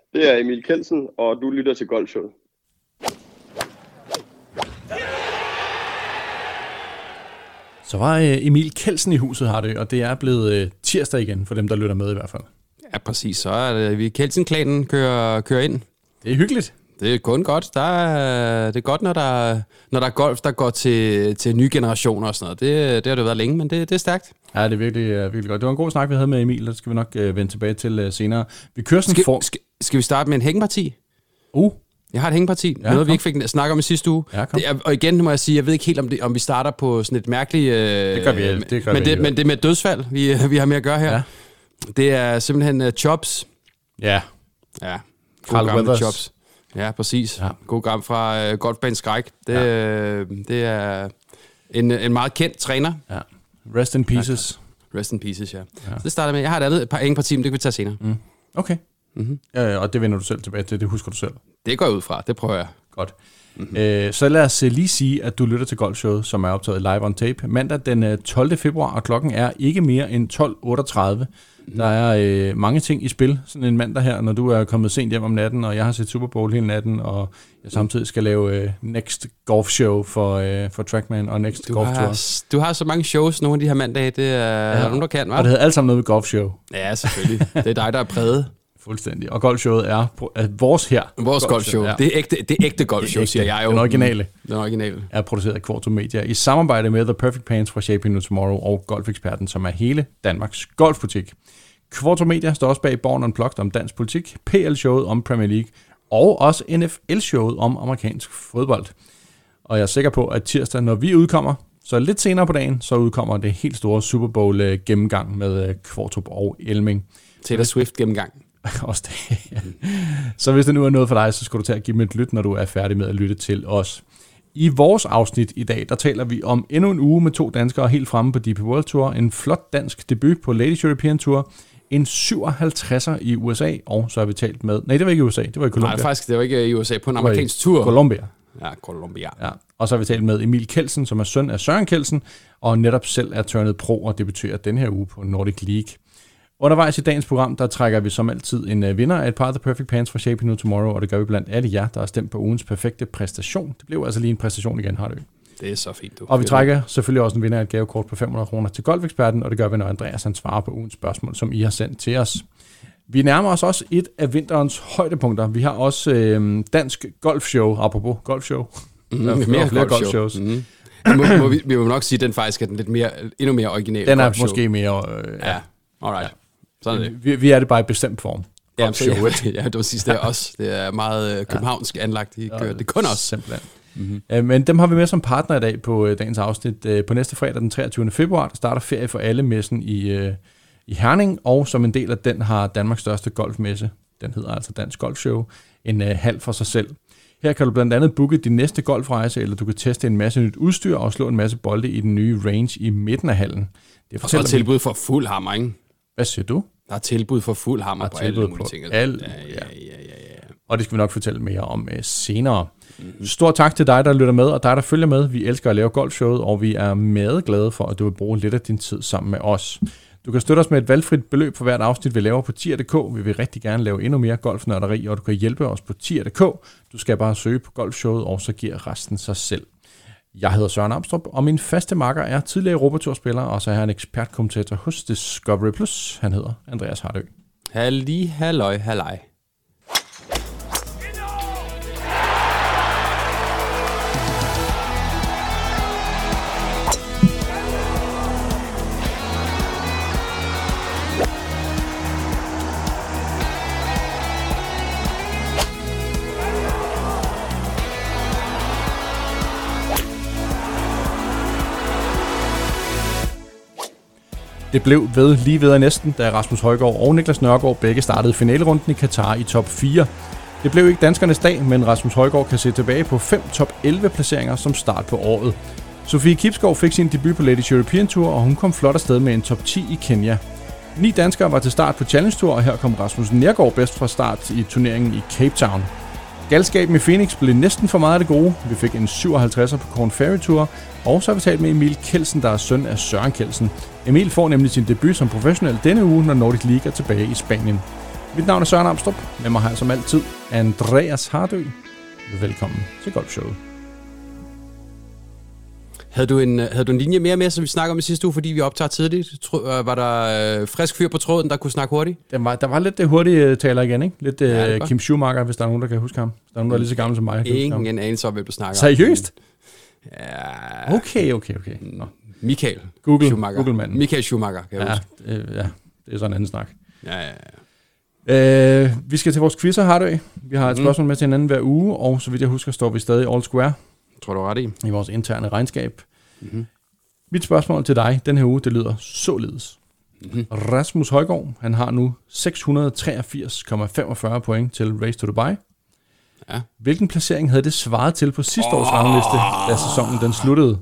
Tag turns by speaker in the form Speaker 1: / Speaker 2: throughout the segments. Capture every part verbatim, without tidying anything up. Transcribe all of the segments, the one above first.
Speaker 1: Det er Emil Kelsen, og du lytter til Golfshowet.
Speaker 2: Så var Emil Kelsen i huset, har det, og det er blevet tirsdag igen, for dem, der lytter med i hvert fald.
Speaker 3: Ja, præcis. Så er det, vi Kelsen-klanen kører, kører ind.
Speaker 2: Det er hyggeligt.
Speaker 3: Det er kun godt. Der er, det er godt, når der, når der er golf, der går til, til nye generationer og sådan noget. Det, det har det været længe, men det, det er stærkt.
Speaker 2: Ja, det er virkelig, virkelig godt. Det var en god snak, vi havde med Emil, og det skal vi nok uh, vende tilbage til uh, senere. Vi kører sådan
Speaker 3: skal,
Speaker 2: for...
Speaker 3: skal, skal vi starte med en hængeparti?
Speaker 2: Uh.
Speaker 3: Jeg har et hængeparti. Ja, noget, kom. Vi ikke fik snakket om i sidste uge.
Speaker 2: Ja,
Speaker 3: det er, og igen må jeg sige, jeg ved ikke helt, om, det, om vi starter på sådan et mærkeligt... Øh,
Speaker 2: det gør vi, det gør
Speaker 3: men,
Speaker 2: vi
Speaker 3: det, men det er med dødsfald, vi, vi har med at gøre her. Ja. Det er simpelthen uh, Chops.
Speaker 2: Ja.
Speaker 3: Ja. God gamle Chops. Ja, præcis. Ja. God gammel fra uh, Golfbane Skræk. Det, ja. uh, det er en, en meget kendt træner.
Speaker 2: Ja. Rest in pieces.
Speaker 3: Ja, rest in pieces, ja. ja. Så det starter med, jeg har et andet et par hængeparti, men det kan vi tage senere.
Speaker 2: Mm. Okay. Mm-hmm. Ja, og det vender du selv tilbage til, det husker du selv.
Speaker 3: Det går jeg ud fra, det prøver jeg.
Speaker 2: Godt. Mm-hmm. Øh, så lad os lige sige, at du lytter til Golfshowet, som er optaget live on tape. Mandag den tolvte februar, og klokken er ikke mere end tolv otteogtredive. Mm-hmm. Der er øh, mange ting i spil, sådan en mandag her, når du er kommet sent hjem om natten, og jeg har set Super Bowl hele natten, og jeg samtidig skal lave øh, Next Golf Show for, øh, for Trackman og Next
Speaker 3: du
Speaker 2: Golf
Speaker 3: har,
Speaker 2: Tour.
Speaker 3: Du har så mange shows nogle af de her mandage, det er ja, nogen, der kan, hva'?
Speaker 2: Og det hedder alt sammen noget med Golf Show.
Speaker 3: Ja, selvfølgelig. Det er dig, der er præget.
Speaker 2: Fuldstændig. Og golfshowet er, er vores her.
Speaker 3: Vores golfshow. Ja. Det er ægte, det er ægte golfshow, siger jeg jo.
Speaker 2: Den originale.
Speaker 3: Den originale.
Speaker 2: Er produceret af Kvartrup Media i samarbejde med The Perfect Pants fra Shaping New Tomorrow og Golfeksperten, som er hele Danmarks golfbutik. Kvartrup Media står også bag Born Unplugged om dansk politik, P L-showet om Premier League og også N F L-showet om amerikansk fodbold. Og jeg er sikker på, at tirsdag, når vi udkommer, så lidt senere på dagen, så udkommer det helt store Super Bowl gennemgang med Kvartrup og Elming.
Speaker 3: Taylor Swift gennemgang.
Speaker 2: Også det. Så hvis det nu er noget for dig, så skal du tage at give mig et lyt, når du er færdig med at lytte til os. I vores afsnit i dag, der taler vi om endnu en uge med to danskere helt fremme på D P World Tour, en flot dansk debut på Ladies European Tour, en syvoghalvtredser i U S A, og så har vi talt med... Nej, det var ikke i U S A, det var i Colombia.
Speaker 3: Nej, faktisk, det var ikke i U S A, på en amerikansk tur.
Speaker 2: Colombia.
Speaker 3: Ja, Colombia.
Speaker 2: Ja. Og så har vi talt med Emil Kelsen, som er søn af Søren Kelsen, og netop selv er turnet pro og debuterer den her uge på Nordic League. Undervejs i dagens program, der trækker vi som altid en vinder af et par af The Perfect Pants fra Shaping New Tomorrow, og det gør vi blandt alle jer, der har stemt på ugens perfekte præstation. Det blev altså lige en præstation igen, har du.
Speaker 3: Det er så fint, du.
Speaker 2: Og vi trækker selvfølgelig også en vinder af et gavekort på fem hundrede kroner til Golfeksperten, og det gør vi, når Andreas han svarer på ugens spørgsmål, som I har sendt til os. Vi nærmer os også et af vinterens højdepunkter. Vi har også øh, dansk golfshow, apropos golfshow.
Speaker 3: Mm, der er flere, mere flere golfshows. Mm. Må, må vi, vi må nok sige, at den faktisk er den lidt mere, endnu mere originale
Speaker 2: Den er
Speaker 3: golfshow.
Speaker 2: Måske mere... Øh,
Speaker 3: ja, alright. Ja. Sådan er det.
Speaker 2: Vi, vi er det bare i bestemt form.
Speaker 3: Ja, så, ja, ja, det var sidst, det er også. Det er meget øh, københavnsk ja. anlagt. De gør, det er kun os.
Speaker 2: Simpelthen. Mm-hmm. Øh, men dem har vi med som partner i dag på øh, dagens afsnit. Øh, på næste fredag den treogtyvende februar, der starter Ferie for alle messen i, øh, i Herning, og som en del af den har Danmarks største golfmesse, den hedder altså Dansk Golfshow, en øh, halv for sig selv. Her kan du blandt andet booke din næste golfrejse, eller du kan teste en masse nyt udstyr og slå en masse bolde i den nye range i midten af hallen.
Speaker 3: Det og så er tilbud for fuld hammer, ikke?
Speaker 2: Hvad siger du?
Speaker 3: Der er tilbud for fuld hammer på alle mulige ting.
Speaker 2: Al- ja, ja, ja, ja, ja. Og det skal vi nok fortælle mere om uh, senere. Mm-hmm. Stor tak til dig, der lytter med, og dig, der følger med. Vi elsker at lave golfshowet, og vi er meget glade for, at du vil bruge lidt af din tid sammen med os. Du kan støtte os med et valgfrit beløb for hvert afsnit, vi laver på tier punktum d k. Vi vil rigtig gerne lave endnu mere golfnørderi, og du kan hjælpe os på tier punktum d k. Du skal bare søge på golfshowet, og så giver resten sig selv. Jeg hedder Søren Amstrup, og min faste makker er tidligere Europaturspiller, og så er han ekspertkommentator hos Discovery Plus. Han hedder Andreas Hardø.
Speaker 3: Halli, halløj, halløj.
Speaker 2: Det blev ved lige ved af næsten, da Rasmus Højgaard og Niklas Nørgaard begge startede finalerunden i Katar i top fire. Det blev ikke danskernes dag, men Rasmus Højgaard kan se tilbage på fem top elleve placeringer som start på året. Sofie Kibsgaard fik sin debut på Ladies European Tour, og hun kom flot afsted med en top ti i Kenya. Ni danskere var til start på Challenge Tour, og her kom Rasmus Nergård bedst fra start i turneringen i Cape Town. Galskaben i Phoenix blev næsten for meget af det gode. Vi fik en syvoghalvtredser på Corn Ferry Tour, og så har vi talt med Emil Kelsen, der er søn af Søren Kelsen. Emil får nemlig sin debut som professionel denne uge, når Nordic League er tilbage i Spanien. Mit navn er Søren Amstrup. Med mig har jeg som altid Andreas Hardø. Velkommen til Golfshowet.
Speaker 3: Havde du, en, havde du en linje mere med, som vi snakker om i sidste uge, fordi vi optager tidligt? Tro, var der øh, frisk fyr på tråden, der kunne snakke hurtigt?
Speaker 2: Der var, der var lidt det hurtige taler igen, ikke? Lidt ja, uh, Kim Schumacher, hvis der er nogen, der kan huske ham. Hvis der er nogen, der er lige så gammel som mig.
Speaker 3: Ingen anelse om, hvem du snakker om.
Speaker 2: Seriøst?
Speaker 3: Ja.
Speaker 2: Okay, okay, okay. Nå.
Speaker 3: Michael
Speaker 2: Google,
Speaker 3: Schumacher.
Speaker 2: Google-manden.
Speaker 3: Michael Schumacher, kan jeg
Speaker 2: ja,
Speaker 3: huske.
Speaker 2: Øh, ja, det er sådan en anden snak.
Speaker 3: Ja, ja, ja.
Speaker 2: Øh, vi skal til vores quizzer, Hardø. Vi har et spørgsmål mm. med til hinanden hver uge, og så vidt jeg husker, står vi stadig all square.
Speaker 3: Tror du ret i?
Speaker 2: I vores interne regnskab. Mm-hmm. Mit spørgsmål til dig den her uge, det lyder således. Mm-hmm. Rasmus Højgaard, han har nu seks hundrede og treogfirs komma femogfyrre point til Race to Dubai.
Speaker 3: Ja.
Speaker 2: Hvilken placering havde det svaret til på sidste års oh. rangliste, da sæsonen den sluttede?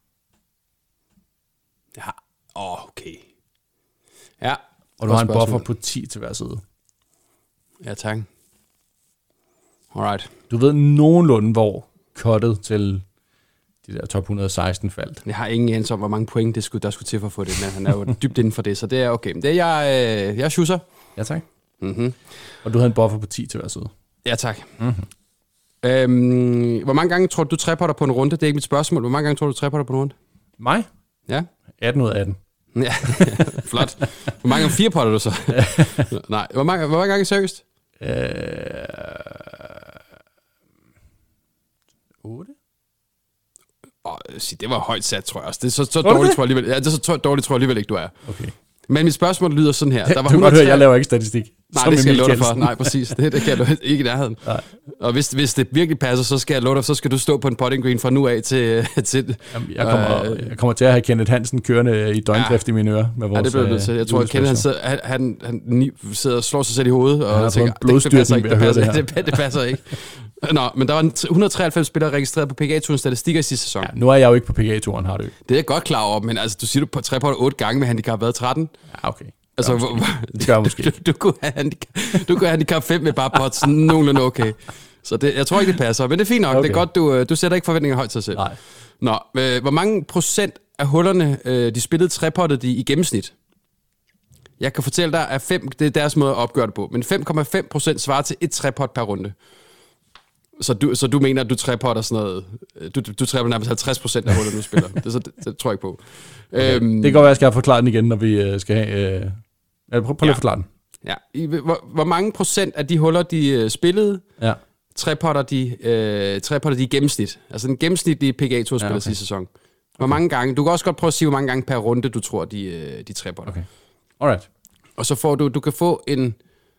Speaker 3: Ja, oh, okay. Ja.
Speaker 2: Og du har en buffer på ti til hver side.
Speaker 3: Ja, tak. Alright.
Speaker 2: Du ved nogenlunde, hvor cuttet til de der top et hundrede og seksten faldt.
Speaker 3: Jeg har ingen anelse om, hvor mange point det skulle, der skulle til for at få det, men han er jo dybt inden for det, så det er okay. Det er jeg, øh, jeg schusser.
Speaker 2: Ja, tak.
Speaker 3: Mm-hmm.
Speaker 2: Og du havde en buffer på ti til hver side.
Speaker 3: Ja, tak. Mm-hmm. Øhm, hvor mange gange tror du, du trepotter på en runde? Det er ikke mit spørgsmål. Hvor mange gange tror du, du trepotter på en runde?
Speaker 2: Mig?
Speaker 3: Ja.
Speaker 2: atten ud af atten.
Speaker 3: Ja, flot. Hvor mange gange fire potter du så? Nej, hvor mange, hvor mange gange seriøst?
Speaker 2: Øh... otte?
Speaker 3: Oh, det var højt sat, tror jeg også. Det er så, så dårligt, tror jeg alligevel. Ja, det er så dårligt, tror jeg alligevel ikke, du er.
Speaker 2: Okay.
Speaker 3: Men mit spørgsmål lyder sådan her. Der var
Speaker 2: du kan godt høre, jeg laver ikke statistik.
Speaker 3: Nej, det skal jeg love dig for. Nej, præcis. Det, det kan jeg ikke i nærheden. Nej. Og hvis, hvis det virkelig passer, så skal jeg love dig, så skal du stå på en putting green fra nu af til... til
Speaker 2: Jamen, jeg, kommer, øh, jeg kommer til at have Kenneth Hansen kørende i døgndrift ja. i mine ører. Med vores,
Speaker 3: ja, det bliver det til. Jeg tror, at Kenneth han sidder, han, han, han sidder og slår sig selv i hovedet. Og
Speaker 2: ja,
Speaker 3: tænker,
Speaker 2: det, det passer ikke.
Speaker 3: Det passer, det, det, det passer ikke. Nå, men der var et hundrede og treoghalvfems spillere registreret på P G A-turens statistikker i sidste sæson. Ja,
Speaker 2: nu er jeg jo ikke på P G A-turen, har du.
Speaker 3: Det er jeg godt klar over, men altså, du siger, du på trepotter otte gange med handicap været tretten.
Speaker 2: Ja, okay.
Speaker 3: Altså,
Speaker 2: hvor, det gør måske.
Speaker 3: Du, du, du, kunne have handicap, du kunne have handicap fem med bare pots, nogenlunde okay. Så det, jeg tror ikke, det passer, men det er fint nok. Okay. Det er godt, du, du sætter ikke forventninger højt til dig selv.
Speaker 2: Nej.
Speaker 3: Nå, øh, hvor mange procent af hullerne, øh, de spillede trepottede de i gennemsnit? Jeg kan fortælle dig, at fem, det er deres måde at opgøre det på, men fem komma fem procent svarer til et trepot per runde. Så du, så du mener, at du trepotter sådan noget... Du, du trepotter nærmest halvtreds procent af hullerne, du spiller. Det, så, det, det tror jeg ikke på.
Speaker 2: Okay. Øhm, det kan godt være, at jeg skal forklare den igen, når vi skal have... Øh... Ja, prøv, prøv lige ja. at forklare den.
Speaker 3: Ja. I, hvor, hvor mange procent af de huller, de uh, spillede, ja. trepotter de, uh, trepotter de i gennemsnit? Altså den gennemsnitlige P G A-tur spiller ja, okay. sidste sæson. Hvor okay. mange gange? Du kan også godt prøve at sige, hvor mange gange per runde, du tror, de, uh, de trepotter.
Speaker 2: Okay. Alright.
Speaker 3: Og så får du... Du kan få en...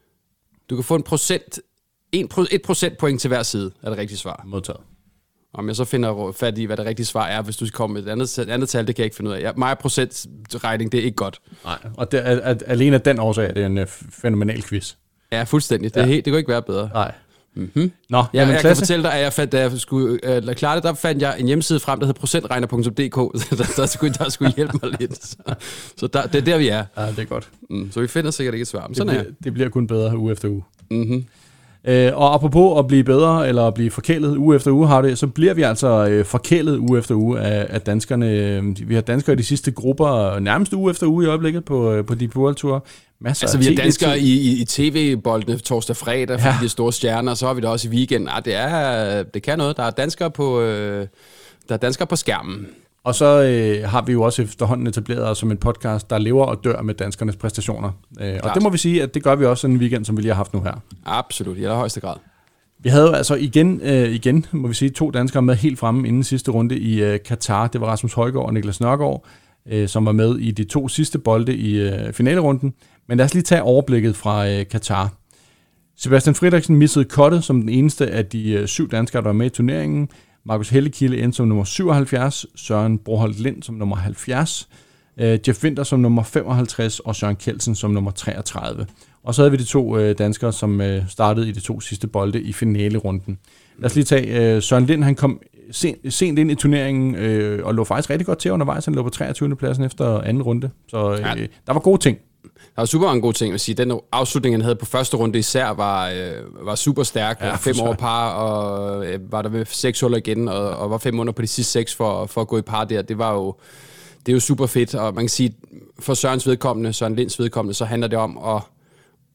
Speaker 3: Du kan få en procent... Et procentpoint til hver side er det rigtige svar.
Speaker 2: Modtaget.
Speaker 3: Om jeg så finder fat i, hvad det rigtige svar er, hvis du kommer med et andet, et andet tal, det kan jeg ikke finde ud af. Ja, mig procentregning, det er ikke godt.
Speaker 2: Nej, og det er, at alene af den årsag, det er en uh, fænomenal quiz.
Speaker 3: Ja, fuldstændig. Det, er ja. helt, det kunne ikke være bedre.
Speaker 2: Nej.
Speaker 3: Mm-hmm.
Speaker 2: Nå,
Speaker 3: ja, jeg, jeg kan fortælle dig, at jeg fandt, da jeg skulle uh, klare det, der fandt jeg en hjemmeside frem, der hed procentregner punktum d k. der, der, skulle, der skulle hjælpe mig lidt. Så, så der, det er der, vi er.
Speaker 2: Ja, det er godt.
Speaker 3: Mm, så vi finder sikkert ikke et svar. Men
Speaker 2: det,
Speaker 3: sådan
Speaker 2: bliver,
Speaker 3: er.
Speaker 2: det bliver kun bedre uge efter uge.
Speaker 3: Mhm.
Speaker 2: Øh, og apropos at blive bedre, eller at blive forkælet uge efter uge, har det, så bliver vi altså øh, forkælet uge efter uge af, af danskerne. Vi har danskere i de sidste grupper nærmest uge efter uge i øjeblikket på, øh, på Deep World Tour. Masser
Speaker 3: altså vi har danskere i, i, i tv-boldene torsdag og fredag, fordi ja. de er store stjerner, så har vi det også i weekenden. Ah, det, er, det kan noget. Der er danskere på, øh, der er danskere på skærmen.
Speaker 2: Og så øh, har vi jo også efterhånden etableret os som en podcast, der lever og dør med danskernes præstationer. Øh, og det må vi sige, at det gør vi også en weekend, som vi lige har haft nu her.
Speaker 3: Absolut, i allerhøjeste grad.
Speaker 2: Vi havde jo altså igen, øh, igen, må vi sige, to danskere med helt fremme inden sidste runde i øh, Katar. Det var Rasmus Højgaard og Niklas Nørgaard, øh, som var med i de to sidste bolde i øh, finalerunden. Men lad os lige tage overblikket fra øh, Katar. Sebastian Friedrichsen missede cuttet som den eneste af de øh, syv danskere, der var med i turneringen. Markus Hellekilde endte som nummer syvoghalvfjerds, Søren Broholt Lind som nummer halvfjerds, øh, Jeff Winter som nummer femoghalvtreds og Søren Kjeldsen som nummer treogtredive. Og så havde vi de to øh, danskere, som øh, startede i de to sidste bolde i finalerunden. Lad os lige tage øh, Søren Lind, han kom sent, sent ind i turneringen øh, og lå faktisk rigtig godt til undervejs. Han lå på treogtyvende pladsen efter anden runde, så øh, ja. der var gode ting.
Speaker 3: Der var super mange gode ting, at sige. Den afslutning, han havde på første runde især, var, øh, var super stærk. Ja, fem over par, og øh, var der med seks huller igen, og, og var fem under på de sidste seks for, for at gå i par der. Det var jo, det er jo super fedt, og man kan sige, for Sørens vedkommende, Søren Linds vedkommende, så handler det om at,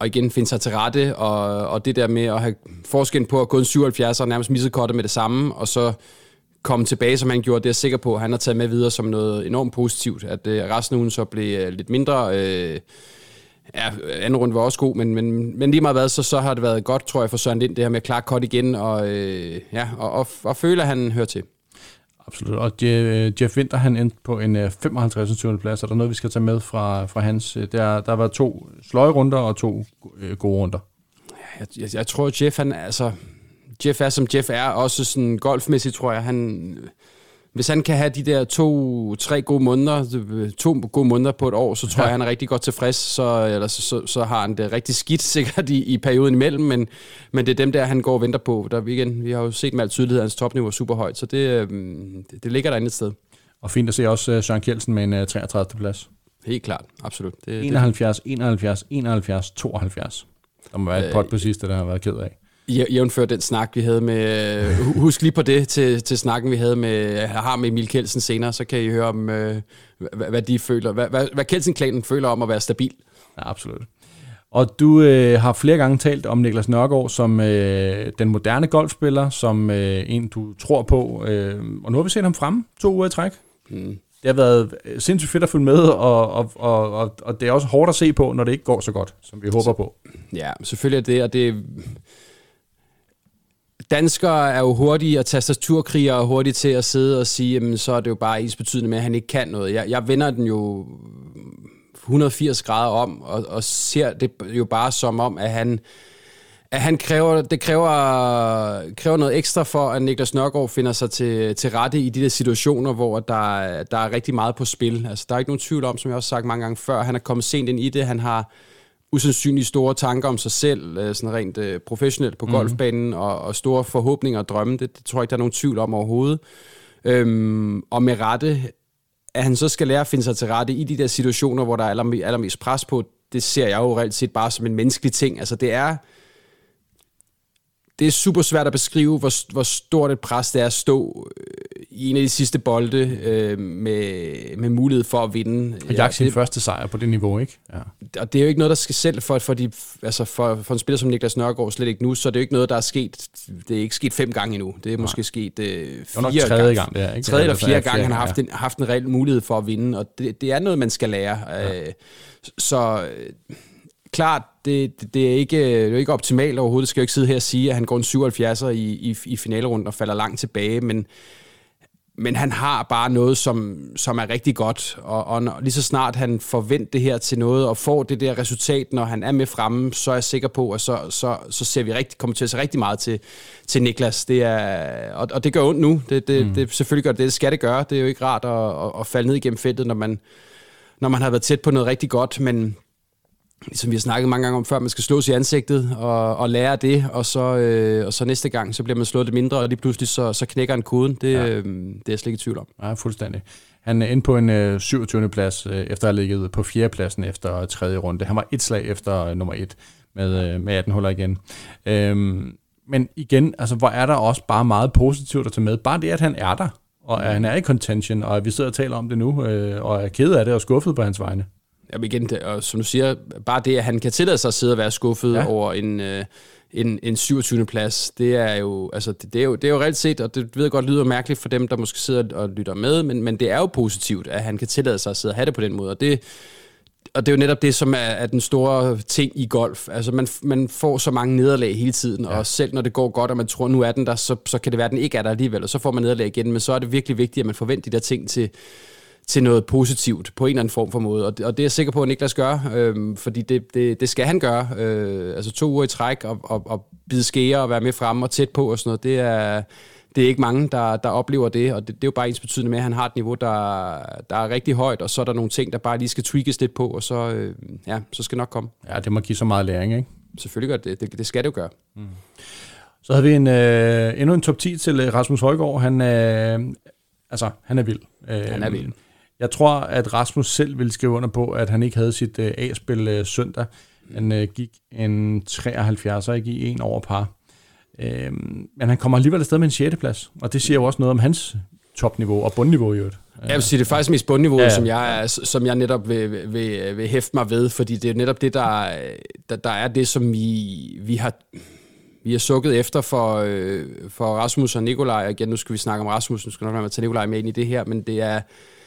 Speaker 3: og igen finde sig til rette, og, og det der med at have forskellen på at gå en syvoghalvfjerds og nærmest misset kortet med det samme, og så komme tilbage, som han gjorde, det er jeg sikker på, at han har taget med videre som noget enormt positivt, at øh, resten af ugen så blev lidt mindre. Øh, ja, anden runde var også god, men, men, men lige meget hvad, så, så har det været godt, tror jeg, for Søren Lind, det her med at klare kort igen, og, øh, ja, og, og, og føle, at han hører til.
Speaker 2: Absolut, og Jeff Winter, han endte på en femoghalvtreds plads, er der noget, vi skal tage med fra, fra hans? Der, der var to sløjrunder og to øh, gode runder.
Speaker 3: Jeg, jeg, jeg tror, Jeff, han, altså, Jeff er, som Jeff er, også sådan golfmæssigt, tror jeg, han... Hvis han kan have de der to, tre gode måneder, to gode måneder på et år, så tror ja. jeg, han er rigtig godt tilfreds. Så, eller så, så, så har han det rigtig skidt sikkert i, i perioden imellem, men, men det er dem der, han går og venter på. Der, igen, vi har jo set med al tydelighed, at hans topniveau er super højt, så det, det, det ligger derinde et sted.
Speaker 2: Og fint at se også Søren Kjeldsen med en treogtredivte plads.
Speaker 3: Helt klart, absolut. Det,
Speaker 2: enoghalvfjerds, enoghalvfjerds, enoghalvfjerds, tooghalvfjerds. Der må være et pot på sidste, der har været ked af.
Speaker 3: Jævnfør den snak, vi havde med... Husk lige på det til, til snakken, vi havde med, har med Emil Kjeldsen senere, så kan I høre om, øh, hvad, hvad de føler, hvad, hvad, hvad Kjeldsen-klanen føler om at være stabil.
Speaker 2: Ja, absolut. Og du øh, har flere gange talt om Niklas Nørgaard som øh, den moderne golfspiller, som øh, en, du tror på. Øh, og nu har vi set ham fremme to uger i træk. Mm. Det har været sindssygt fedt at følge med, og, og, og, og, og det er også hårdt at se på, når det ikke går så godt, som vi håber på.
Speaker 3: Ja, selvfølgelig er det, og det... Danskere er jo hurtige, og tastaturkrigere er hurtige til at sidde og sige, jamen, så er det jo bare ensbetydende med, at han ikke kan noget. Jeg, jeg vender den jo et hundrede og firs grader om, og, og ser det jo bare som om, at han, at han kræver, det kræver, kræver noget ekstra for, at Niklas Nørgaard finder sig til, til rette i de der situationer, hvor der, der er rigtig meget på spil. Altså, der er ikke nogen tvivl om, som jeg også har sagt mange gange før, han er kommet sent ind i det, han har usandsynligt store tanker om sig selv, sådan rent øh, professionelt på golfbanen, mm. og, og store forhåbninger og drømme. Det, det tror jeg ikke, der er nogen tvivl om overhovedet. Øhm, og med rette, at han så skal lære at finde sig til rette i de der situationer, hvor der er aller, allermest pres på, det ser jeg jo reelt set bare som en menneskelig ting. Altså det er, det er super svært at beskrive, hvor, hvor stort et pres det er at stå i en af de sidste bolde øh, med, med mulighed for at vinde.
Speaker 2: Og jagte sin første sejr på det niveau, ikke? Ja.
Speaker 3: Og det er jo ikke noget, der skal selv for, for, de, altså for, for en spiller som Niklas Nørgaard slet ikke nu, så det er jo ikke noget, der er sket, det er ikke sket fem gange endnu. Det er måske Nej. sket øh, fire
Speaker 2: det tredje gang. gang det er, ikke?
Speaker 3: Tredje eller fjerde gang, han har haft en, haft en reel mulighed for at vinde, og det, det er noget, man skal lære. Ja. Øh, så... Klart, det, det, er ikke, det er ikke optimalt overhovedet. Det skal jo ikke sidde her og sige, at han går en syvoghalvfjerdser i, i, i finalerunden og falder langt tilbage, men, men han har bare noget, som, som er rigtig godt, og, og når, lige så snart han forventer det her til noget, og får det der resultat, når han er med fremme, så er jeg sikker på, at så, så, så ser vi rigtig, kommer til at se rigtig meget til, til Niklas. Det er, og, og det gør ondt nu. Det, det, mm. det, selvfølgelig gør det, det skal det gøre. Det er jo ikke rart at, at, at falde ned igennem feltet, når man, når man har været tæt på noget rigtig godt, men som vi har snakket mange gange om før, man skal slås i ansigtet og, og lære det, og så, øh, og så næste gang, så bliver man slået lidt mindre, og lige pludselig så, så knækker en koden. Det, ja. øh, det er jeg slet ikke i tvivl om.
Speaker 2: Ja, fuldstændig. Han er inde på en øh, syvogtyvende plads, øh, efter at have ligget på fjerde pladsen efter tredje runde. Han var et slag efter øh, nummer et med, øh, med atten huller igen. Øhm, men igen, altså, hvor er der også bare meget positivt at tage med. Bare det, at han er der, og at han er i contention, og at vi sidder og taler om det nu, øh, og er ked af det og skuffet på hans vegne.
Speaker 3: Jamen igen, det, og som du siger, bare det, at han kan tillade sig at sidde og være skuffet ja. over en, øh, en, en syvogtyvende plads, det er jo, altså, det, det er jo, det er jo reelt set, og det ved jeg godt lyder mærkeligt for dem, der måske sidder og lytter med, men, men det er jo positivt, at han kan tillade sig at sidde og have det på den måde, og det, og det er jo netop det, som er, er den store ting i golf. Altså, man, man får så mange nederlag hele tiden, ja. og selv når det går godt, og man tror, nu er den der, så, så kan det være, at den ikke er der alligevel, og så får man nederlag igen, men så er det virkelig vigtigt, at man forventer de der ting til til noget positivt på en eller anden form for måde. Og det, og det er jeg sikker på, at Niklas gør, øh, fordi det, det, det skal han gøre. Øh, altså to uger i træk og, og, og bide skære og være med fremme og tæt på og sådan noget, det er, det er ikke mange, der, der oplever det, og det, det er jo bare ens betydende med, at han har et niveau, der, der er rigtig højt, og så er der nogle ting, der bare lige skal tweakes lidt på, og så, øh, ja, så skal det nok komme.
Speaker 2: Ja, det må give så meget læring, ikke?
Speaker 3: Selvfølgelig gør det. Det, det skal det jo gøre. Mm.
Speaker 2: Så havde vi en, øh, endnu en top ti til Rasmus Højgaard. Han, øh, altså, han er vild. Øh,
Speaker 3: han er vild.
Speaker 2: Jeg tror, at Rasmus selv ville skrive under på, at han ikke havde sit øh, A-spil øh, søndag. Han øh, gik en treoghalvfjerdser, ikke i en over par. Øh, men han kommer alligevel afsted med en sjette plads, og det siger jo også noget om hans topniveau og bundniveau i øvrigt.
Speaker 3: Jeg vil sige, det er faktisk mest bundniveau, ja, ja. som jeg, som jeg netop vil, vil, vil hæfte mig ved, fordi det er netop det, der, der, der er det, som vi, vi har... Vi har sukket efter for, øh, for Rasmus og Nikolaj. Igen, nu skal vi snakke om Rasmus, nu skal nok være med at tage Nikolaj med ind i det her, men det er,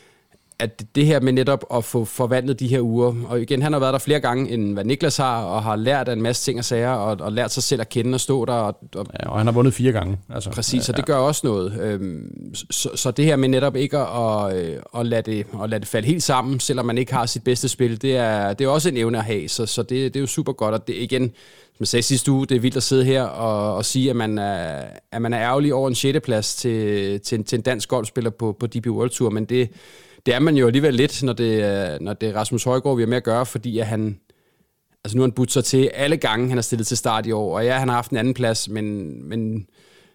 Speaker 3: at det her med netop at få forvandlet de her uger, og igen, han har været der flere gange, end hvad Niklas har, og har lært en masse ting og sager, og, og lært sig selv at kende og stå der. Og, og,
Speaker 2: ja, og han har vundet fire gange. Altså.
Speaker 3: Præcis, og det gør også noget. Øhm, så, så det her med netop ikke at, at, at, lade det, at lade det falde helt sammen, selvom man ikke har sit bedste spil, det er, det er også en evne at have, så, så det, det er jo super godt, og det igen... Som jeg sagde sidste uge, det er vildt at sidde her og, og sige, at man, er, at man er ærgerlig over en sjette plads til, til, en, til en dansk golfspiller på, på D P World Tour, men det, det er man jo alligevel lidt, når det, når det er Rasmus Højgaard, vi har med at gøre, fordi at han, altså nu har han budt sig til alle gange, han har stillet til start i år, og ja, han har haft en anden plads, men, men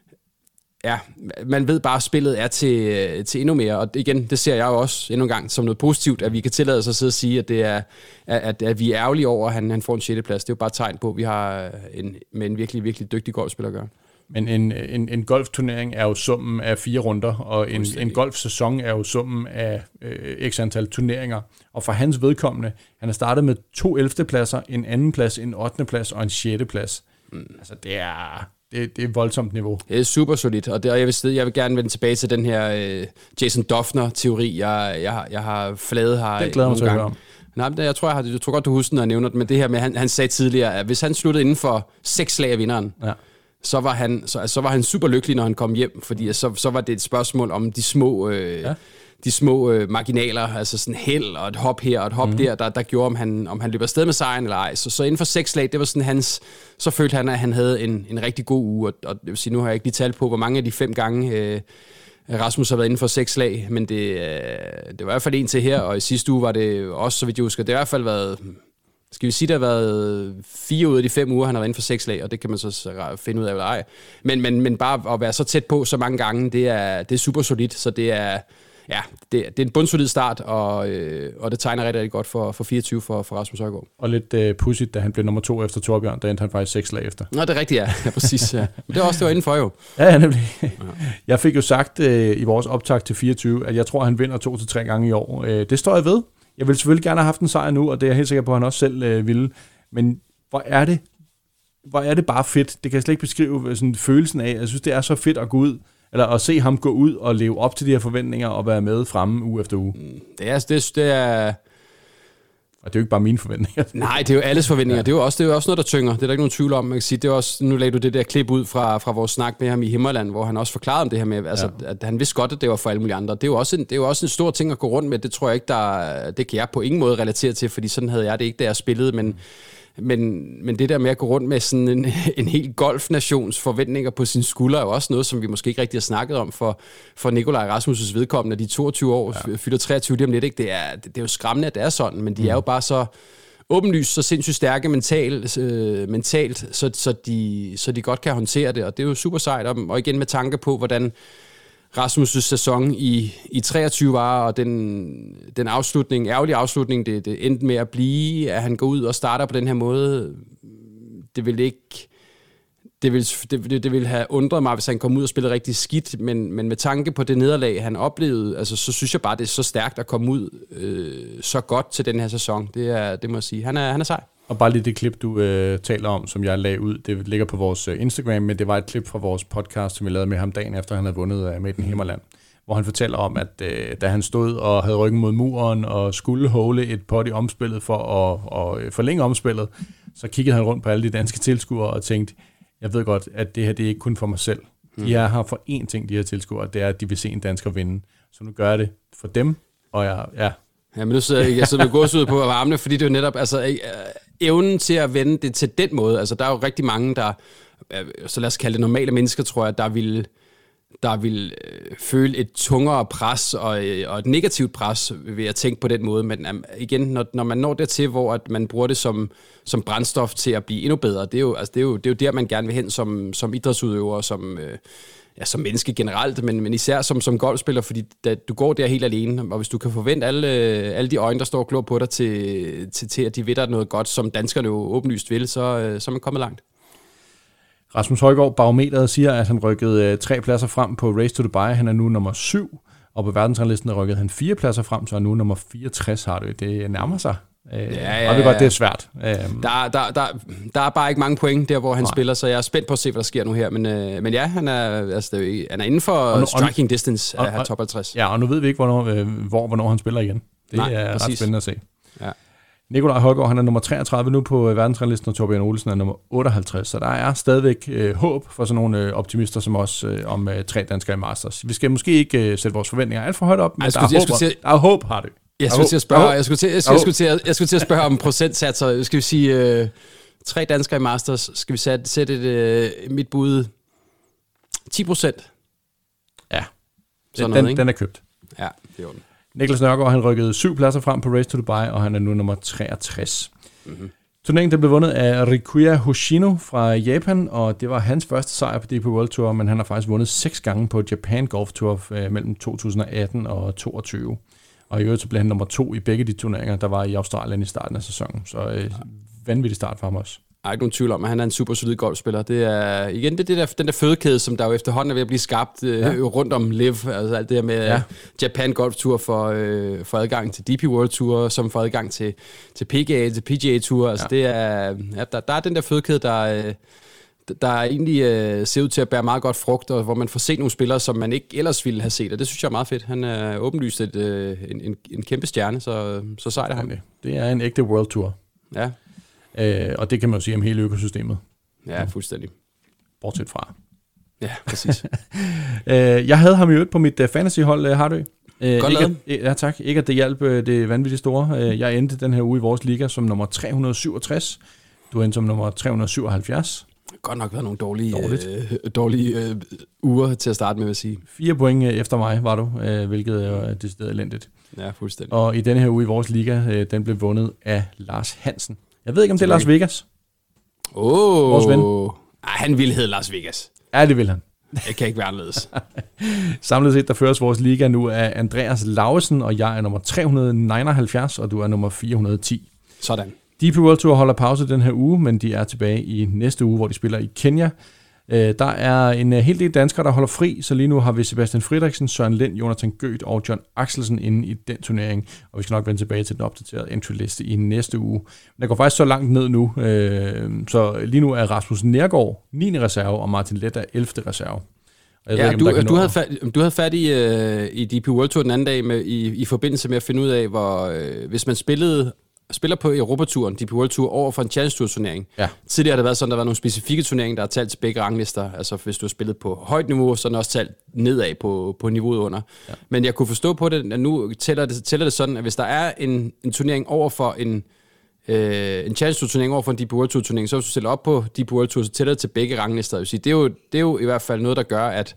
Speaker 3: ja, man ved bare, at spillet er til, til endnu mere, og igen, det ser jeg jo også endnu en gang som noget positivt, at vi kan tillade os at sidde og sige, at, det er, at, at vi er ærgerlige over, at han, han får en sjette plads. Det er jo bare et tegn på, at vi har en, med en virkelig, virkelig dygtig golfspiller at gøre.
Speaker 2: Men en, en, en golfturnering er jo summen af fire runder, og en, en golfsæson er jo summen af øh, x antal turneringer. Og for hans vedkommende, han har startet med to ellevte pladser, en anden plads, en ottende plads og en sjette plads. Mm. Altså det er... Det, det er et voldsomt niveau. Det er
Speaker 3: super solidt, og, det, og jeg, vil, jeg vil gerne vende tilbage til den her øh, Jason Dufner-teori, jeg, jeg, jeg har fladet her
Speaker 2: det glæder mig til at høre om.
Speaker 3: Nej, men jeg tror, jeg, har, jeg tror godt, du husker, når jeg nævner det, men det her med, han, han sagde tidligere, at hvis han sluttede inden for seks slag af vinderen, ja. så, var han, så, altså, så var han super lykkelig, når han kom hjem, fordi så, så var det et spørgsmål om de små... Øh, ja. de små øh, marginaler, altså sådan held og et hop her og et hop mm. der, der, der gjorde, om han, om han løber afsted med sejren eller ej. Så, så inden for seks slag, det var sådan hans, så følte han, at han havde en, en rigtig god uge, og, og det vil sige, nu har jeg ikke lige talt på, hvor mange af de fem gange øh, Rasmus har været inden for seks slag, men det, øh, det var i hvert fald en til her, og i sidste uge var det også, så vidt jeg husker, det har i hvert fald været, skal vi sige, det har været fire ud af de fem uger, han har været inden for seks slag, og det kan man så finde ud af, eller ej. Men, men, men bare at være så tæt på så mange gange, det er, det er super solidt, så det er... Ja, det, det er en bundsolid start, og, øh, og det tegner rigtig, rigtig godt for, for fireogtyve for, for Rasmus Højgaard.
Speaker 2: Og lidt øh, pudsigt, da han blev nummer to efter Torbjørn, der endte han faktisk seks slag efter.
Speaker 3: Nå, det er rigtigt, ja. Ja, præcis. Ja. Det var også, det var indenfor jo.
Speaker 2: Ja, nemlig. Ja. Jeg fik jo sagt øh, i vores optag til fireogtyve, at jeg tror, han vinder to til tre gange i år. Øh, det står jeg ved. Jeg vil selvfølgelig gerne have haft en sejr nu, og det er jeg helt sikker på, at han også selv øh, ville. Men hvor er det, hvor er det bare fedt. Det kan jeg slet ikke beskrive sådan, følelsen af. Jeg synes, det er så fedt at gå ud, eller at se ham gå ud og leve op til de her forventninger og være med fremme uge efter uge.
Speaker 3: Det er, det, det er...
Speaker 2: Og det er jo ikke bare mine forventninger.
Speaker 3: Nej, det er jo alles forventninger. Ja. Det er jo også, det er jo også noget, der tynger. Det er der ikke nogen tvivl om. Man kan sige, det er også, nu lagde du det der klip ud fra, fra vores snak med ham i Himmerland, hvor han også forklarede om det her med, altså, ja. at han vidste godt, at det var for alle mulige andre. Det er jo også en, det er jo også en stor ting at gå rundt med. Det tror jeg ikke, der, det kan jeg på ingen måde relatere til, fordi sådan havde jeg det ikke, da jeg spillede, men... Men, men det der med at gå rundt med sådan en, en hel golfnations forventninger på sine skuldre, er jo også noget, som vi måske ikke rigtig har snakket om for, for Nikolaj Rasmus' vedkommende. De toogtyve år, ja. fylder treogtyve lige om lidt, ikke? Det, er, det, det er jo skræmmende, at det er sådan, men de mm. er jo bare så åbenlyst, så sindssygt stærke mentalt, øh, mentalt så, så, de, så de godt kan håndtere det, og det er jo super sejt. Og igen med tanke på, hvordan Rasmus' sæson i, i treogtyve var, og den, den afslutning, ærgerlige afslutning, det, det endte med at blive, at han går ud og starter på den her måde. Det vil ikke... Det vil, det, det vil have undret mig, hvis han kom ud og spillede rigtig skidt, men, men med tanke på det nederlag, han oplevede, altså, så synes jeg bare, det er så stærkt at komme ud øh, så godt til den her sæson. Det, er, det må jeg sige. Han er, han er sej.
Speaker 2: Og bare lige det klip, du øh, taler om, som jeg lagde ud, det ligger på vores øh, Instagram, men det var et klip fra vores podcast, som vi lavede med ham dagen efter, han havde vundet af Made in Himmerland, hvor han fortæller om, at øh, da han stod og havde ryggen mod muren og skulle holde et pot i omspillet for at, at forlænge omspillet, så kiggede han rundt på alle de danske tilskuere og tænkte, jeg ved godt, at det her det er ikke kun for mig selv. De er her for én ting, de her tilskuere, det er, at de vil se en dansker vinde. Så nu gør jeg det for dem, og jeg, ja...
Speaker 3: Ja, men nu sidder jeg, jeg sidder med gåsehud på varmene, fordi det er jo netop, altså, evnen til at vende det til den måde, altså, der er jo rigtig mange, der, så lad os kalde det normale mennesker, tror jeg, der vil, der vil øh, føle et tungere pres, og, og et negativt pres, ved at tænke på den måde, men um, igen, når, når man når dertil, hvor at man bruger det som, som brændstof til at blive endnu bedre, det er jo, altså, det er jo, det er jo der, man gerne vil hen som, som idrætsudøver, som... Øh, ja, som menneske generelt, men, men især som, som golfspiller, fordi da, du går der helt alene, og hvis du kan forvente alle, alle de øjne, der står klog på dig, til, til, til at de ved dig noget godt, som danskerne jo åbenlyst vil, så, så er man kommet langt.
Speaker 2: Rasmus Højgaard, barometeret, siger, at han rykkede tre pladser frem på Race to Dubai. Han er nu nummer syv, og på verdensranglisten rykkede han fire pladser frem, så er nu nummer fireogtres, har du. Det nærmer sig. Ja, ja, ja. Og det er godt, det er svært.
Speaker 3: Der, der, der, der er bare ikke mange point der, hvor han Nej. spiller, så jeg er spændt på at se, hvad der sker nu her. Men, øh, men ja, han er, altså, det er, han er inden for nu, striking og, distance af og, top halvtreds.
Speaker 2: Ja, og nu ved vi ikke, hvornår, øh, hvor hvornår han spiller igen. Det Nej, er præcis. ret spændende at se.
Speaker 3: Ja.
Speaker 2: Nikolaj Højgaard, han er nummer treogtredive nu på verdensranglisten, og Torbjørn Olesen er nummer otteoghalvtreds. Så der er stadigvæk øh, håb for sådan nogle øh, optimister som os øh, om øh, tre danskere i Masters. Vi skal måske ikke øh, sætte vores forventninger alt for højt op, men Ej, der, er håb, sige, der er håb, har det.
Speaker 3: Jeg skulle til at spørge, jeg skulle til, jeg skulle, jeg skulle til, at, jeg skulle til at spørge om procentsatser. Skal vi sige øh, tre danskere i Masters? Skal vi sætte, sætte et, øh, mit bud ti procent?
Speaker 2: Ja,
Speaker 3: sådan
Speaker 2: den,
Speaker 3: noget,
Speaker 2: den er købt.
Speaker 3: Ja, det er jo den.
Speaker 2: Niklas Nørgaard, han rykkede syv pladser frem på Race to Dubai, og han er nu nummer treogtres. Mm-hmm. Turneringen der blev vundet af Rikuya Hoshino fra Japan, og det var hans første sejr på D P World Tour, men han har faktisk vundet seks gange på Japan Golf Tour øh, mellem to tusind og atten og toogtyve. Og i øvrigt så blev han nummer to i begge de turneringer, der var i Australien i starten af sæsonen. Så øh, vanvittig start for ham også.
Speaker 3: Der er ikke nogen tvivl om, at han er en super solid golfspiller. Det er igen det, det der, den der fødekæde, som der jo efterhånden er ved at blive skabt øh, ja. rundt om Liv. Altså alt det her med ja. Japan Golf Tour for, øh, for adgang til D P World Tour, som får adgang til, til P G A, til P G A Tour. Altså ja. det er, ja, der, der er den der fødekæde, der... Øh, der egentlig øh, ser ud til at bære meget godt frugt, og hvor man får set nogle spillere, som man ikke ellers ville have set, og det synes jeg er meget fedt. Han er åbenlyst et, øh, en, en, en kæmpe stjerne, så, så sejt er han.
Speaker 2: Det er en ægte World Tour.
Speaker 3: Ja.
Speaker 2: Øh, og det kan man jo sige om hele økosystemet.
Speaker 3: Ja, fuldstændig.
Speaker 2: Bortset fra.
Speaker 3: Ja, præcis.
Speaker 2: øh, jeg havde ham jo på mit uh, fantasyhold, uh, Hardø.
Speaker 3: Øh, Godt lavet.
Speaker 2: Ja, tak. Ikke at det hjalp uh, det vanvittigt store. Uh, jeg endte den her uge i vores liga som nummer tre hundrede syvogtres. Du endte som nummer tre hundrede syvoghalvfjerds.
Speaker 3: Godt nok været nogle dårlige, øh, dårlige øh, uger til at starte med, vil jeg sige.
Speaker 2: Fire point efter mig var du, øh, hvilket er decideret elendigt.
Speaker 3: Ja, fuldstændig.
Speaker 2: Og i denne her uge i vores liga, øh, den blev vundet af Lars Hansen. Jeg ved ikke, om det er Las Vegas.
Speaker 3: Åh,
Speaker 2: vores ven.
Speaker 3: Ej, han ville hedde Las Vegas.
Speaker 2: Ja, det vil han.
Speaker 3: Det kan ikke være anderledes.
Speaker 2: Samlet set, der føres vores liga nu af Andreas Lauesen, og jeg er nummer tre hundrede nioghalvfjerds, og du er nummer fire hundrede ti.
Speaker 3: Sådan.
Speaker 2: D P World Tour holder pause den her uge, men de er tilbage i næste uge, hvor de spiller i Kenya. Der er en hel del danskere, der holder fri, så lige nu har vi Sebastian Friedrichsen, Søren Lind, Jonathan Gøth og John Axelsen inde i den turnering, og vi skal nok vende tilbage til den opdaterede entry-liste i næste uge. Men der går faktisk så langt ned nu, så lige nu er Rasmus Nergård niende reserve, og Martin Let er ellevte reserve.
Speaker 3: Ja, ved, du, du, havde fat, du havde fat i, uh, i D P World Tour den anden dag med, i, i forbindelse med at finde ud af, hvor uh, hvis man spillede spiller på Europaturen, D P World Tour, over for en Challenge Tour turnering.
Speaker 2: Ja.
Speaker 3: Tidligere har det været sådan, der var nogle specifikke turneringer, der har talt til begge ranglister. Altså hvis du har spillet på højt niveau, så er den også talt nedad på, på niveauet under. Ja. Men jeg kunne forstå på det, at nu tæller det, tæller det sådan, at hvis der er en, en turnering over for en, øh, en Challenge Tour turnering over for en D P World Tour turnering, så hvis du stiller op på D P World Tour, så tæller det til begge ranglister. Det, det, er jo, det er jo i hvert fald noget, der gør, at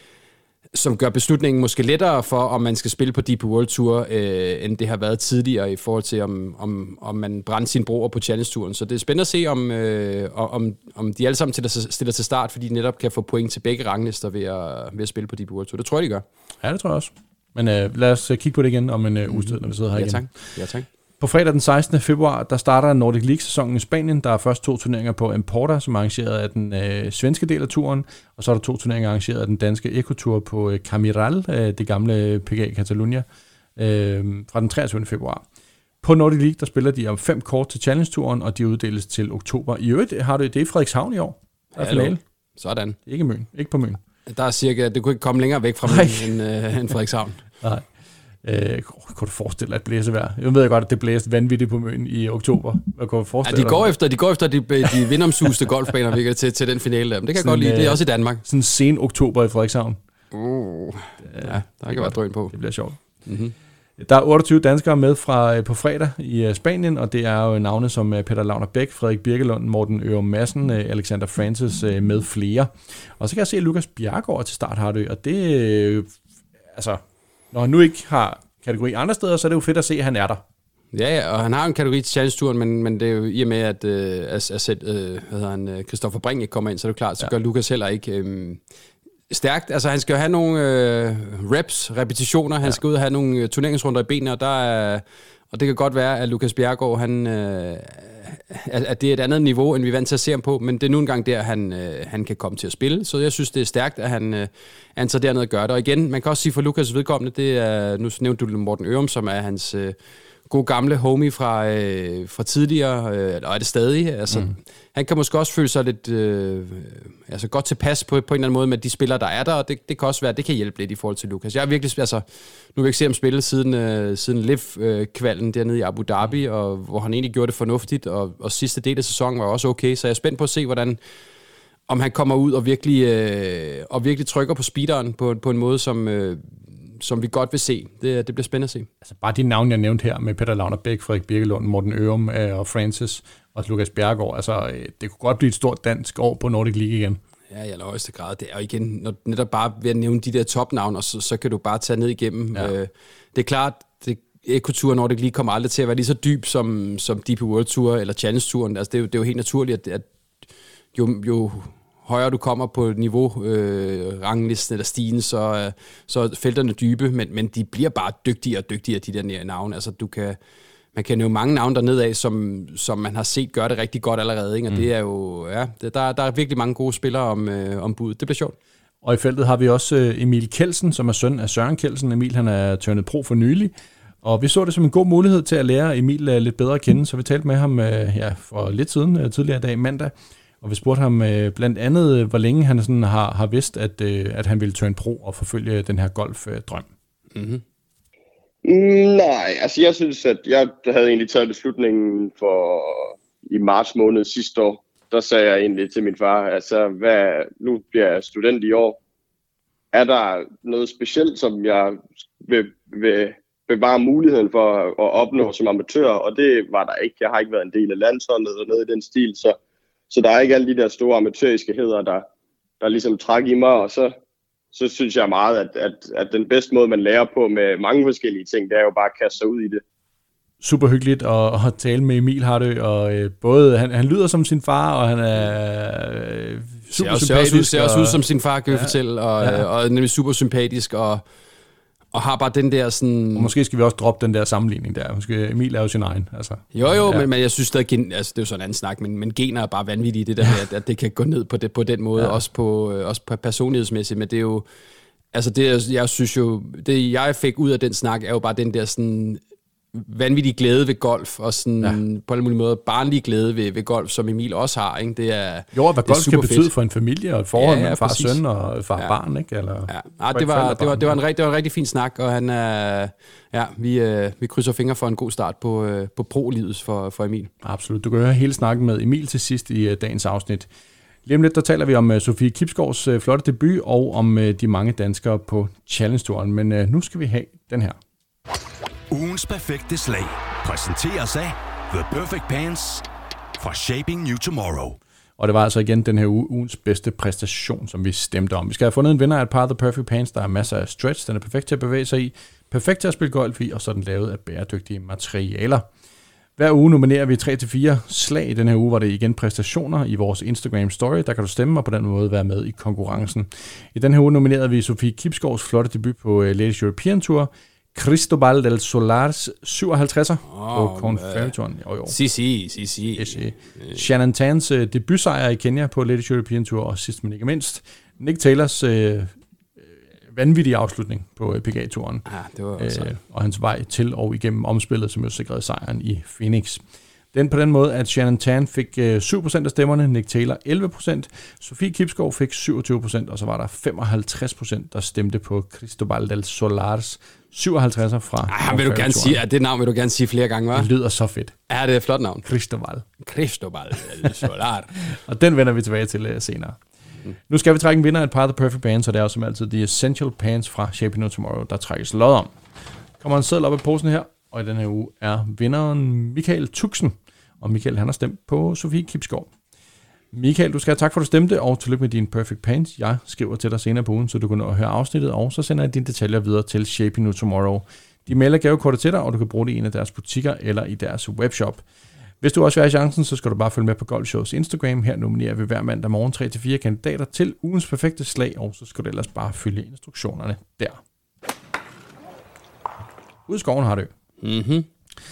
Speaker 3: som gør beslutningen måske lettere for, om man skal spille på D P World Tour, øh, end det har været tidligere i forhold til, om, om, om man brænder sine broer på Challenge-turen. Så det er spændende at se, om, øh, om, om de alle sammen stiller til start, fordi de netop kan få point til begge ranglister ved at, ved at spille på D P World Tour. Det tror jeg, de gør.
Speaker 2: Ja, det tror jeg også. Men øh, lad os kigge på det igen om en øh, uge, når vi sidder her
Speaker 3: ja,
Speaker 2: igen.
Speaker 3: Tak. Ja, tak.
Speaker 2: På fredag den sekstende februar, der starter Nordic League-sæsonen i Spanien. Der er først to turneringer på Emporta, som er arrangeret af den øh, svenske del af turen, og så er der to turneringer arrangeret af den danske Ecotour på øh, Camiral, øh, det gamle P G A Catalunya, øh, fra den treogtyvende februar. På Nordic League, der spiller de om fem kort til Challenge-turen, og de uddeles til oktober. I øvrigt har du det i Frederikshavn i år. Der er finale.
Speaker 3: Sådan.
Speaker 2: Ikke Møn, ikke på Møn.
Speaker 3: Der er cirka, det kunne ikke komme længere væk fra Møn end, øh, end Frederikshavn.
Speaker 2: Nej. Øh, kunne du forestille dig et blæsevejr? Jeg ved godt, at det blæste vanvittigt på Møn i oktober. Jeg kunne forestille
Speaker 3: ja, de går efter, de går efter de, de vindomsuste golfbaner vi til, til den finale der. Men det kan sådan, jeg godt lide. Det er også i Danmark.
Speaker 2: Sådan sen oktober i Frederikshavn.
Speaker 3: Uh, ja, der kan være drøn på.
Speaker 2: Det bliver sjovt.
Speaker 3: Mm-hmm.
Speaker 2: Der er otteogtyve danskere med fra på fredag i Spanien, og det er jo navne som Peter Launer Bæk, Frederik Birkelund, Morten Ørum Madsen, Alexander Francis med flere. Og så kan jeg se, at Lukas Bjerregaard til start har det, og det altså... Når han nu ikke har kategori andre steder, så er det jo fedt at se, at han er der.
Speaker 3: Ja, ja, og han har en kategori til Challenge-turen, men, men det er jo i og med, at, øh, at, at, at øh, hvad hedder han, Christoffer Brink ikke kommer ind, så er det klart, så ja. gør Lukas heller ikke øh, stærkt. Altså, han skal jo have nogle øh, reps, repetitioner, han ja. skal ud og have nogle turneringsrunder i benene, og der er, og det kan godt være, at Lukas Bjerregaard, han, øh, at, at det er et andet niveau, end vi er vant til at se ham på, men det er nu engang der, han, øh, han kan komme til at spille, så jeg synes, det er stærkt, at han, øh, han tager derned og gør det. Og igen, man kan også sige for Lukas vedkommende, det er, nu nævnte du Morten Ørum, som er hans øh, gode gamle homie fra, øh, fra tidligere, øh, og er det stadig. Altså, mm. Han kan måske også føle sig lidt øh, altså godt tilpas på, på en eller anden måde med de spillere, der er der, og det, det kan også være, det kan hjælpe lidt i forhold til Lukas. Jeg har virkelig, altså, nu vil jeg ikke se ham spille siden, øh, siden Liv-kvalden øh, dernede i Abu Dhabi, og hvor han egentlig gjorde det fornuftigt, og, og sidste del af sæsonen var også okay, så jeg er spændt på at se, hvordan, om han kommer ud og virkelig, øh, og virkelig trykker på speederen på, på en måde, som... Øh, som vi godt vil se. Det, det bliver spændende at se.
Speaker 2: Altså bare de navne, jeg nævnte her med Peter Launer-Bæk, Frederik Birkelund, Morten Ørum øh, og Francis og Lukas Bjerregaard, altså øh, det kunne godt blive et stort dansk år på Nordic League igen.
Speaker 3: Ja, i allerhøjeste grad. Det er jo igen, når netop bare ved at nævne de der topnavne, så, så kan du bare tage ned igennem. Ja. Øh, det er klart, det Eco-Tour Nordic League kommer aldrig til at være lige så dyb som, som D P World Tour eller Challenge-turen. Altså det er jo, det er jo helt naturligt, at, at jo... jo højere du kommer på niveau, øh, ranglisten eller stigen, så, så er felterne dybe, men, men de bliver bare dygtigere og dygtigere, de der navne. Altså, du kan, man kan jo mange navne dernede af, som, som man har set gøre det rigtig godt allerede, ikke? Og mm. det er jo, ja, det, der, der er virkelig mange gode spillere om, øh, om budet. Det bliver sjovt.
Speaker 2: Og i feltet har vi også Emil Kelsen, som er søn af Søren Kelsen. Emil, han er turnet pro for nylig, og vi så det som en god mulighed til at lære Emil lidt bedre at kende, så vi talte med ham ja, for lidt siden, tidligere i dag, mandag. Og vi spurgte ham øh, blandt andet, hvor længe han sådan har, har vidst, at, øh, at han ville turne pro og forfølge den her golfdrøm.
Speaker 1: Mm-hmm. Mm, nej, altså jeg synes, at jeg havde egentlig taget beslutningen for i marts måned sidste år. Der sagde jeg egentlig til min far, altså hvad, nu bliver jeg student i år. Er der noget specielt, som jeg vil, vil bevare muligheden for at, at opnå som amatør? Og det var der ikke. Jeg har ikke været en del af landsholdet eller noget i den stil, så Så der er ikke alle de der store amatøriske heder, der, der ligesom trækker i mig, og så, så synes jeg meget, at, at, at den bedste måde, man lærer på med mange forskellige ting, det er jo bare at kaste sig ud i det.
Speaker 2: Super hyggeligt at, at tale med Emil Hardø, og øh, både, han, han lyder som sin far, og han er øh, super
Speaker 3: ser
Speaker 2: sympatisk.
Speaker 3: Ser også, ser
Speaker 2: og,
Speaker 3: også ud som sin far, kan vi ja, fortælle, og,
Speaker 2: ja.
Speaker 3: og, og nemlig super sympatisk, og Og har bare den der sådan...
Speaker 2: Og måske skal vi også droppe den der sammenligning der. Måske Emil er jo sin egen. Altså.
Speaker 3: Jo, jo, ja. men, men jeg synes stadig, altså, det er jo sådan en anden snak, men, men gener er bare vanvittige, det der med, at, at det kan gå ned på, det, på den måde, ja. også, på, også på personlighedsmæssigt, men det er jo... Altså det, jeg synes jo, det jeg fik ud af den snak, er jo bare den der sådan vanvittig glæde ved golf, og sådan ja. på alle mulige måder barnlig glæde ved, ved golf, som Emil også har, ikke? Det er
Speaker 2: jo, hvad golf kan betyde
Speaker 3: fedt.
Speaker 2: For en familie, og et forhold ja, ja, mellem far og
Speaker 3: præcis.
Speaker 2: søn, og far og ja. barn, ikke? Eller
Speaker 3: ja. Ja, det, var, det, var, det, var en, det var en rigtig fin snak, og han er, ja, vi, øh, vi krydser fingre for en god start på, øh, på pro-livet for, for Emil.
Speaker 2: Absolut. Du kan høre hele snakken med Emil til sidst i uh, dagens afsnit. Lige om lidt, der taler vi om uh, Sofie Kibsgaards uh, flotte debut, og om uh, de mange danskere på Challenge-turen, men uh, nu skal vi have den her.
Speaker 4: Ugens perfekte slag præsenteres af The Perfect Pants fra Shaping New Tomorrow.
Speaker 2: Og det var altså igen den her uge, ugens bedste præstation, som vi stemte om. Vi skal have fundet en vinder af et par The Perfect Pants. Der er masser af stretch, den er perfekt til at bevæge sig i, perfekt til at spille golf i, og så er den lavet af bæredygtige materialer. Hver uge nominerer vi tre til fire slag. I den her uge var det igen præstationer i vores Instagram story. Der kan du stemme og på den måde være med i konkurrencen. I den her uge nominerede vi Sofie Kibsgaards flotte debut på Ladies European Tour, Cristobal del Solars syvoghalvtredser oh, på Corn Ferry-turen. Jo, jo.
Speaker 3: Si, si, si, si.
Speaker 2: Yes, yeah. Shannon Tans uh, debutsejr i Kenya på Ladies European Tour, og sidst men ikke mindst, Nick Taylors uh, vanvittige afslutning på P G A-turen.
Speaker 3: Ja, det var også
Speaker 2: uh, og hans vej til og igennem omspillet, som jo sikrede sejren i Phoenix. Den på den måde, at Shannon Tan fik uh, syv procent af stemmerne, Nick Taylor elleve procent, Sofie Kibsgaard fik syvogtyve procent, og så var der femoghalvtreds procent, der stemte på Cristobal del Solars syvoghalvtredser fra...
Speaker 3: Ej, han vil du gerne sige, at det navn vil du gerne sige flere gange, hva'?
Speaker 2: Det lyder så fedt.
Speaker 3: Ja, det er et flot navn.
Speaker 2: Cristobal.
Speaker 3: Cristobal del Solar.
Speaker 2: Og den vender vi tilbage til uh, senere. Mm. Nu skal vi trække en vinder af et par af The Perfect Pants, og det er jo som altid The Essential Pants fra Shaping New Tomorrow, der trækkes lod om. Kommer en seddel op af posen her, og i den her uge er vinderen Michael Tuxen. Og Michael, han har stemt på Sofie Kibsgaard. Michael, du skal have tak for, at du stemte, og tillykke med din Perfect Pants. Jeg skriver til dig senere på ugen, så du kan nå at høre afsnittet, og så sender jeg dine detaljer videre til Shaping New Tomorrow. De melder gavekortet til dig, og du kan bruge det i en af deres butikker eller i deres webshop. Hvis du også vil have chancen, så skal du bare følge med på Golfshows Instagram. Her nominerer vi hver mandag morgen tre til fire kandidater til ugens perfekte slag, og så skal du ellers bare følge instruktionerne der. Ud i skoven har du.
Speaker 3: Mhm.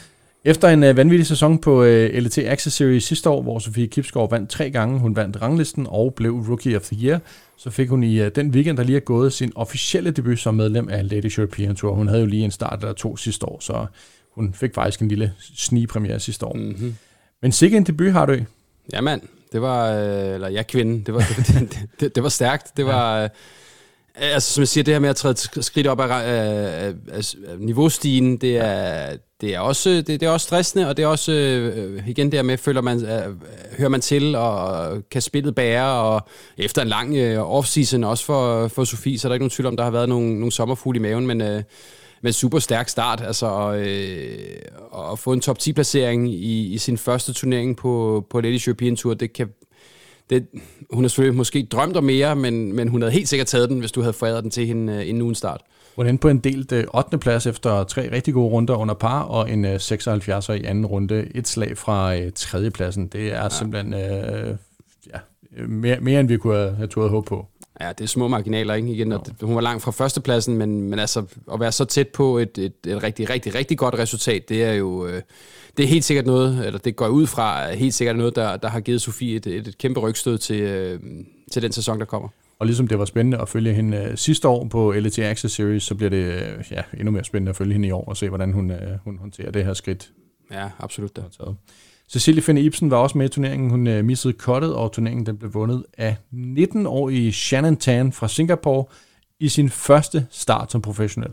Speaker 2: Efter en uh, vanvittig sæson på uh, L T Access Series sidste år, hvor Sofie Kibsgaard vandt tre gange, hun vandt ranglisten og blev Rookie of the Year, så fik hun i uh, den weekend, der lige er gået, sin officielle debut som medlem af Ladies European Tour. Hun havde jo lige en start eller to sidste år, så hun fik faktisk en lille snigpremiere sidste år. Mm-hmm. Men sikke en debut har du.
Speaker 3: Ja, mand. Det var, øh, eller ja, kvinde. Det var, det, det, det var stærkt. Det var, ja. øh, altså som jeg siger, det her med at træde skridt op af, af, af, af niveaustigen, det er, det er også, det, det er også stressende, og det er også, øh, igen dermed, føler man, øh, hører man til, og kan spillet bære, og efter en lang øh, off-season, også for, for Sofie, så er der ikke nogen tvivl om, der har været nogle, nogle sommerfugle i maven, men... Øh, Men super stærk start, altså at, øh, at få en top ti placering i, i sin første turnering på, på Ladies European Tour, det kan, det, hun har selvfølgelig måske drømt om mere, men, men hun havde helt sikkert taget den, hvis du havde foræret den til hende inden ugen start.
Speaker 2: Hun endte på en delt øh, ottende plads efter tre rigtig gode runder under par, og en øh, seksoghalvfjerdser i anden runde. Et slag fra øh, tredje pladsen. Det er ja. simpelthen øh, ja, mere, mere, end vi kunne have turde håbe på.
Speaker 3: Ja, det er små marginaler, ikke? Igen, og det, hun var langt fra førstepladsen, men, men altså at være så tæt på et, et, et rigtig, rigtig, rigtig godt resultat, det er jo øh, det er helt sikkert noget, eller det går ud fra helt sikkert noget, der, der har givet Sofie et, et, et kæmpe rygstød til, øh, til den sæson, der kommer.
Speaker 2: Og ligesom det var spændende at følge hende øh, sidste år på L T Access Series, så bliver det øh, ja, endnu mere spændende at følge hende i år og se, hvordan hun, øh, hun håndterer det her skridt.
Speaker 3: Ja, absolut da.
Speaker 2: Cecilie Fenne Ibsen var også med i turneringen. Hun øh, missede cuttet, og turneringen den blev vundet af nitten-årige Shannon Tan fra Singapore i sin første start som professionel.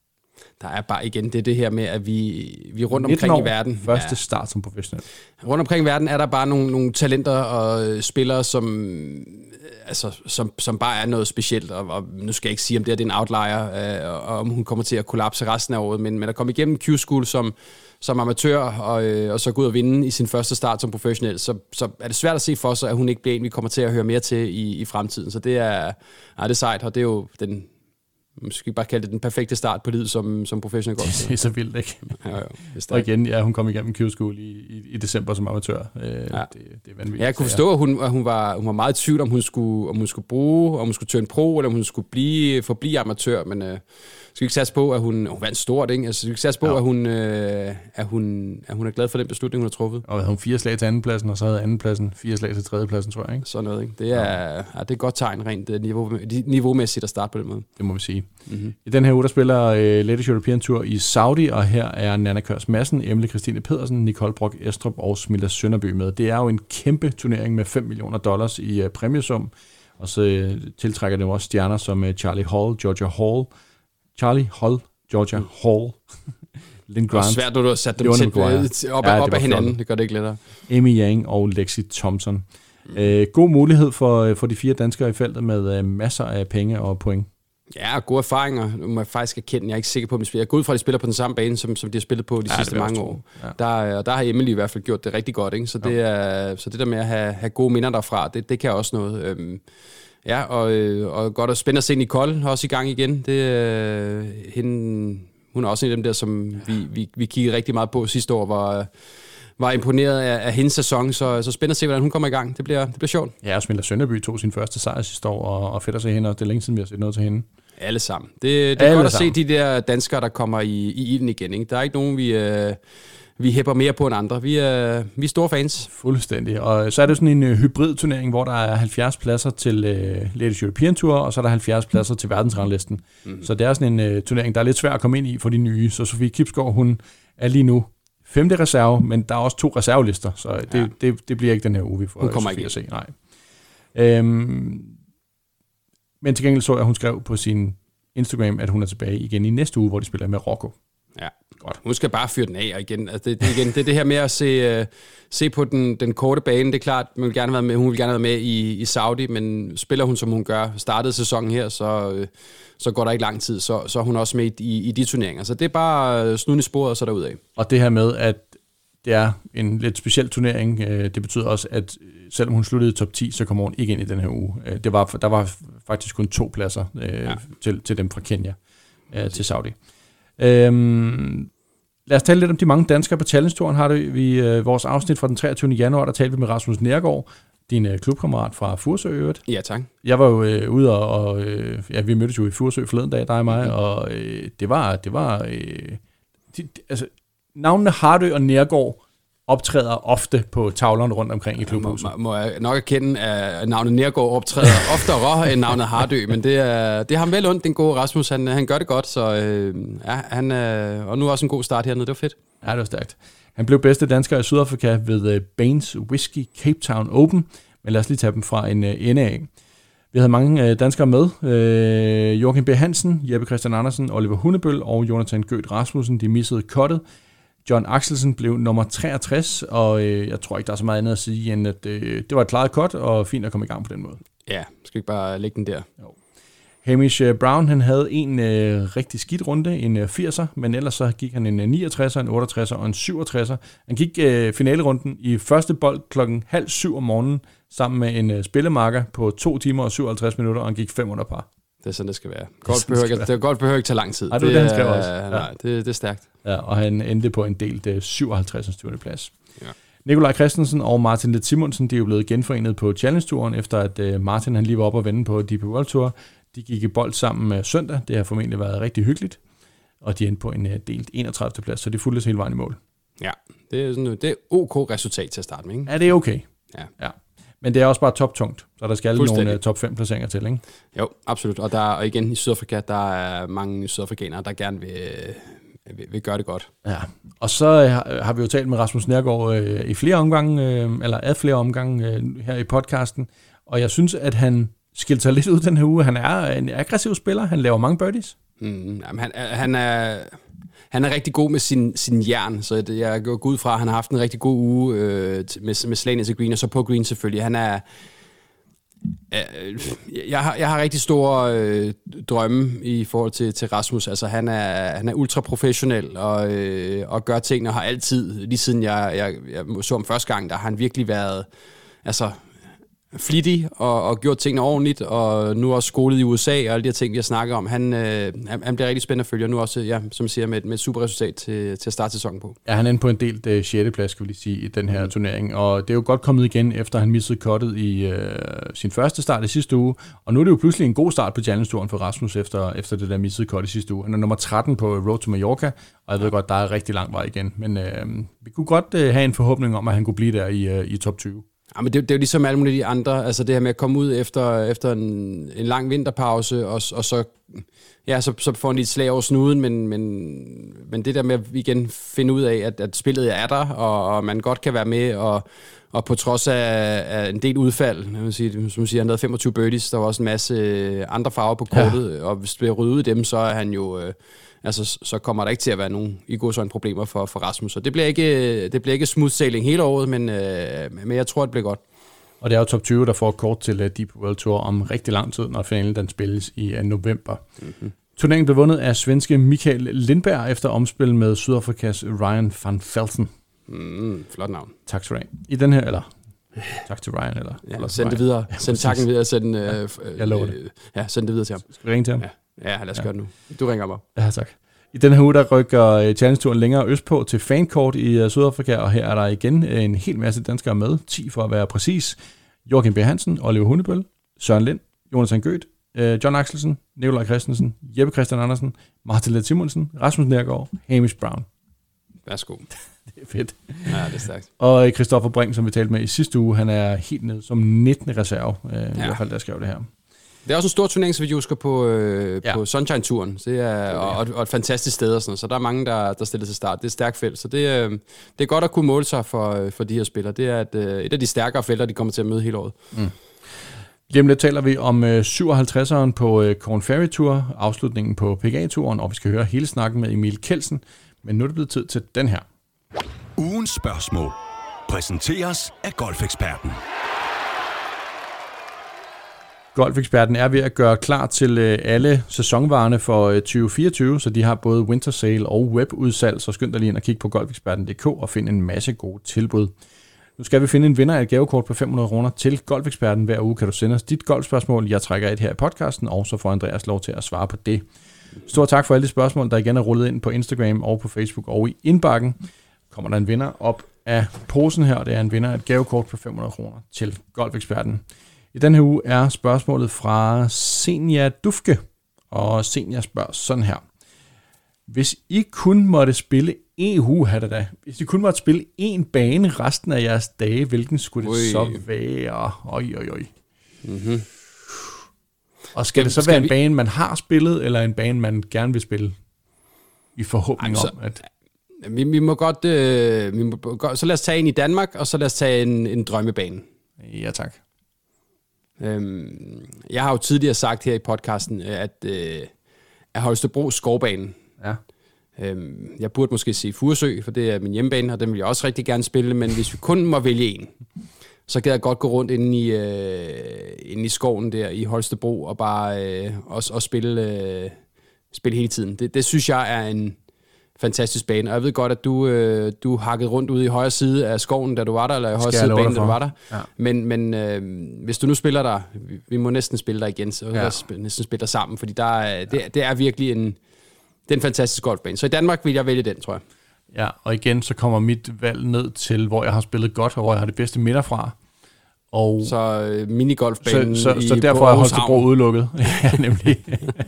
Speaker 3: Der er bare igen det, det her med, at vi, vi rundt omkring i verden...
Speaker 2: første ja, start som professionel.
Speaker 3: Rundt omkring i verden er der bare nogle, nogle talenter og spillere, som, altså, som, som bare er noget specielt. Og, og nu skal jeg ikke sige, om det er, det er en outlier, øh, og om hun kommer til at kollapse resten af året. Men, men at komme igennem Q-School som, som amatør, og, øh, og så gå ud og vinde i sin første start som professionel, så, så er det svært at se for sig, at hun ikke bliver en, vi kommer til at høre mere til i, i fremtiden. Så det er, ja, det er sejt, og det er jo den... Måske bare kalde det den perfekte start på livet som, som professionel golfer.
Speaker 2: Det er så vildt, ikke?
Speaker 3: Ja, jo,
Speaker 2: og igen, ja, hun kom igennem Q-School i, i, i december som amatør. Øh, ja. det, det er vanvittigt.
Speaker 3: Ja, jeg kunne forstå, at hun, at hun, var, hun var meget i tvivl, om hun skulle, om hun skulle bruge, om hun skulle turne pro, eller om hun skulle blive, forblive amatør, men øh, skal vi ikke satse på, at hun, hun vandt stort, ikke? Altså, skal vi ikke satse på, ja. at, hun, øh, at, hun, at hun er glad for den beslutning, hun har truffet.
Speaker 2: Og havde hun fire slag til andenpladsen, og så havde andenpladsen fire slag til tredjepladsen, tror jeg, ikke?
Speaker 3: Sådan noget, ikke? Det er, ja. Ja, det er et godt tegn rent niveau, niveaumæssigt at starte på den måde.
Speaker 2: Det må vi sige. Mm-hmm. I den her uge, der spiller uh, Ladies European Tour i Saudi, og her er Nanna Kørs Madsen, Emily Christine Pedersen, Nicole Brock Estrup og Smilla Sønderby med. Det er jo en kæmpe turnering med fem millioner dollars i uh, præmiesum, og så uh, tiltrækker det også stjerner som uh, Charlie Hall, Georgia Hall, Charlie Hall, Georgia mm. Hall, Lynn Grant.
Speaker 3: Det er svært, når du har sat dem tæt op, ja, op af hinanden. Flot. Det gør det ikke lettere.
Speaker 2: Amy Yang og Lexi Thompson. Mm. Uh, god mulighed for, for de fire danskere i feltet med uh, masser af penge og point.
Speaker 3: Ja, gode erfaringer. Nu må jeg faktisk erkende, jeg er ikke sikker på, at de spiller. Jeg går ud fra, at de spiller på den samme bane, som, som de har spillet på de ja, sidste mange år. Ja. Der, der har Emily i hvert fald gjort det rigtig godt, ikke? Så, det er, så det der med at have, have gode minder derfra, det, det kan også noget. Øhm, ja, og, og godt at spænde at se Nicole også i gang igen. Det, øh, hende, hun er også en af dem der, som vi, vi, vi kiggede rigtig meget på sidste år, hvor... var imponeret af, af hendes sæson, så, så spændende at se, hvordan hun kommer i gang. Det bliver, det bliver sjovt.
Speaker 2: Ja, og Smilla Sønderby tog sin første sejr sidste år, og, og fedt at se hende, og det er længe siden, vi har set noget til hende.
Speaker 3: Alle sammen. Det, det er Alle godt at sammen. se de der danskere, der kommer i, i ilden igen. Ikke? Der er ikke nogen, vi, øh, vi hæpper mere på end andre. Vi er, vi er store fans.
Speaker 2: Fuldstændig. Og så er det sådan en uh, hybrid-turnering, hvor der er halvfjerds pladser til uh, Ladies European Tour, og så er der halvfjerds pladser til verdensranglisten. Mm. Så det er sådan en uh, turnering, der er lidt svær at komme ind i for de nye. Så Sofie Kibsgaard, hun er lige nu femte reserve, men der er også to reservelister, så det, ja. det, det bliver ikke den her uge, vi får.
Speaker 3: Hun kommer ikke at
Speaker 2: se. Nej. Øhm, men til gengæld så jeg, at hun skrev på sin Instagram, at hun er tilbage igen i næste uge, hvor de spiller med Marokko.
Speaker 3: Ja, godt. Hun skal bare fyre den af, og igen, altså det, det, igen, det er det her med at se, uh, se på den, den korte bane. Det er klart, man vil gerne være med, hun vil gerne være med i, i Saudi, men spiller hun, som hun gør, startede sæsonen her, så, uh, så går der ikke lang tid, så, så er hun også med i, i de turneringer. Så det er bare snuden i sporet, og så derudad.
Speaker 2: Og det her med, at det er en lidt speciel turnering, det betyder også, at selvom hun sluttede i top ti, så kommer hun ikke ind i den her uge. Det var, der var faktisk kun to pladser ja. til, til dem fra Kenya ja, til Saudi. Øhm, lad os tale lidt om de mange danskere på Challenge-touren. Har det vi øh, vores afsnit fra den treogtyvende januar, der talte vi med Rasmus Nergård, din øh, klubkammerat fra Furesø øvrigt.
Speaker 3: Ja, tak.
Speaker 2: Jeg var jo øh, ude og, og øh, ja, vi mødtes jo i Furesø forleden dag, dig og mig, mm-hmm. og øh, det var, det var, øh, de, altså, navnene Hardø og Nergård optræder ofte på tavlerne rundt omkring i klubhuset.
Speaker 3: Må, må jeg nok erkende, at navnet Nergård optræder oftere end navnet Hardø, men det er, det er ham vel ondt, den gode Rasmus. Han, han gør det godt, så øh, ja, han, øh, og nu også en god start hernede. Det var fedt.
Speaker 2: Ja, det var stærkt. Han blev bedste dansker i Sydafrika ved uh, Baines Whisky Cape Town Open, men lad os lige tage dem fra en uh, ende af. Vi havde mange uh, danskere med. Uh, Joachim B. Hansen, Jeppe Christian Andersen, Oliver Hundebøl og Jonathan Gødt Rasmussen, de missede cuttet. John Axelsen blev nummer treogtres, og øh, jeg tror ikke, der er så meget andet at sige, end at øh, det var et klaret cut, og fint at komme i gang på den måde.
Speaker 3: Ja, skal ikke bare lægge den der.
Speaker 2: Jo. Hamish Brown, han havde en øh, rigtig skidt runde, en øh, firser, men ellers så gik han en øh, niogtresser, en otteogtresser og en syvogtresser. Han gik øh, finalerunden i første bold klokken halv syv om morgenen, sammen med en øh, spillemarker på to timer og syvoghalvtreds minutter, og han gik fem under par.
Speaker 3: Det er sådan, det skal være. Golf behøver ikke, det golf behøver ikke tage lang tid.
Speaker 2: Ej, det, det, er, også.
Speaker 3: Ja. Nej, det, det er stærkt.
Speaker 2: Ja, og han endte på en delt øh, syvoghalvtreds. plads.
Speaker 3: Ja.
Speaker 2: Nikolaj Christensen og Martin Let Simonsen, de er jo blevet genforenet på Challenge-turen, efter at øh, Martin han lige var oppe og vende på D P World Tour. De gik i bold sammen med søndag. Det har formentlig været rigtig hyggeligt. Og de endte på en øh, delt enogtredivte plads, så de fulgte hele vejen i mål.
Speaker 3: Ja, det er, sådan, det er ok resultat til at starte med, ikke?
Speaker 2: Ja, det er okay.
Speaker 3: Ja.
Speaker 2: Ja. Men det er også bare top-tungt, så der skal nogle uh, top fem placeringer til, ikke?
Speaker 3: Jo, absolut. Og, der, og igen i Sydafrika, der er mange sydafrikanere, der gerne vil, vil, vil gøre det godt.
Speaker 2: Ja, og så uh, har vi jo talt med Rasmus Nergård uh, i flere omgange, uh, eller ad flere omgange uh, her i podcasten, og jeg synes, at han skilte sig lidt ud den her uge. Han er en aggressiv spiller, han laver mange birdies.
Speaker 3: Mm, jamen, han, han er... Han er rigtig god med sin, sin jern, så det, jeg går ud fra, at han har haft en rigtig god uge øh, med, med slagene til green, og så på green selvfølgelig. Han er... Øh, jeg, har, jeg har rigtig store øh, drømme i forhold til, til Rasmus. Altså, han er, han er ultra professionel og, øh, og gør tingene, og har altid, lige siden jeg, jeg, jeg så ham første gang, der har han virkelig været... Altså, flittig og, og gjort tingene ordentligt, og nu også skolet i U S A, og alle de her ting, jeg snakker om. Han, øh, han, han bliver rigtig spændende at følge, og nu også, ja, som jeg siger, med, med et super resultat til, til at starte sæsonen på.
Speaker 2: Ja, han er inde på en delt uh, sjette plads, skal vi lige sige, i den her mm. turnering, og det er jo godt kommet igen, efter han missede cuttet i uh, sin første start i sidste uge, og nu er det jo pludselig en god start på Challenge-turen for Rasmus, efter, efter det der missede cut i sidste uge. Han er nummer tretten på Road to Mallorca, og jeg ved godt, der er rigtig lang vej igen, men uh, vi kunne godt uh, have en forhåbning om, at han kunne blive der i, uh, i top tyve.
Speaker 3: Ja, men det, det er jo ligesom alle mulige de andre, altså det her med at komme ud efter, efter en, en lang vinterpause, og, og så, ja, så, så får han lige et slag over snuden, men, men, men det der med at igen finde ud af, at, at spillet er der, og, og man godt kan være med, og, og på trods af, af en del udfald, jeg vil sige, som siger, han havde femogtyve birdies, der var også en masse andre farver på kortet, ja. Og hvis det bliver ryddet ud i dem, så er han jo... Øh, Altså, så kommer der ikke til at være nogen i godsøjne problemer for, for Rasmus. Så det bliver ikke, det bliver ikke smooth sailing hele året, men, øh, men jeg tror, det bliver godt.
Speaker 2: Og det er jo top tyve, der får kort til uh, Deep World Tour om rigtig lang tid, når finalen den spilles i uh, november. Mm-hmm. Turneringen blev vundet af svenske Mikael Lindberg efter omspil med Sydafrikas Ryan van Velten.
Speaker 3: Mm, flot navn.
Speaker 2: Tak til Ryan. I den her, eller... Tak til Ryan, eller...
Speaker 3: Ja, eller send det videre. Ja, send takken videre. Send,
Speaker 2: ja,
Speaker 3: øh,
Speaker 2: jeg lover det.
Speaker 3: Øh, ja, send det videre til ham.
Speaker 2: Skal vi ringe til ham?
Speaker 3: Ja. Ja, lad os ja. gøre det nu. Du ringer mig.
Speaker 2: Ja, tak. I den her uge, der rykker Challenge-turen længere østpå til Fancourt i Sydafrika, og her er der igen en hel masse danskere med, ti for at være præcis. Joachim B. Hansen, Oliver Hundebøl, Søren Lind, Jonathan Gødt, John Axelsen, Nikolaj Christensen, Jeppe Christian Andersen, Martin Let Simonsen, Rasmus Nergård, Hamish Brown.
Speaker 3: Værsgo.
Speaker 2: Det er fedt.
Speaker 3: Ja, det er stærkt.
Speaker 2: Og Christoffer Brink, som vi talte med i sidste uge, han er helt ned som nittende reserve, ja. I hvert fald, der skrev det her.
Speaker 3: Det er også en stor turnering, som vi husker på, øh,
Speaker 2: ja.
Speaker 3: på Sunshine-turen. Det er, og, og et fantastisk sted og sådan noget. Så der er mange, der, der stiller til start. Det er et stærkt felt. Så det, øh, det er godt at kunne måle sig for, for de her spillere. Det er et, øh, et af de stærkere felter, de kommer til at møde hele året.
Speaker 2: Mm. Lige om lidt taler vi om øh, syvoghalvtredseren på øh, Corn Ferry Tour, afslutningen på P G A-turen, og vi skal høre hele snakken med Emil Kelsen. Men nu er det blevet tid til den her.
Speaker 4: Ugens spørgsmål præsenteres af golfeksperten.
Speaker 2: Golfeksperten er ved at gøre klar til alle sæsonvarerne for tyve fireogtyve, så de har både winter sale og webudsalg, så skynd dig lige ind og kig på golfeksperten punktum d k og find en masse gode tilbud. Nu skal vi finde en vinder af et gavekort på fem hundrede kroner til Golfeksperten. Hver uge kan du sende os dit golfspørgsmål. Jeg trækker et her i podcasten, og så får Andreas lov til at svare på det. Stor tak for alle de spørgsmål, der igen er rullet ind på Instagram og på Facebook og i indbakken. Kommer der en vinder op af posen her, og det er en vinder af et gavekort på fem hundrede kroner til Golfeksperten. I den her uge er spørgsmålet fra Senja Dufke, og Senja spørger sådan her. Hvis I kun måtte spille E-hu havde da. Hvis I kun måtte spille én bane resten af jeres dage, hvilken skulle det Ui. så være? Oj, oj, oj. Mm-hmm. Og skal Jamen, det så skal være vi... en bane, man har spillet, eller en bane, man gerne vil spille? I forhåbning Ej, så, om, at...
Speaker 3: Vi, vi må godt... Øh, vi må godt... Så lad os tage en i Danmark, og så lad os tage en, en drømmebane.
Speaker 2: Ja, tak.
Speaker 3: Øhm, jeg har jo tidligere sagt her i podcasten, at, øh, at Holstebro skovbanen...
Speaker 2: Ja.
Speaker 3: Øhm, jeg burde måske sige Furesø, for det er min hjemmebane, og den vil jeg også rigtig gerne spille, men hvis vi kun må vælge en, så kan jeg godt gå rundt inde i, øh, inde i skoven der i Holstebro og bare øh, også, også spille, øh, spille hele tiden. Det, det synes jeg er en fantastisk bane, og jeg ved godt, at du, øh, du hakkede rundt ude i højre side af skoven, da du var der, eller i højre side af banen, da du var der. Ja. Men, men øh, hvis du nu spiller der, vi, vi må næsten spille der igen, så ja. vi næsten spille der sammen, fordi der er, det, det er virkelig en... Det er en fantastisk golfbane. Så i Danmark vil jeg vælge den, tror jeg.
Speaker 2: Ja, og igen, så kommer mit valg ned til, hvor jeg har spillet godt, og hvor jeg har det bedste minder fra. Og
Speaker 3: så øh, minigolfbanen
Speaker 2: så, så,
Speaker 3: i
Speaker 2: så derfor er Holstebro udelukket. Ja, nemlig.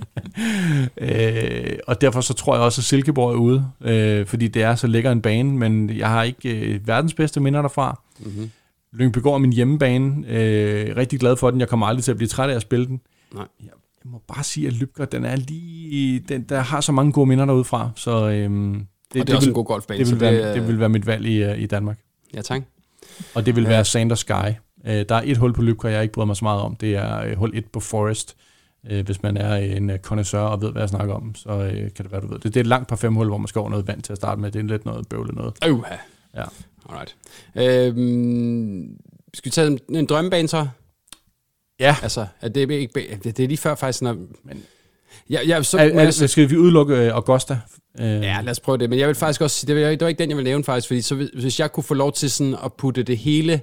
Speaker 2: øh, og derfor så tror jeg også, at Silkeborg er ude, øh, fordi det er så lækker en bane, men jeg har ikke øh, verdens bedste minder derfra. Mm-hmm. Lyngbygård er min hjemmebane. Øh, rigtig glad for den. Jeg kommer aldrig til at blive træt af at spille den.
Speaker 3: Nej.
Speaker 2: Jeg, jeg må bare sige, at Lybgård, den er lige... Den, der har så mange gode minder derude fra, så... Øhm, det,
Speaker 3: og det er
Speaker 2: det
Speaker 3: også
Speaker 2: vil,
Speaker 3: en god golfbane.
Speaker 2: Det vil,
Speaker 3: det,
Speaker 2: være, det vil være mit valg i, i Danmark.
Speaker 3: Ja, tak.
Speaker 2: Og det vil være Sand og Sky. Der er et hul på Lybgård, jeg ikke bryder mig så meget om. Det er hul et på Forest. Hvis man er en connoisseur og ved, hvad jeg snakker om, så kan det være, du ved. Det, det er et langt par fem hul, hvor man skal over noget vand til at starte med. Det er lidt noget bøvlet noget.
Speaker 3: Uh,
Speaker 2: ja.
Speaker 3: Alright. Øhm, skal vi tage en, en drømmebane så?
Speaker 2: Ja.
Speaker 3: Altså, det er, ikke, det er lige før faktisk, når... Men ja, ja, så,
Speaker 2: er, er, jeg, skal vi udelukke Augusta?
Speaker 3: Ja, lad os prøve det. Men jeg vil faktisk også sige, det var, det var ikke den, jeg vil nævne faktisk, fordi så, hvis jeg kunne få lov til sådan at putte det hele...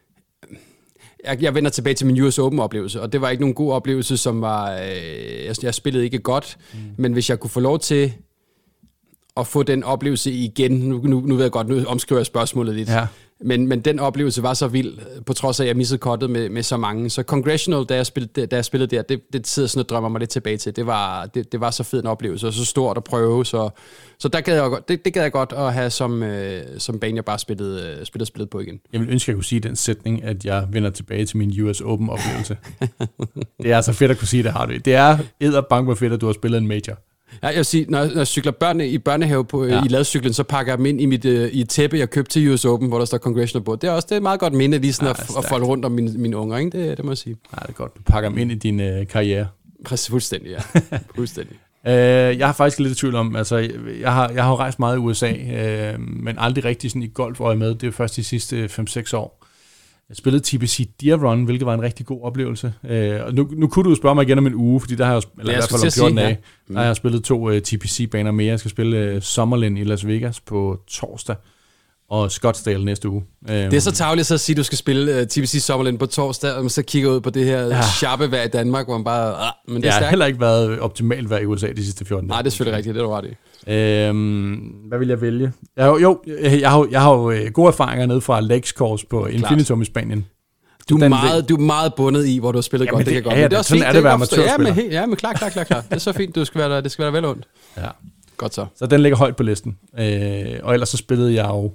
Speaker 3: Jeg, jeg vender tilbage til min U S Open-oplevelse, og det var ikke nogen god oplevelse, som var... Øh, jeg, jeg spillede ikke godt, mm. men hvis jeg kunne få lov til at få den oplevelse igen... Nu, nu, nu ved jeg godt, nu omskriver jeg spørgsmålet lidt.
Speaker 2: Ja.
Speaker 3: Men, men den oplevelse var så vild, på trods af, at jeg missede kottet med, med så mange. Så Congressional, da jeg spillede, da jeg spillede der, det, det sidder sådan og drømmer mig lidt tilbage til. Det var, det, det var så fed en oplevelse, og så stort at prøve. Så, så der gad jeg, det, det gad jeg godt at have som, øh, som bane, jeg bare spillede, spillede spillet på igen.
Speaker 2: Jeg vil ønske, at jeg kunne sige den sætning, at jeg vender tilbage til min U S Open-oplevelse. Det er så fedt at kunne sige, det har du. Det er edderbank, hvor fedt, at du har spillet en major.
Speaker 3: Ja, jeg vil sige, når jeg cykler børnene i børnehave på, ja. i ladcyklen, så pakker jeg dem ind i, mit, uh, i et tæppe, jeg købte til U S Open, hvor der står Congressional på. Det er også det er et meget godt minde, lige sådan ja, at, at folde rundt om mine, mine unger, ikke? Det, det må jeg sige.
Speaker 2: Ja, det er godt. Du pakker dem ind i din uh, karriere.
Speaker 3: Præcis, fuldstændig, ja. Fuldstændig.
Speaker 2: uh, jeg har faktisk lidt i tvivl om, altså, jeg har, jeg har jo rejst meget i U S A, uh, men aldrig rigtig sådan i golføje med. Det er først de sidste fem seks år. Jeg spillede T P C Deer Run, hvilket var en rigtig god oplevelse. Øh, og nu, nu kunne du jo spørge mig igen om en uge, fordi der har jeg, eller ja, jeg i hvert fald om fjorten dage, ja. mm. der har jeg spillet to uh, T P C-baner mere. Jeg skal spille uh, Summerlin i Las Vegas på torsdag, og Scottsdale næste uge.
Speaker 3: Det er så tarveligt så at sige, at du skal spille uh, T P C Summerlin på torsdag, og man så kigger ud på det her ja. sharpe vejr i Danmark, hvor man bare... Ah, men det, det har heller
Speaker 2: ikke været optimalt vejr i U S A de sidste fjorten dage.
Speaker 3: Nej, det er selvfølgelig rigtigt, det er du ret i.
Speaker 2: Øhm, hvad vil jeg vælge? Jeg har, jo, jeg har, jeg har jo gode erfaringer nede fra Lakes Course på Infinitum i Spanien.
Speaker 3: Du er, meget, du er meget bundet i, hvor du har spillet
Speaker 2: Jamen
Speaker 3: godt, det,
Speaker 2: det
Speaker 3: kan
Speaker 2: ja,
Speaker 3: godt.
Speaker 2: Det er også sådan fint, er det at være amatørspiller.
Speaker 3: Ja, men, ja, men klar, klar, klar, klar. Det er så fint, du skal være, det skal være vel ondt.
Speaker 2: Ja.
Speaker 3: Godt så.
Speaker 2: Så den ligger højt på listen. Øh, og ellers så spillede jeg jo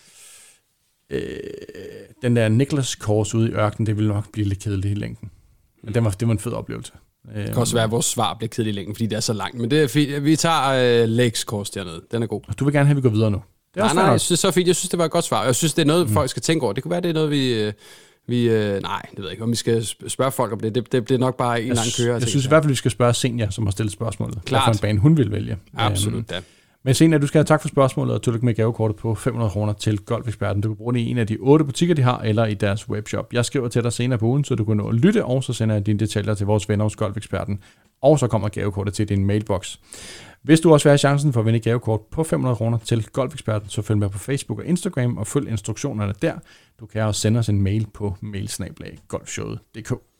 Speaker 2: øh, den der Nicholas Course ude i ørkenen, det ville nok blive lidt kedeligt i længden. Men det var, det var en fed oplevelse.
Speaker 3: Det kan også være, at vores svar bliver kedeligt i længden, fordi det er så langt. Men det er fint. Vi tager uh, Lakes Course dernede. Den er god.
Speaker 2: Og du vil gerne have, at vi går videre nu?
Speaker 3: Det er nej, nej, jeg synes det er så fint. Jeg synes, det var et godt svar. Jeg synes, det er noget, mm. folk skal tænke over. Det kunne være, det er noget, vi... vi øh, nej, det ved jeg ikke, om vi skal spørge folk om det. Det, det bliver nok bare en jeg lang køre.
Speaker 2: Jeg synes i hvert fald, vi skal spørge Senja, som har stillet spørgsmålet.
Speaker 3: Klart.
Speaker 2: Hvad for en bane hun vil vælge.
Speaker 3: Absolut, ja.
Speaker 2: Men Senja, du skal have tak for spørgsmålet, og tillykke med gavekortet på fem hundrede kroner til Golfeksperten. Du kan bruge det i en af de otte butikker, de har, eller i deres webshop. Jeg skriver til dig senere på ugen, så du kan nå at lytte, og så sender jeg dine detaljer til vores venner hos Golfeksperten. Og så kommer gavekortet til din mailbox. Hvis du også vil have chancen for at vinde et gavekort på fem hundrede kroner til Golfeksperten, så følg med på Facebook og Instagram, og følg instruktionerne der. Du kan også sende os en mail på mailsnablag golfshowet punktum d k.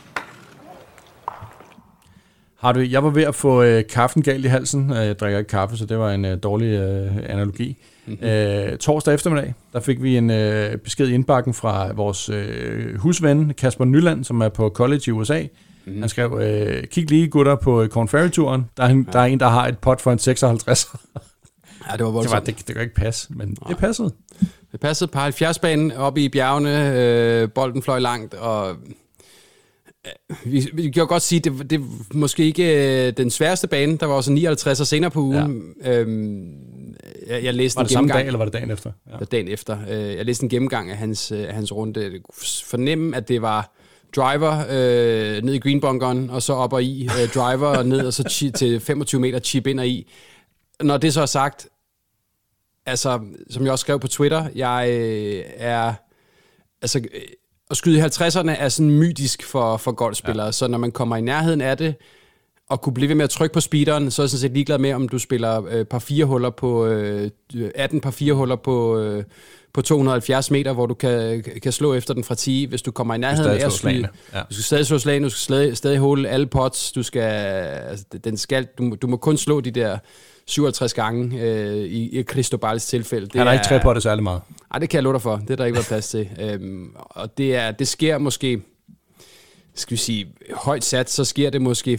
Speaker 2: Har du, jeg var ved at få øh, kaffen galt i halsen. Jeg drikker ikke kaffe, så det var en øh, dårlig øh, analogi. Mm-hmm. Øh, torsdag eftermiddag, der fik vi en øh, besked i indbakken fra vores øh, husven, Kasper Nyland, som er på college i U S A. Mm-hmm. Han skrev, øh, kig lige gutter på Corn Ferry-turen. Der er, en, ja. der er en, der har et pot for en seksoghalvtreds.
Speaker 3: Ja, det var voldsomt.
Speaker 2: Det, var, det, det kan ikke passe, men Nej. det passede.
Speaker 3: Det passede på halvfjerds-banen oppe i bjergene. Øh, bolden fløj langt, og øh, vi, vi kan jo godt sige, det, det er måske ikke øh, den sværeste bane. Der var også nioghalvtreds senere på ugen. Ja. Øhm, jeg, jeg læste
Speaker 2: var det
Speaker 3: en
Speaker 2: samme dag, eller var det dagen efter?
Speaker 3: Ja. Det dagen efter. Øh, jeg læste en gennemgang af hans, af hans runde. Jeg kunne fornemme, at det var driver øh, ned i greenbunkeren, og så op og i. Øh, driver og ned, og så chi- til femogtyve meter chip ind og i. Når det så er sagt, altså, som jeg også skrev på Twitter, jeg øh, er... Altså, øh, at skyde i halvtredserne er sådan mytisk for, for golfspillere, ja. Så når man kommer i nærheden af det, og kunne blive ved med at trykke på speederen, så er jeg sådan set ligeglad med, om du spiller øh, par fire huller på... Øh, atten par fire huller på... Øh, på to hundrede og halvfjerds meter, hvor du kan, kan slå efter den fra ti, hvis du kommer i nærheden af at skyde. Ja. Du skal stadig slå slagene, du skal stadig, stadig holde alle pots, du skal, altså, den skal, du, du må kun slå de der syvoghalvtreds gange øh, i, i Cristobals tilfælde. Det
Speaker 2: Han har ikke tre potter særlig meget.
Speaker 3: Nej, det kan jeg love dig for. Det er der ikke været plads til. Øhm, og det, er, det sker måske, skal vi sige, højt sat, så sker det måske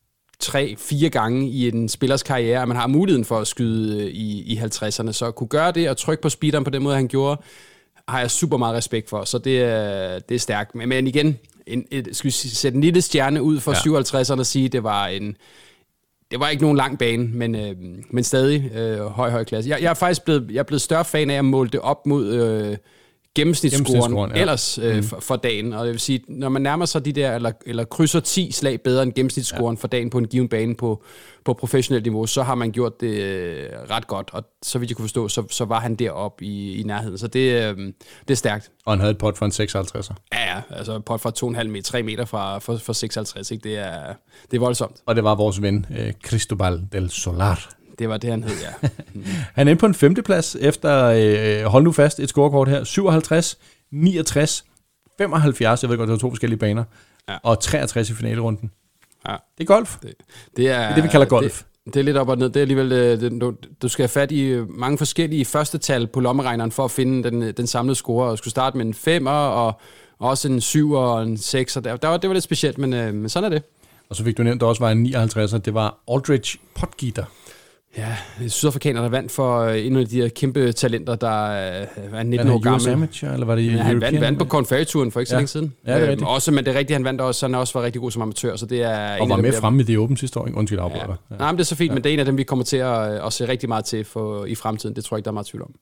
Speaker 3: tre, fire gange i en spillers karriere, at man har muligheden for at skyde i, i halvtredserne. Så at kunne gøre det og trykke på speederen på den måde, han gjorde, har jeg super meget respekt for. Så det er, det er stærkt. Men, men igen, en, et, skal vi sætte en lille stjerne ud for ja. syvoghalvtredserne og sige, at det var en... Det var ikke nogen lang bane, men, øh, men stadig øh, høj, høj klasse. Jeg, jeg er faktisk blevet, jeg er blevet større fan af at måle det op mod... Øh, gennemsnitsscoren ja. ellers øh, mm. for, for dagen. Og det vil sige, når man nærmer sig de der, eller, eller krydser ti slag bedre end gennemsnitsscoren ja. for dagen på en given bane på, på professionelt niveau, så har man gjort det øh, ret godt. Og så vidt jeg kunne forstå, så, så var han deroppe i, i nærheden. Så det, øh, det er stærkt.
Speaker 2: Og han havde et pot for en seksoghalvtredser.
Speaker 3: Ja, ja. Altså et pot fra to komma fem meter, tre meter fra for, for seksoghalvtreds. Ikke? Det, er, det er voldsomt.
Speaker 2: Og det var vores ven, øh, Cristobal del Solar.
Speaker 3: Det var det, han hed, ja.
Speaker 2: Mm. Han er inde på en femteplads efter, øh, hold nu fast, et scorekort her, syvoghalvtreds, niogtres, femoghalvfjerds, jeg ved godt, det var to forskellige baner, ja. Og treogtres i finalerunden. Ja. Det er golf. Det,
Speaker 3: det, er,
Speaker 2: det er det, vi kalder golf.
Speaker 3: Det, det er lidt op og ned. Det er alligevel, det, du, du skal have fat i mange forskellige førstetal på lommeregneren for at finde den, den samlede score, og skulle starte med en femmer, og også en syver og en sekser. Der, der var, det var lidt specielt, men, øh, men sådan er det. Og
Speaker 2: så fik du nævnt, der også var en nioghalvtredser, det var Aldridge Potgieter.
Speaker 3: Ja, sydafrikaner, der vandt for en af de her kæmpe talenter, der er nitten år gammel.
Speaker 2: Amateur, eller var det
Speaker 3: ja, han vandt, vandt på Korn Ferry-turen for ikke så
Speaker 2: ja.
Speaker 3: længe siden.
Speaker 2: Ja, det er
Speaker 3: øhm, også, men det er rigtigt, han vandt også, han også var rigtig god som amatør, så det er...
Speaker 2: Og var med fremme i det åbne sidste år, undskyld afbryder.
Speaker 3: Ja. Ja. Nej, men det er så fint, ja. Men det er en af dem, vi kommer til at, at se rigtig meget til for, i fremtiden. Det tror jeg ikke, der er meget tvivl om.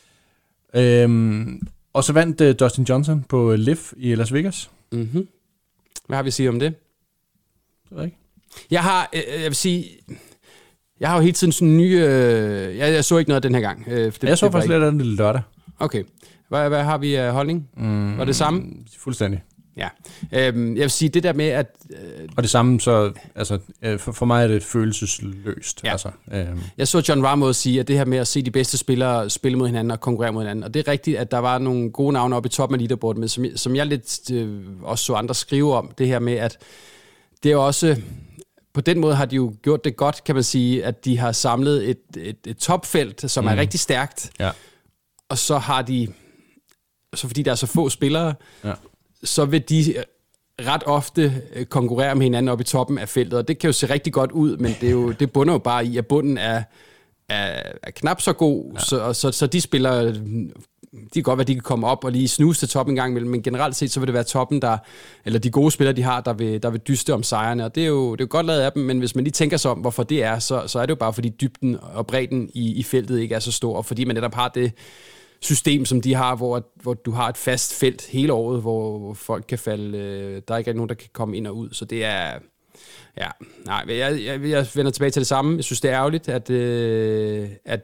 Speaker 2: Øhm, og så vandt uh, Dustin Johnson på L I V i Las Vegas.
Speaker 3: Mm-hmm. Hvad har vi at sige om det?
Speaker 2: Det ved jeg ikke.
Speaker 3: Jeg har, øh, jeg vil sige... Jeg har jo hele tiden sådan nye... Øh, jeg, jeg så ikke noget af den her gang. Øh, det,
Speaker 2: jeg så
Speaker 3: det
Speaker 2: faktisk lidt af den lille lørdag.
Speaker 3: Okay. Hvad, hvad har vi af holdning? Mm, var det samme?
Speaker 2: Fuldstændig.
Speaker 3: Ja. Øhm, jeg vil sige, det der med, at... Øh,
Speaker 2: og det samme, så... Altså, for, for mig er det følelsesløst.
Speaker 3: Ja.
Speaker 2: Altså, øh.
Speaker 3: Jeg så John Ramos sige, at det her med at se de bedste spillere spille mod hinanden og konkurrere mod hinanden, og det er rigtigt, at der var nogle gode navne oppe i toppen af leaderboardet, men som, som jeg lidt øh, også så andre skrive om, det her med, at det er også... På den måde har de jo gjort det godt, kan man sige, at de har samlet et, et, et topfelt, som mm. er rigtig stærkt.
Speaker 2: Ja.
Speaker 3: Og så har de, så fordi der er så få spillere, ja. Så vil de ret ofte konkurrere med hinanden oppe i toppen af feltet. Og det kan jo se rigtig godt ud, men det, er jo, det bunder jo bare i, at bunden er, er, er knap så god. Ja. Så, så, så de spiller... De kan godt være, de kan komme op og lige snuse til toppen en gang imellem, men generelt set, så vil det være toppen, der, eller de gode spillere, de har, der vil, der vil dyste om sejrene, og det er jo, det er jo godt lavet af dem, men hvis man lige tænker sig om, hvorfor det er, så, så er det jo bare, fordi dybden og bredden i, i feltet ikke er så stor, og fordi man netop har det system, som de har, hvor, hvor du har et fast felt hele året, hvor folk kan falde, øh, der er ikke rigtig nogen, der kan komme ind og ud, så det er... Ja, nej, jeg, jeg, jeg vender tilbage til det samme. Jeg synes, det er ærgerligt, at, øh, at,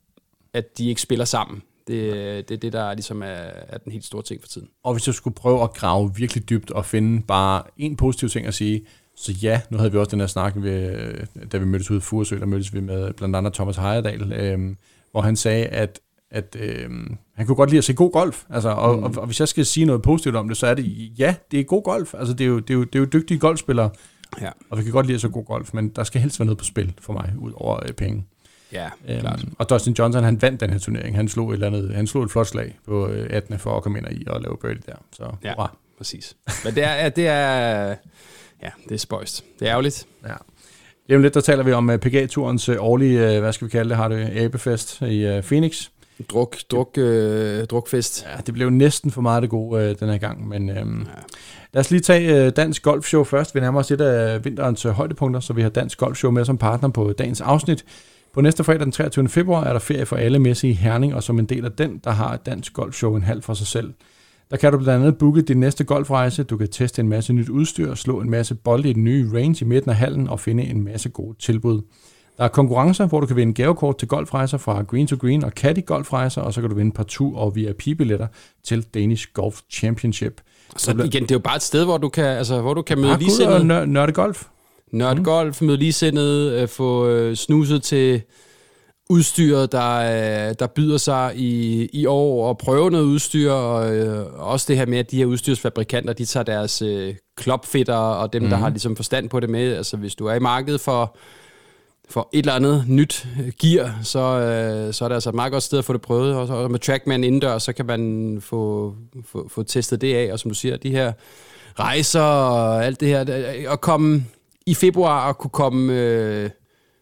Speaker 3: at de ikke spiller sammen. Det er det, det, der ligesom er, er den helt store ting for tiden.
Speaker 2: Og hvis jeg skulle prøve at grave virkelig dybt og finde bare en positiv ting at sige, så ja, nu havde vi også den her snak, ved, da vi mødtes ude i Furesø, der mødtes vi med blandt andet Thomas Heyerdahl, øh, hvor han sagde, at, at øh, han kunne godt lide at se god golf. Altså, og, mm. og, og hvis jeg skal sige noget positivt om det, så er det, ja, det er god golf. Altså, det er jo, det er jo, det er jo dygtige golfspillere, ja. Og vi kan godt lide at se god golf, men der skal helst være noget på spil for mig, ud over øh, penge.
Speaker 3: Ja,
Speaker 2: øhm,
Speaker 3: klart.
Speaker 2: Og Dustin Johnson, han vandt den her turnering. Han slog et eller andet, han slog et flot slag på attende for at komme ind i og lave birdie der. Så
Speaker 3: ja,
Speaker 2: hurra.
Speaker 3: Præcis. Men det er, det er, ja, det er spøjst. Det er ærgerligt.
Speaker 2: Ja. Lige om lidt, der taler vi om P G A-turens årlige, hvad skal vi kalde det, har det abefest i Phoenix.
Speaker 3: Druk, druk, øh, drukfest.
Speaker 2: Ja, det blev næsten for meget det gode øh, den her gang, men øhm, ja. Lad os lige tage øh, Dansk Golfshow først. Vi nærmer os et af vinterens øh, højdepunkter, så vi har Dansk Golfshow med som partner på dagens afsnit. På næste fredag den treogtyvende februar er der ferie for alle messe i Herning, og som en del af den, der har Dansk Golfshow en halv for sig selv. Der kan du blandt andet booke din næste golfrejse, du kan teste en masse nyt udstyr, slå en masse bolde i den nye range i midten af hallen og finde en masse gode tilbud. Der er konkurrencer, hvor du kan vinde gavekort til golfrejser fra Green to Green og Caddy golfrejser, og så kan du vinde partout og V I P-billetter til Danish Golf Championship.
Speaker 3: Så igen, det er jo bare et sted, hvor du kan, altså, hvor du kan møde ligesindede.
Speaker 2: Og nør- nørde golf.
Speaker 3: Nørde mm. golf, møde ligesindede, få snuset til udstyret, der, der byder sig i, i år, og prøve noget udstyr, og øh, også det her med, at de her udstyrsfabrikanter, de tager deres øh, klopfitter og dem, mm. der har ligesom forstand på det med. Altså hvis du er i markedet for for et eller andet nyt gear, så, øh, så er det altså et meget godt sted at få det prøvet. Og, og med Trackman indendørs, så kan man få, få, få testet det af. Og som du siger, de her rejser og alt det her, at komme i februar og kunne komme, øh,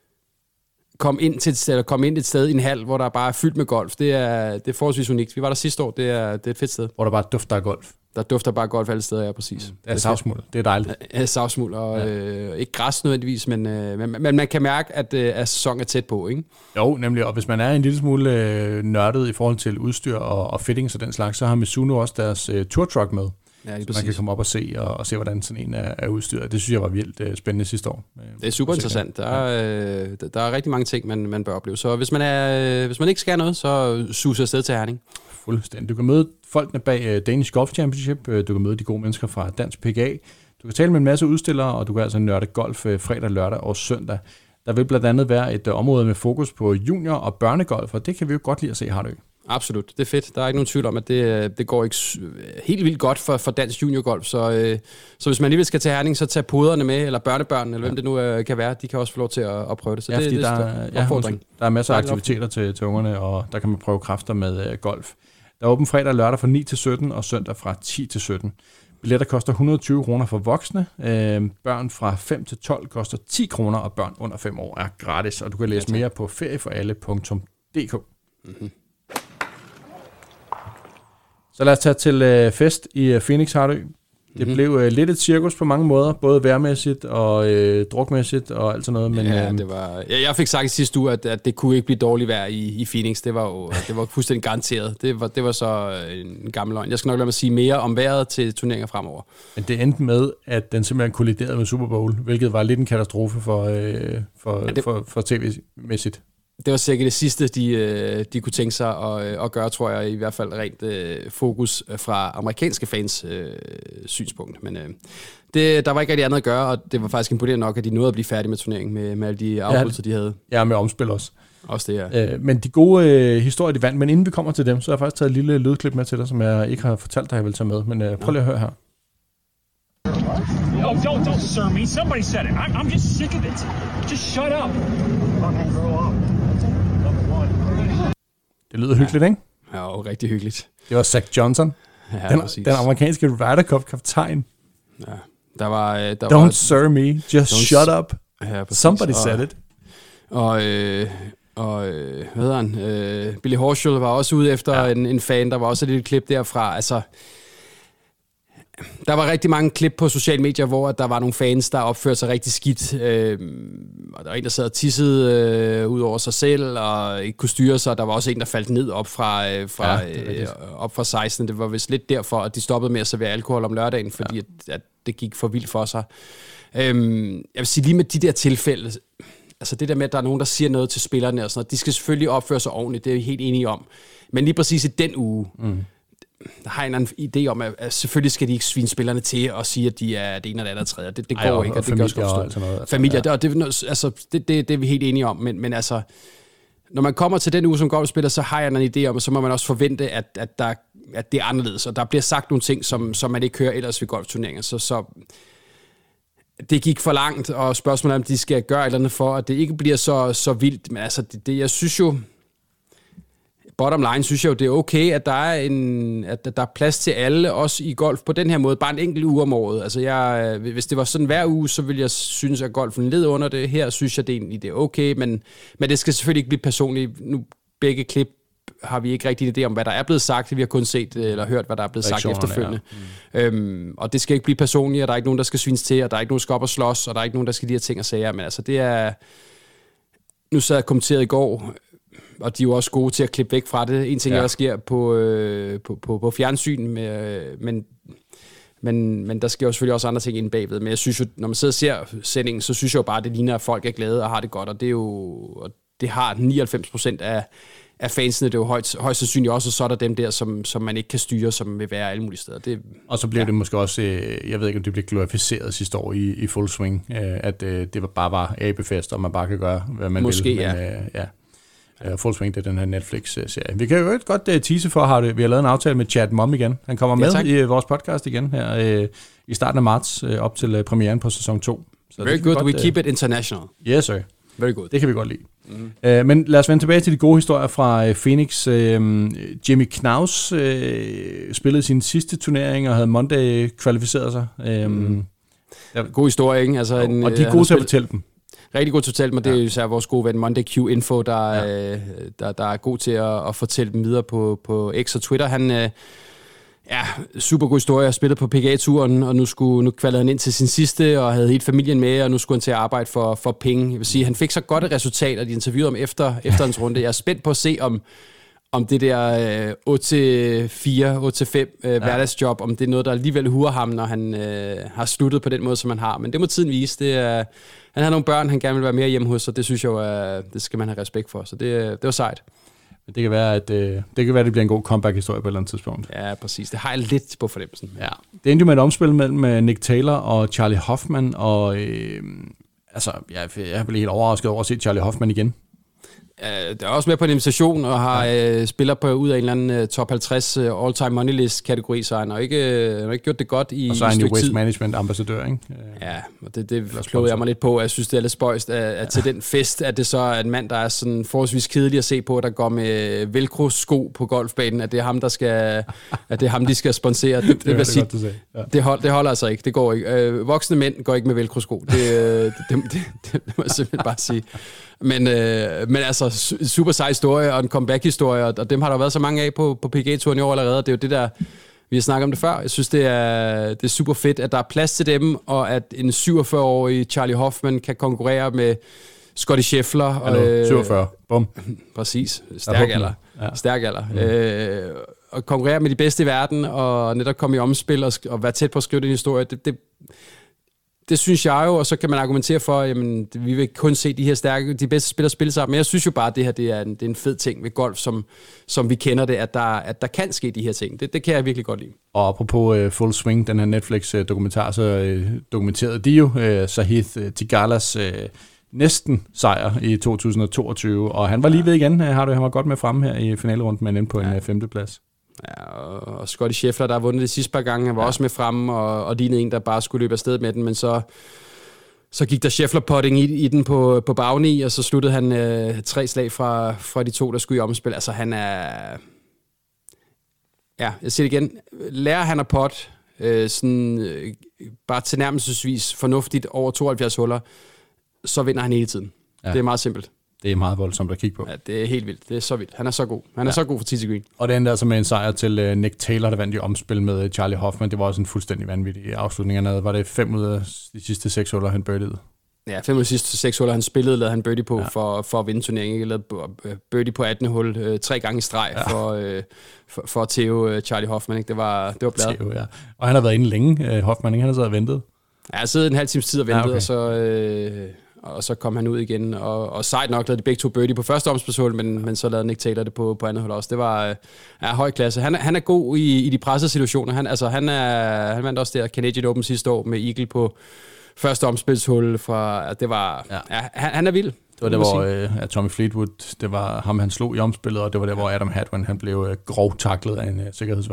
Speaker 3: komme, ind til et sted, eller komme ind et sted i en hal, hvor der bare er fyldt med golf, det er, det er forholdsvis unikt. Vi var der sidste år, det er, det er et fedt sted.
Speaker 2: Hvor der bare dufter af golf.
Speaker 3: Der dufter bare golf alle steder, ja, præcis.
Speaker 2: Mm, det er savsmuld, det er dejligt.
Speaker 3: Ja, savsmuld, og ja. øh, ikke græs nødvendigvis, men, øh, men, men man kan mærke, at, øh, at sæsonen er tæt på, ikke?
Speaker 2: Jo, nemlig, og hvis man er en lille smule øh, nørdet i forhold til udstyr og, og fittings og den slags, så har Mizuno også deres øh, tour truck med. Ja, så man kan komme op og se, og, og se, hvordan sådan en er, er udstyret. Det synes jeg var vildt øh, spændende sidste år.
Speaker 3: Det er super interessant. Der er, øh, der er rigtig mange ting, man, man bør opleve. Så hvis man, er, øh, hvis man ikke skal noget, så suser afsted til Herning.
Speaker 2: Fuldstændig. Du kan møde folkene bag uh, Danish Golf Championship. Du kan møde de gode mennesker fra Dansk P G A. Du kan tale med en masse udstillere, og du kan altså nørde golf uh, fredag, lørdag og søndag. Der vil blandt andet være et uh, område med fokus på junior- og børnegolf, og det kan vi jo godt lide at se, Hardy.
Speaker 3: Absolut, det er fedt. Der er ikke nogen tvivl om, at det, det går ikke helt vildt godt for, for dansk juniorgolf. Så, øh, så hvis man alligevel skal til Herning, så tag poderne med, eller børnebørn, eller ja. hvem det nu øh, kan være. De kan også få lov til at, at prøve det. Så
Speaker 2: ja,
Speaker 3: det, det
Speaker 2: der,
Speaker 3: er en
Speaker 2: ja,
Speaker 3: opfordring.
Speaker 2: Der er masser af aktiviteter til, til ungerne, og der kan man prøve kræfter med øh, golf. Der er åben fredag og lørdag fra ni til sytten, og søndag fra ti til sytten. Billetter koster et hundrede og tyve kroner for voksne. Øh, børn fra fem til tolv koster ti kroner, og børn under fem år er gratis. Og du kan læse ja, mere på ferieforalle punktum d k. Mm-hmm. Så lad os tage til øh, fest i øh, Phoenix, Hardy. Det mm-hmm. blev øh, lidt et cirkus på mange måder, både vejrmæssigt og øh, drukmæssigt og alt sådan noget. Men,
Speaker 3: ja,
Speaker 2: øh,
Speaker 3: det var, jeg, jeg fik sagt i sidste uge, at, at det kunne ikke blive dårligt vejr i, i Phoenix. Det var jo det var fuldstændig garanteret. Det var, det var så en gammel løgn. Jeg skal nok lade mig sige mere om vejret til turneringer fremover.
Speaker 2: Men det endte med, at den simpelthen kolliderede med Super Bowl, hvilket var lidt en katastrofe for, øh, for, ja, det, for, for tv-mæssigt.
Speaker 3: Det var sikkert det sidste, de, de kunne tænke sig at, at gøre, tror jeg, i hvert fald rent øh, fokus fra amerikanske fans øh, synspunkt. Men øh, det, der var ikke rigtig andet at gøre, og det var faktisk imponerende nok, at de nåede at blive færdige med turneringen med, med alle de afbrydelser, ja, de havde.
Speaker 2: Ja, med omspil også.
Speaker 3: Også det, ja.
Speaker 2: Øh, men de gode øh, historier, de vandt. Men inden vi kommer til dem, så har jeg faktisk taget et lille lydklip med til dig, som jeg ikke har fortalt dig, jeg vil tage med. Men øh, prøv lige at høre her.
Speaker 5: Oh, don't, don't sir me. Somebody said it. I'm, I'm just sick of it. Just shut up. Okay, grow up.
Speaker 2: Det lyder hyggeligt, ikke?
Speaker 3: Ja, jo, rigtig hyggeligt.
Speaker 2: Det var Zach Johnson,
Speaker 3: ja,
Speaker 2: den, den amerikanske Ryder Cup-kaptajn.
Speaker 3: Ja, der var... Der
Speaker 2: Don't
Speaker 3: var,
Speaker 2: sir me, just shut up. Ja, Somebody
Speaker 3: og,
Speaker 2: said it.
Speaker 3: Og, øh, og øh, hvad hedder han? Øh, Billy Horschel var også ude efter ja. en, en fan. Der var også et lille klip derfra. Altså... Der var rigtig mange klip på sociale medier, hvor der var nogle fans, der opførte sig rigtig skidt. Øh, og der var en, der sad og tissede øh, ud over sig selv, og ikke kunne styre sig. Der var også en, der faldt ned op fra, øh, fra, ja, øh, op fra seksten. Det var vist lidt derfor, at de stoppede med at servere alkohol om lørdagen, fordi ja. at, at det gik for vildt for sig. Øh, jeg vil sige lige med de der tilfælde, altså det der med, at der er nogen, der siger noget til spillerne og sådan noget, de skal selvfølgelig opføre sig ordentligt, det er vi helt enige om. Men lige præcis i den uge... Mm. Der har en eller anden idé om, at, at selvfølgelig skal de ikke svine spillerne til og sige, at de er det ene eller andet tredje. Det, det går Ej, ikke, og, og det gør også godt stå. Altså, familier, ja. det, det, altså, det, det, det er vi helt enige om, men, men altså, når man kommer til den uge som golfspiller, så har jeg en idé om, at så må man også forvente, at, at, der, at det er anderledes, og der bliver sagt nogle ting, som, som man ikke hører ellers ved golfturneringer, så, så det gik for langt, og spørgsmålet er, om de skal gøre et eller andet for, at det ikke bliver så, så vildt, men altså, det, det, jeg synes jo, bottom line synes jeg jo, det er okay, at der er, en, at der er plads til alle, også i golf på den her måde, bare en enkelt uge om året. Altså jeg, hvis det var sådan hver uge, så ville jeg synes, at golfen led under det. Her synes jeg, det er, det er okay, men, men det skal selvfølgelig ikke blive personligt. Nu begge klip har vi ikke rigtig en idé om, hvad der er blevet sagt. Vi har kun set eller hørt, hvad der er blevet sagt efterfølgende. Ja. Mm. Øhm, og det skal ikke blive personligt, og der er ikke nogen, der skal svines til, og der er ikke nogen, der skal op og slås, og der er ikke nogen, der skal de her ting og sager. Men altså, det er... Nu sad jeg kommenteret i går, og de er jo også gode til at klippe væk fra det. En ting ja. er, der sker på, øh, på, på, på fjernsyn, med, øh, men, men, men der sker jo selvfølgelig også andre ting inde bagved. Men jeg synes jo, når man sidder og ser sendingen, så synes jeg jo bare, at det ligner, at folk er glade og har det godt, og det er jo... Og det har nioghalvfems procent af, af fansene, det er jo højst, højst sandsynligt også, og så er der dem der, som, som man ikke kan styre, som vil være alle mulige steder. Det,
Speaker 2: og så bliver ja. det måske også, jeg ved ikke, om det bliver glorificeret sidste år i, i Full Swing, at det bare var abefest, og man bare kan gøre, hvad man
Speaker 3: måske,
Speaker 2: vil.
Speaker 3: Måske,
Speaker 2: ja. ja. Ja. Full Swing, det er den her Netflix-serie. Vi kan jo et godt uh, tease for, at vi har lavet en aftale med Chad Mom igen. Han kommer med ja, i uh, vores podcast igen her uh, i starten af marts, uh, op til uh, premieren på sæson to.
Speaker 3: Så Very good, godt, we uh, keep it international.
Speaker 2: Yes, sir.
Speaker 3: Very good.
Speaker 2: Det kan vi godt lide. Mm. Uh, men lad os vende tilbage til de gode historier fra uh, Phoenix. Uh, Jimmy Knaus uh, spillede sin sidste turnering og havde Monday kvalificeret sig. Uh, mm.
Speaker 3: God historie, ikke? Altså,
Speaker 2: og,
Speaker 3: en,
Speaker 2: og de er gode til at fortælle dem.
Speaker 3: Rigtig god til at fortælle mig. Det er jo især vores gode ven Monday Q Info, der, ja. øh, der, der er god til at, at fortælle dem videre på, på X og Twitter. Han øh, ja, super god historie. Jeg spillede på P G A-turen, og nu, skulle, nu kvalede han ind til sin sidste, og havde hele familien med, og nu skulle han til at arbejde for, for penge. Jeg vil sige, han fik så godt et resultat, og de interviewede ham efter, efter hans runde. Jeg er spændt på at se, om om det der øh, otte til fire, otte til fem øh, ja. hverdagsjob, om det er noget, der alligevel huer ham, når han øh, har sluttet på den måde, som han har. Men det må tiden vise. Det er, han har nogle børn, han gerne vil være mere hjemme hos, og det synes jeg jo, øh, det skal man have respekt for. Så det, det var sejt.
Speaker 2: Men det kan være, at øh, det kan være, at det bliver en god comeback-historie på et eller andet tidspunkt.
Speaker 3: Ja, præcis. Det har jeg lidt på fornemmelsen.
Speaker 2: Ja. Det endte jo med et omspil mellem Nick Taylor og Charlie Hoffman, og øh, altså, jeg, jeg blev helt overrasket over at se Charlie Hoffman igen.
Speaker 3: Uh, der er også med på en invitation og har ja. uh, spiller på ud af en eller anden uh, top halvtreds uh, all-time money list kategori, så han har ikke, uh, har ikke gjort det godt i
Speaker 2: og så er han jo Waste Management ambassadør, ikke? Uh,
Speaker 3: ja, og det, det klogede jeg mig lidt på. Jeg synes, det er lidt spøjst, at, at til den fest, at det så er en mand, der er sådan forholdsvis kedelig at se på, der går med velcro-sko på golfbanen, at det er ham, der skal, at det er ham, de skal sponsere. Det, det, det, vil sige, det, ja. det, hold, det holder altså ikke. Det går ikke. Uh, voksne mænd går ikke med velcro-sko. Det, det, det, det, det, det må jeg simpelthen bare sige. Men, øh, men altså, super sej historie og en comeback-historie, og dem har der været så mange af på, på P G A-turen i år allerede. Det er jo det der, vi har snakket om det før. Jeg synes, det er, det er super fedt, at der er plads til dem, og at en syvogfyrre-årig Charlie Hoffman kan konkurrere med Scottie Scheffler.
Speaker 2: Hallo, øh, syvogfyrre. Bum.
Speaker 3: Præcis. Stærk alder. Ja. Stærk alder. Mm. Øh, og konkurrere med de bedste i verden, og netop komme i omspil og, og være tæt på at skrive den historie, det, det Det synes jeg jo, og så kan man argumentere for, jamen, vi vil kun se de her stærke, de bedste spillere spille sammen. Men jeg synes jo bare, at det her det er, en, det er en fed ting ved golf, som, som vi kender det, at der, at der kan ske de her ting. Det, det kan jeg virkelig godt lide.
Speaker 2: Og apropos uh, Full Swing, den her Netflix-dokumentar, så uh, dokumenterede de jo uh, Sahith uh, Theegalas uh, næsten sejr i to tusind og toogtyve, og han var lige ved igen, uh, har du, han var godt med fremme her i finalerunden, men inde på ja. en uh, femteplads.
Speaker 3: Ja, og Scottie Scheffler, der har vundet de sidste par gange, han var ja. også med fremme, og, og lignede en, der bare skulle løbe afsted med den, men så, så gik der Scheffler-potting i, i den på, på bagni, og så sluttede han øh, tre slag fra, fra de to, der skulle i omspil. Altså han er... Ja, jeg siger det igen. Lærer han at pot, øh, sådan, øh, bare tilnærmelsesvis fornuftigt over tooghalvfjerds huller, så vinder han hele tiden. Ja. Det er meget simpelt.
Speaker 2: Det er meget voldsomt at kigge på.
Speaker 3: Ja, det er helt vildt. Det er så vildt. Han er så god. Han er ja. så god for T T Green.
Speaker 2: Og det endte altså med en sejr til uh, Nick Taylor, der vandt i omspil med Charlie Hoffman. Det var også en fuldstændig vanvittig afslutning. Han var det fem ud af de sidste seks huller, han birdiede?
Speaker 3: Ja, fem ud af de sidste seks huller, han spillede, lavede han birdie på ja. for, for at vinde turneringen. Ikke? Lavede birdie på attende hul øh, tre gange i streg ja. for, øh, for, for at tæve øh, Charlie Hoffman. Ikke? Det var, det var bladet. Tæve, ja. Og
Speaker 2: han har været inde længe, øh, Hoffman. Ikke? Han har siddet og ventet.
Speaker 3: Ja, han har siddet en halv times tid og ventet, ja, okay. og så... Øh, og så kom han ud igen, og, og sejt nok lavede de begge to birdie på første omspilshul, men, men så lavede Nick Taylor det på, på andet hul også. Det var ja, høj klasse. Han, han er god i, i de pressede situationer. Han, altså, han, er, han vandt også der Canadian Open sidste år med eagle på første omspilshul. Fra, det var, ja. Ja, han, han er vild.
Speaker 2: Det var der, hvor øh, Tommy Fleetwood, det var ham, han slog i omspillet, og det var der, hvor Adam Hadwin, han blev øh, grov taklet af en øh, sikkerhedsvagt.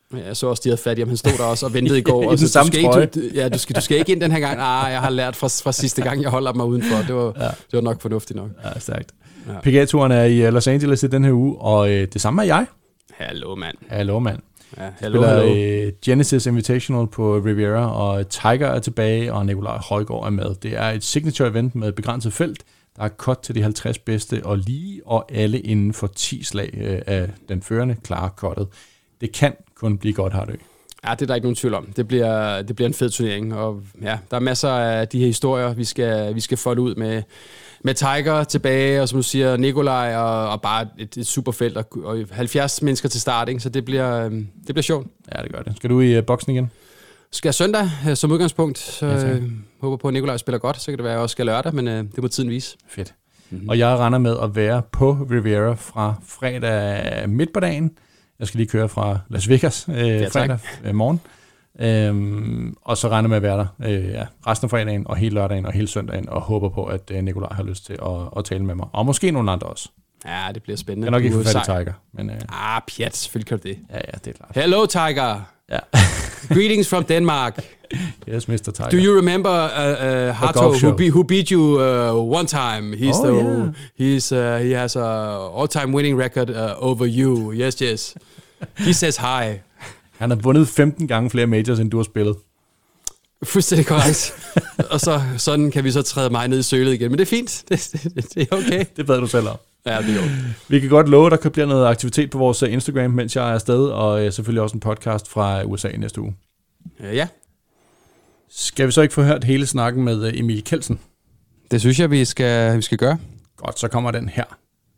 Speaker 3: Ja, jeg så også, de havde fat i ham. Han stod der også og ventede i går.
Speaker 2: I
Speaker 3: og
Speaker 2: den
Speaker 3: så,
Speaker 2: samme
Speaker 3: du skal
Speaker 2: trøje.
Speaker 3: ikke, du, ja, du skal, du skal ikke ind den her gang. Ah, jeg har lært fra, fra sidste gang, jeg holder mig udenfor. Det var, ja. det var nok fornuftigt nok.
Speaker 2: Ja, stærkt.
Speaker 3: Ja.
Speaker 2: P G A-turen er i Los Angeles i den her uge, og øh, det samme er jeg.
Speaker 3: Hallo, mand.
Speaker 2: Hallo, mand.
Speaker 3: Ja, hallo,
Speaker 2: Spiller
Speaker 3: hallo.
Speaker 2: øh, Genesis Invitational på Riviera, og Tiger er tilbage, og Nikolaj Højgaard er med. Det er et signature-event med et begrænset felt. Der er cut til de halvtreds bedste og lige, og alle inden for ti slag øh, af den førende klarer cuttet. Det kan kun blive godt, Hardø.
Speaker 3: Ja, det er der ikke nogen tvivl om. Det bliver, det bliver en fed turnering, og ja, der er masser af de her historier, vi skal, vi skal folde ud med, med Tiger tilbage, og som du siger, Nikolaj, og, og bare et, et superfelt, og, og halvfjerds mennesker til start, ikke? Så det bliver, det bliver sjovt.
Speaker 2: Ja, det gør det. Skal du i uh, boksen igen?
Speaker 3: Skal jeg søndag øh, som udgangspunkt, så
Speaker 2: Ja,
Speaker 3: øh, håber på, at Nikolaj spiller godt, så kan det være, at jeg også skal lørdag, men øh, det må tiden vise.
Speaker 2: Fedt. Mm-hmm. Og jeg regner med at være på Riviera fra fredag midt på dagen. Jeg skal lige køre fra Las Vegas øh, ja, fredag øh, morgen. Øhm, og så regner jeg med at være der øh, ja, resten af fredagen og hele lørdagen og hele søndagen, og håber på, at øh, Nikolaj har lyst til at, at tale med mig. Og måske nogle andre også.
Speaker 3: Ja, det bliver spændende.
Speaker 2: Jeg kan nok ikke
Speaker 3: Du
Speaker 2: få
Speaker 3: er
Speaker 2: fat i
Speaker 3: sej.
Speaker 2: Tiger. Men, øh,
Speaker 3: Ah, pjat, selvfølgelig kan du det.
Speaker 2: ja, ja, det er klart.
Speaker 3: Hello, Tiger.
Speaker 2: Ja.
Speaker 3: Greetings from Denmark.
Speaker 2: Yes, mister Tiger.
Speaker 3: Do you remember uh, uh, Hato,
Speaker 2: golf show.
Speaker 3: who, be, who beat you uh, one time? He's
Speaker 2: Oh,
Speaker 3: the,
Speaker 2: yeah.
Speaker 3: he's uh, he has a all-time winning record uh, over you. Yes, yes. He says hi.
Speaker 2: Han har vundet femten gange flere majors, end du har spillet.
Speaker 3: Fuldstændig korrekt. Og så sådan kan vi så træde mig ned i sølet igen. Men det er fint. Det, det, det er okay.
Speaker 2: Det bad du selv om.
Speaker 3: Ja, det er jo.
Speaker 2: Vi kan godt love, at der kan blive noget aktivitet på vores uh, Instagram, mens jeg er afsted, og uh, selvfølgelig også en podcast fra U S A næste uge.
Speaker 3: Ja,
Speaker 2: Skal vi så ikke få hørt hele snakken med uh, Emil Kelsen?
Speaker 3: det synes jeg, vi skal, vi skal gøre.
Speaker 2: Godt, så kommer den her.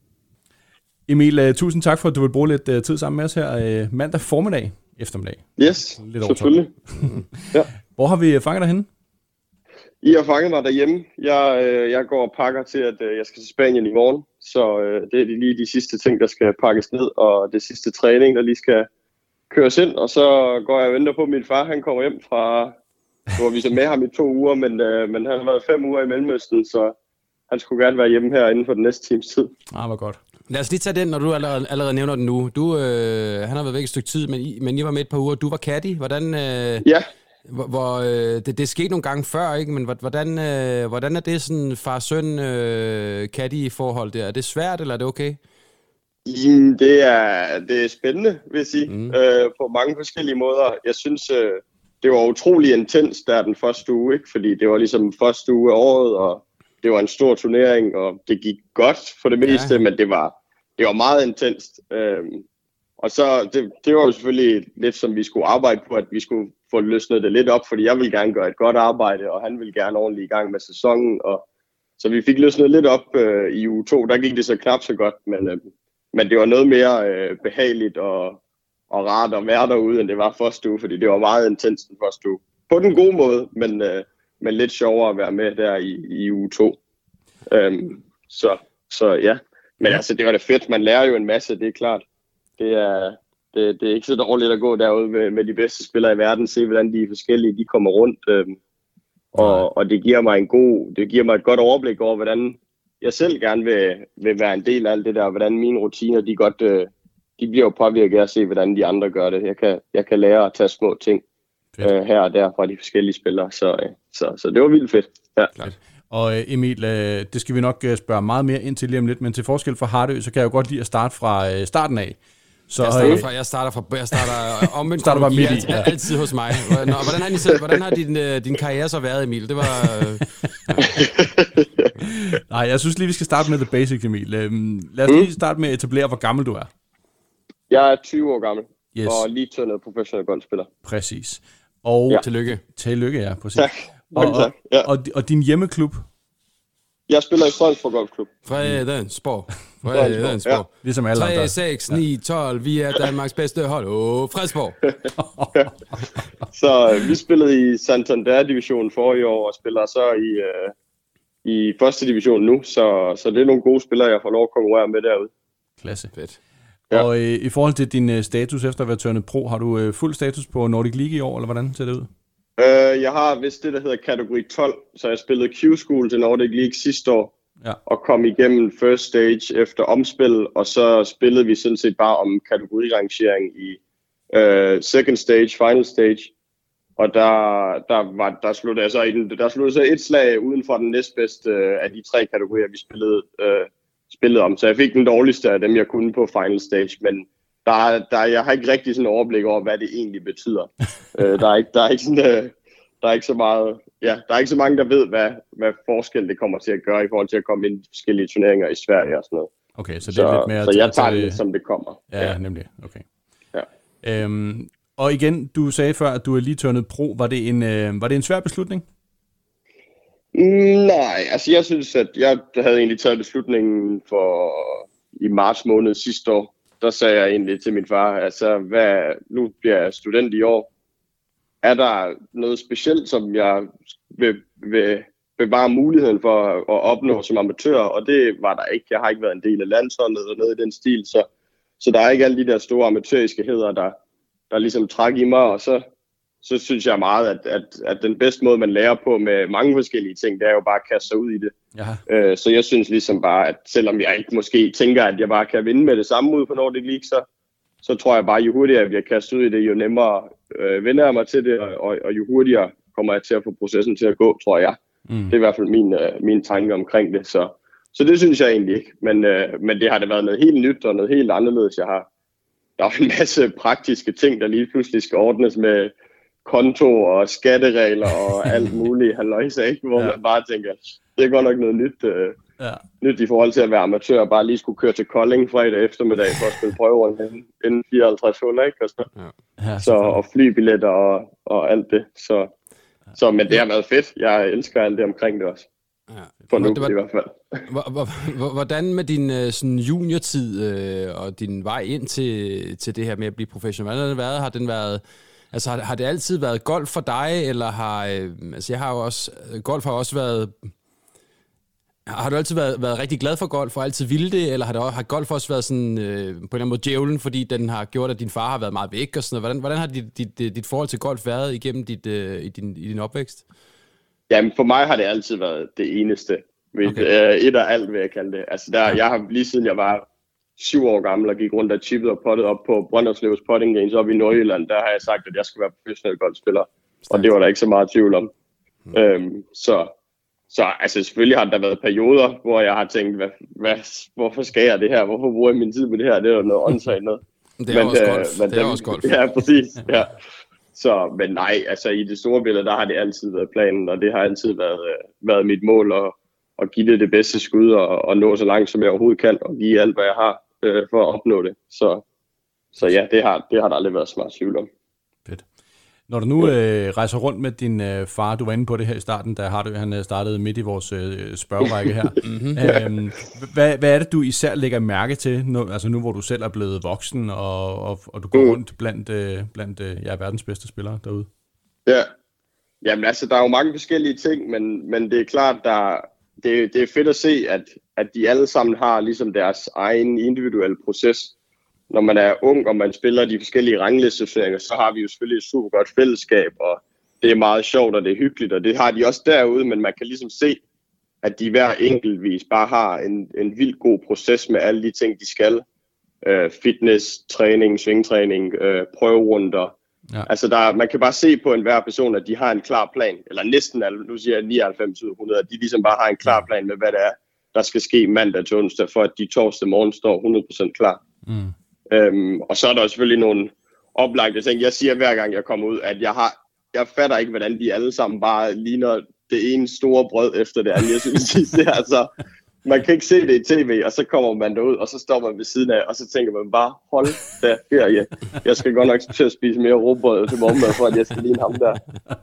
Speaker 2: Emil, uh, tusind tak for, at du vil bruge lidt uh, tid sammen med os her uh, mandag formiddag, eftermiddag.
Speaker 1: Yes,
Speaker 2: Lidt over
Speaker 1: selvfølgelig. Ja.
Speaker 2: Hvor har vi fanget dig henne?
Speaker 1: I har fanget mig derhjemme. Jeg, øh, jeg går og pakker til, at øh, jeg skal til Spanien i morgen. Så øh, det er lige de sidste ting, der skal pakkes ned, og det sidste træning, der lige skal køres ind. Og så går jeg og venter på, at min far han kommer hjem fra, hvor vi så med ham i to uger, men, øh, men han har været fem uger i Mellemøsten, så han skulle gerne være hjemme her inden for den næste times tid.
Speaker 2: Ah, hvor godt.
Speaker 3: Lad os lige tage den, når du allerede, allerede nævner den nu. Du, øh, han har været væk et stykke tid, men I, men I var med et par uger. Du var caddy. Hvordan... Øh,
Speaker 1: Ja.
Speaker 3: Hvor, hvor øh, det, det skete nogle gange før, ikke? Men hvordan, øh, hvordan er det sådan far-søn øh, caddy-forhold der? Er det svært, eller er det okay?
Speaker 1: Jamen, det er, det er spændende, vil jeg sige,
Speaker 3: Mm.
Speaker 1: øh, på mange forskellige måder. Jeg synes, øh, det var utrolig intens der den første uge, ikke? Fordi det var ligesom første uge af året, og det var en stor turnering, og det gik godt for det meste,
Speaker 3: Ja.
Speaker 1: men det var, det var meget intenst. Øh, og så, det, det var jo selvfølgelig lidt som vi skulle arbejde på, at vi skulle få løsnet det lidt op, fordi jeg ville gerne gøre et godt arbejde, og han ville gerne ordentligt i gang med sæsonen, og så vi fik løsnet lidt op øh, i uge to. Der gik det så knap så godt, men, øh, men det var noget mere øh, behageligt og, og rart at være derude, end det var første uge, fordi det var meget intens den første uge. På den gode måde, men, øh, men lidt sjovere at være med der i, i uge to. Øhm, så, så ja, men altså det var da fedt. Man lærer jo en masse, det er klart. Det er, det, det er ikke så dårligt at gå derude med, med de bedste spillere i verden, se hvordan de forskellige de kommer rundt, øhm, og, og det giver mig en god, det giver mig et godt overblik over, hvordan jeg selv gerne vil, vil være en del af alt det der, hvordan mine rutiner, de godt, øh, de bliver jo påvirket af at se, hvordan de andre gør det. Jeg kan, jeg kan lære at tage små ting øh, her og der fra de forskellige spillere, så, øh, så, så det var vildt fedt. Ja.
Speaker 2: Klart. Og øh, Emil, øh, det skal vi nok øh, spørge meget mere ind til lige om lidt, men til forskel fra Hardø, så kan jeg jo godt lide at starte fra øh, starten af. Så,
Speaker 3: Jeg starter
Speaker 2: øh,
Speaker 3: fra, jeg starter fra, jeg starter omvendt
Speaker 2: Starter bare midt i,
Speaker 3: altid,
Speaker 2: ja.
Speaker 3: altid hos mig. Nå, hvordan har, din, hvordan har din, øh, din karriere så været, Emil? Det var... Øh,
Speaker 2: nej, jeg synes lige, vi skal starte med the basics, Emil. Øhm, lad os
Speaker 1: Mm.
Speaker 2: lige starte med at etablere, hvor gammel du er.
Speaker 1: Jeg er tyve år gammel,
Speaker 2: Yes.
Speaker 1: og lige tørnet professionel golfspiller.
Speaker 2: Præcis. Og
Speaker 1: Ja.
Speaker 3: tillykke.
Speaker 2: tillykke, ja, præcis.
Speaker 1: Tak.
Speaker 2: Og,
Speaker 1: Mange
Speaker 2: og,
Speaker 1: tak. Ja.
Speaker 2: og, og din hjemmeklub,
Speaker 1: Jeg spiller i Fredensborg Golfklub.
Speaker 3: Fredensborg. Fredensborg.
Speaker 1: Ja.
Speaker 2: ligesom alle andre.
Speaker 3: tre, seks, ni, tolv. Vi er Danmarks bedste hold. Åh, Fredensborg.
Speaker 1: Så øh, vi spillede i Santander-divisionen forrige år, og spiller så i, øh, i første division nu. Så, så det er nogle gode spillere, jeg får lov at konkurrere med derude.
Speaker 2: Klasse.
Speaker 3: Fedt.
Speaker 1: Ja.
Speaker 2: Og øh, i forhold til din øh, status efter at være tørnet pro, har du øh, fuld status på Nordic League i år, eller hvordan ser det ud?
Speaker 1: Øh, jeg har vist det, der hedder kategori tolv, så jeg spillede Q-School til Nordic League sidste år,
Speaker 2: Ja.
Speaker 1: og kom igennem first stage efter omspil, og så spillede vi sådan set bare om kategorirangering i uh, second stage, final stage. Og der, der, var, der sluttede jeg så i den, der sluttede så et slag uden for den næstbedste uh, af de tre kategorier, vi spillede, uh, spillede om. Så jeg fik den dårligste af dem, jeg kunne på final stage, men der, der, jeg har ikke rigtig sådan en overblik over, hvad det egentlig betyder. uh, der, er ikke, der, er ikke sådan, uh, der er ikke så meget, ja, der er ikke så mange, der ved, hvad, hvad forskel det kommer til at gøre i forhold til at komme ind i forskellige turneringer i Sverige og sådan noget.
Speaker 2: Okay, så det er så, lidt mere...
Speaker 1: Så jeg tager det, som det kommer.
Speaker 2: Ja, ja. Nemlig. Okay.
Speaker 1: Ja.
Speaker 2: Øhm, og igen, du sagde før, at du er lige turnet pro. Var det en, øh, var det en svær beslutning?
Speaker 1: Mm, nej, altså jeg synes, at jeg havde egentlig taget beslutningen for i marts måned sidste år. Der sagde jeg egentlig til min far, altså hvad, nu bliver jeg student i år. Er der noget specielt, som jeg vil, vil bevare muligheden for at opnå som amatør? Og det var der ikke. Jeg har ikke været en del af landsholdet eller noget i den stil, så, så der er ikke alle de der store amatøriske heder, der, der ligesom træk i mig. Og så, så synes jeg meget, at, at, at den bedste måde, man lærer på med mange forskellige ting, det er jo bare at kaste sig ud i det. Øh, så jeg synes ligesom bare, at selvom jeg ikke måske tænker, at jeg bare kan vinde med det samme ud på Nordic League, så, så tror jeg bare, jo hurtigere jeg bliver kastet ud i det, jo nemmere øh, vender jeg mig til det, og, og, og jo hurtigere kommer jeg til at få processen til at gå, tror jeg. Mm. Det er i hvert fald min, øh, min tanke omkring det. Så, så det synes jeg egentlig ikke. Men, øh, men det har det været noget helt nyt og noget helt anderledes. Jeg har, der er en masse praktiske ting, der lige pludselig skal ordnes med konto og skatteregler og alt muligt halløjse, ikke? Hvor ja. man bare tænker, det er godt nok noget nyt, øh, ja. nyt i forhold til at være amatør og bare lige skulle køre til Kolding fredag eftermiddag for at spille prøverunde inden fireoghalvtreds huller, ikke? Og så, ja. så, og flybilletter og, og alt det. Så, så, men det har været fedt. Jeg elsker alt det omkring det også. Ja. For nu det var, i hvert fald.
Speaker 3: Hvordan med din sådan juniortid øh, og din vej ind til, til det her med at blive professionel? Hvordan har det været? Har den været... Altså, har, har det altid været golf for dig, eller har... Øh, altså, jeg har jo også... Golf har også været... Har du altid været, været rigtig glad for golf, og altid ville det, eller har, det, har golf også været sådan, øh, på en eller anden måde djævlen, fordi den har gjort, at din far har været meget væk og sådan noget? Hvordan, hvordan har dit, dit, dit forhold til golf været igennem dit, øh, i, din, i din opvækst?
Speaker 1: Jamen, for mig har det altid været det eneste. Okay. Øh, et og alt, vil jeg kalde det. Altså, der, ja. jeg har lige siden jeg var syv år gammel og gik rundt og chippede og pottet op på Brønderslevs Potting Games op i Nordjylland, der har jeg sagt, at jeg skal være professionel golfspiller. Stærkt. Og det var der ikke så meget tvivl om. Hmm. Øhm, så, så altså, selvfølgelig har der været perioder, hvor jeg har tænkt, hvad, hvad, hvorfor skal jeg det her? Hvorfor bruger jeg min tid på det her? Det er jo noget åndssvagt noget.
Speaker 3: Det er men, også golf. Øh, det er
Speaker 1: dem,
Speaker 3: også golf.
Speaker 1: Ja, præcis. Ja. Så, men nej, altså i det store billede, der har det altid været planen, og det har altid været, øh, været mit mål at, at give det det bedste skud og, og nå så langt, som jeg overhovedet kan, og give alt, hvad jeg har øh, for at opnå det. Så, så ja, det har, det har der aldrig været så meget tvivl om.
Speaker 2: Fedt. Når du nu øh, rejser rundt med din øh, far, du var inde på det her i starten, da Hardy, han startede midt i vores øh, spørgerække her. mm-hmm. øhm, hvad, hvad er det, du især lægger mærke til, nu, altså nu hvor du selv er blevet voksen, og, og, og du går mm. rundt blandt, øh, blandt øh, ja, verdens bedste spillere derude?
Speaker 1: Ja, jamen altså, der er jo mange forskellige ting, men, men det er klart, der, det, det er fedt at se, at, at de alle sammen har ligesom deres egen individuelle proces. Når man er ung, og man spiller de forskellige ranglisteseringer, så har vi jo selvfølgelig et super godt fællesskab, og det er meget sjovt, og det er hyggeligt, og det har de også derude, men man kan ligesom se, at de hver enkeltvis bare har en, en vildt god proces med alle de ting, de skal. Øh, fitness, træning, svingtræning, øh, prøverunder. Ja. Altså der, man kan bare se på enhver person, at de har en klar plan, eller næsten, nu siger jeg nioghalvfems ud af hundrede, at de ligesom bare har en klar plan med, hvad det er, der skal ske mandag til onsdag, for at de torsdag morgen står hundrede procent klar. Mm. Øhm, og så er der selvfølgelig nogle oplagte ting. Jeg siger hver gang jeg kommer ud, at jeg har, jeg fatter ikke, hvordan de alle sammen bare ligner det ene store brød efter det andet. Jeg synes, det er, altså, man kan ikke se det i tv, og så kommer man derud, og så står man ved siden af, og så tænker man bare, hold da ferie. Jeg skal godt nok til at spise mere råbrød til morgenmad, for at jeg skal ligne ham der.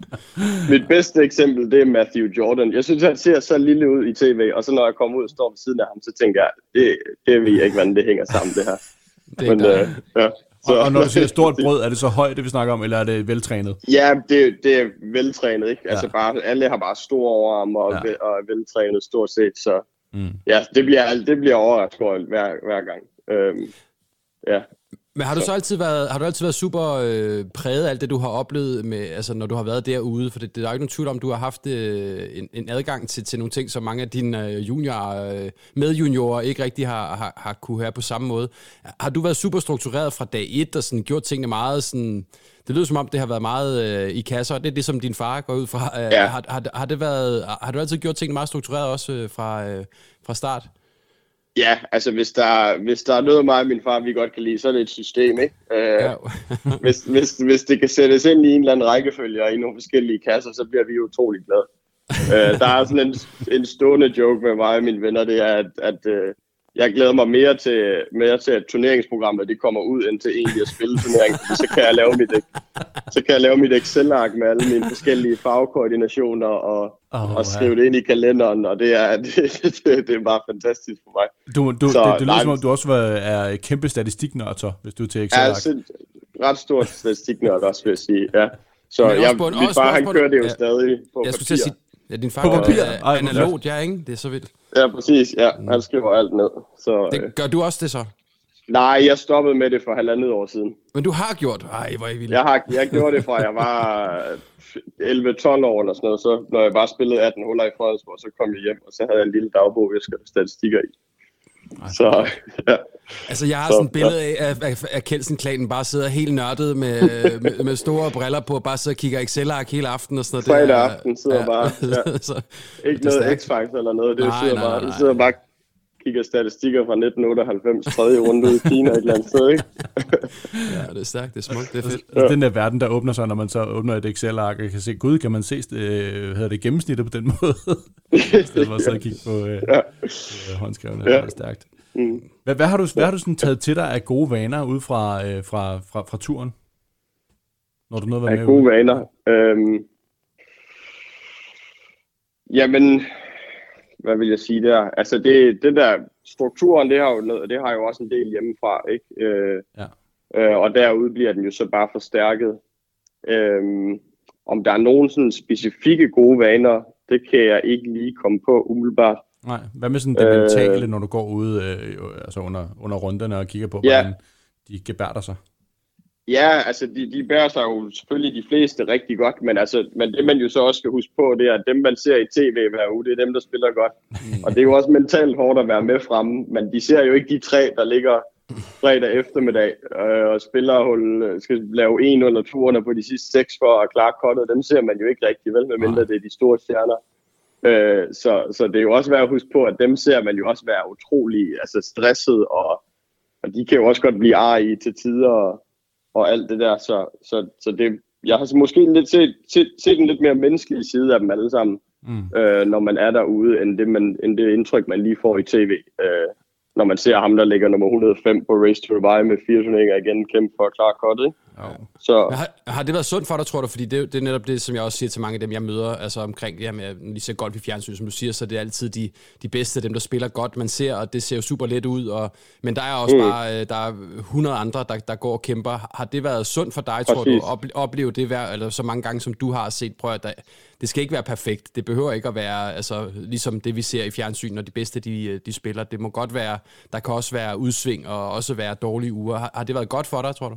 Speaker 1: Mit bedste eksempel, det er Matthew Jordan. Jeg synes, han ser så lille ud i tv, og så når jeg kommer ud og står ved siden af ham, så tænker jeg, det, det ved jeg ikke, hvordan det hænger sammen, det her.
Speaker 2: Det Men, øh, ja. Så. Og, og når du siger stort brød, er det så højt, det vi snakker om, eller er det veltrænet?
Speaker 1: Ja, det, det er veltrænet, ikke? Ja. Altså bare, alle har bare store overarme og, ja. og er veltrænet stort set, så mm. ja, det bliver, det bliver overrasket hver, hver gang. Øhm, ja.
Speaker 3: Men har du så, så altid været, har du altid været super øh, præget af alt det, du har oplevet, med, altså, når du har været derude? For det, det er jo ikke nogen tvivl om, du har haft øh, en, en adgang til, til nogle ting, som mange af dine øh, juniorer, øh, medjuniorer ikke rigtig har, har, har kunne have på samme måde. Har du været super struktureret fra dag et og sådan, gjort tingene meget sådan... Det lyder som om, det har været meget øh, i kasser. Det er det, som din far går ud fra. Øh,
Speaker 1: ja.
Speaker 3: har, har, har, det været, har du altid gjort tingene meget struktureret også øh, fra, øh, fra start?
Speaker 1: Ja, altså hvis der, hvis der er noget mig og min far, vi godt kan lide, så er det et system, ikke? Øh,
Speaker 3: Ja.
Speaker 1: hvis, hvis, hvis det kan sættes ind i en eller anden rækkefølge og i nogle forskellige kasser, så bliver vi utrolig glade. øh, der er sådan en, en stående joke med mig og mine venner, det er, at, at øh, jeg glæder mig mere til, mere til, at turneringsprogrammet det kommer ud, end til egentlig at spille turneringen, så kan jeg lave mit, så kan jeg lave mit Excel-ark med alle mine forskellige farvekoordinationer og,
Speaker 2: oh,
Speaker 1: og skrive det ind i kalenderen, og det er, det, det, det er bare fantastisk for mig.
Speaker 2: Du, du,
Speaker 1: så,
Speaker 2: det, det lyder som om, du også er kæmpe statistiknørd, så, hvis du er til Excel-ark.
Speaker 1: Ja, ret stor statistiknørd også, vil jeg sige, ja. Så jeg,
Speaker 3: en,
Speaker 1: min far, han kører det jo
Speaker 3: ja,
Speaker 1: stadig på
Speaker 3: jeg
Speaker 1: papir.
Speaker 3: Sige, ja, din far
Speaker 2: på papir?
Speaker 3: er analogt, ja, ikke? Det er så vildt.
Speaker 1: Ja, præcis, ja. Han skriver alt ned. Så,
Speaker 3: det, gør du også det så?
Speaker 1: Nej, jeg stoppede med det for halvandet år siden.
Speaker 3: Men du har gjort? Ej, hvor er I vildt.
Speaker 1: Jeg, har, jeg gjorde det fra, jeg var elleve tolv år eller sådan noget. Så når jeg bare spillede atten huller i Fredensborg, så kom jeg hjem, og så havde jeg en lille dagbog, jeg skrev statistikker i. Så, ja.
Speaker 3: Altså, jeg har
Speaker 1: så,
Speaker 3: sådan et billede af, at, at, at Kelsen-klanen bare sidder helt nørdet med, med, med store briller på, og bare sidder og kigger Excel-ark hele aften og sådan noget.
Speaker 1: Fredag aften sidder ja. bare, ja.
Speaker 3: så,
Speaker 1: ikke noget X-Factor eller noget, det
Speaker 3: nej,
Speaker 1: sidder
Speaker 3: nej,
Speaker 1: bare,
Speaker 3: nej.
Speaker 1: sidder bare kigger statistikker fra nitten otteoghalvfems, tredje runde ude i Kina et eller andet sted, ikke?
Speaker 3: Ja, det er stærkt, det er smukt, det er fedt.
Speaker 2: Altså, den der verden, der åbner sig, når man så åbner et Excel-ark, og kan se, gud, kan man se, øh, hedder det gennemsnittet på den måde? I stedet for at sidde og kigge på øh, ja. øh, håndskrevene, ja. Det er stærkt. Mm. Hvad, hvad har du, hvad har du sådan taget til dig af gode vaner ud fra, øh, fra, fra, fra turen? Når du nåede at være
Speaker 1: af
Speaker 2: med
Speaker 1: gode
Speaker 2: ude?
Speaker 1: vaner? Øhm, jamen, hvad vil jeg sige der? Altså, det, det der strukturen, det har, jo noget, det har jo også en del hjemmefra, ikke? Øh,
Speaker 2: ja.
Speaker 1: øh, og derude bliver den jo så bare forstærket. Øhm, om der er nogen sådan specifikke gode vaner, det kan jeg ikke lige komme på umiddelbart.
Speaker 2: Nej, hvad med sådan det øh, mentale, når du går ud øh, altså under, under runderne og kigger på, hvordan ja. de gebærder sig? Ja,
Speaker 1: altså de, de bærer sig jo selvfølgelig de fleste rigtig godt, men, altså, men det man jo så også skal huske på, det er, at dem man ser i tv hver uge, det er dem, der spiller godt. Mm. Og det er jo også mentalt hårdt at være med fremme, men de ser jo ikke de tre, der ligger fredag eftermiddag øh, og spiller og holde, skal lave en eller to under på de sidste seks for at klare kottet. Dem ser man jo ikke rigtig vel, medmindre det er de store stjerner. Øh, så, så det er jo også værd at huske på, at dem ser man jo også være utrolig altså stresset, og, og de kan jo også godt blive ar i til tider og, og alt det der. Så, så, så det, jeg har måske lidt set, set, set en lidt mere menneskelig side af dem alle sammen, mm. øh, når man er derude, end det, man, end det indtryk, man lige får i tv. Øh, når man ser ham, der ligger nummer et hundrede og fem på Race to Dubai med fire turneringer igen, kæmpe for at klare kottet, ikke?
Speaker 3: Ja.
Speaker 1: Så.
Speaker 3: Har, har det været sundt for dig, tror du? Fordi det, det er netop det, som jeg også siger til mange af dem, jeg møder, altså omkring det her med, når de ser golf i fjernsyn, som du siger, så det er altid de, de bedste, dem der spiller godt, man ser, og det ser jo super let ud, og, men der er også mm. bare, der er hundrede andre, der, der går og kæmper. Har det været sundt for dig, tror Præcis. du, at opleve det hver, eller så mange gange, som du har set? Prøv at der, det skal ikke være perfekt. Det behøver ikke at være, altså ligesom det, vi ser i fjernsyn, når de bedste, de, de spiller. Det må godt være, der kan også være udsving, og også være dårlige uger. Har, har det været godt for dig, tror du?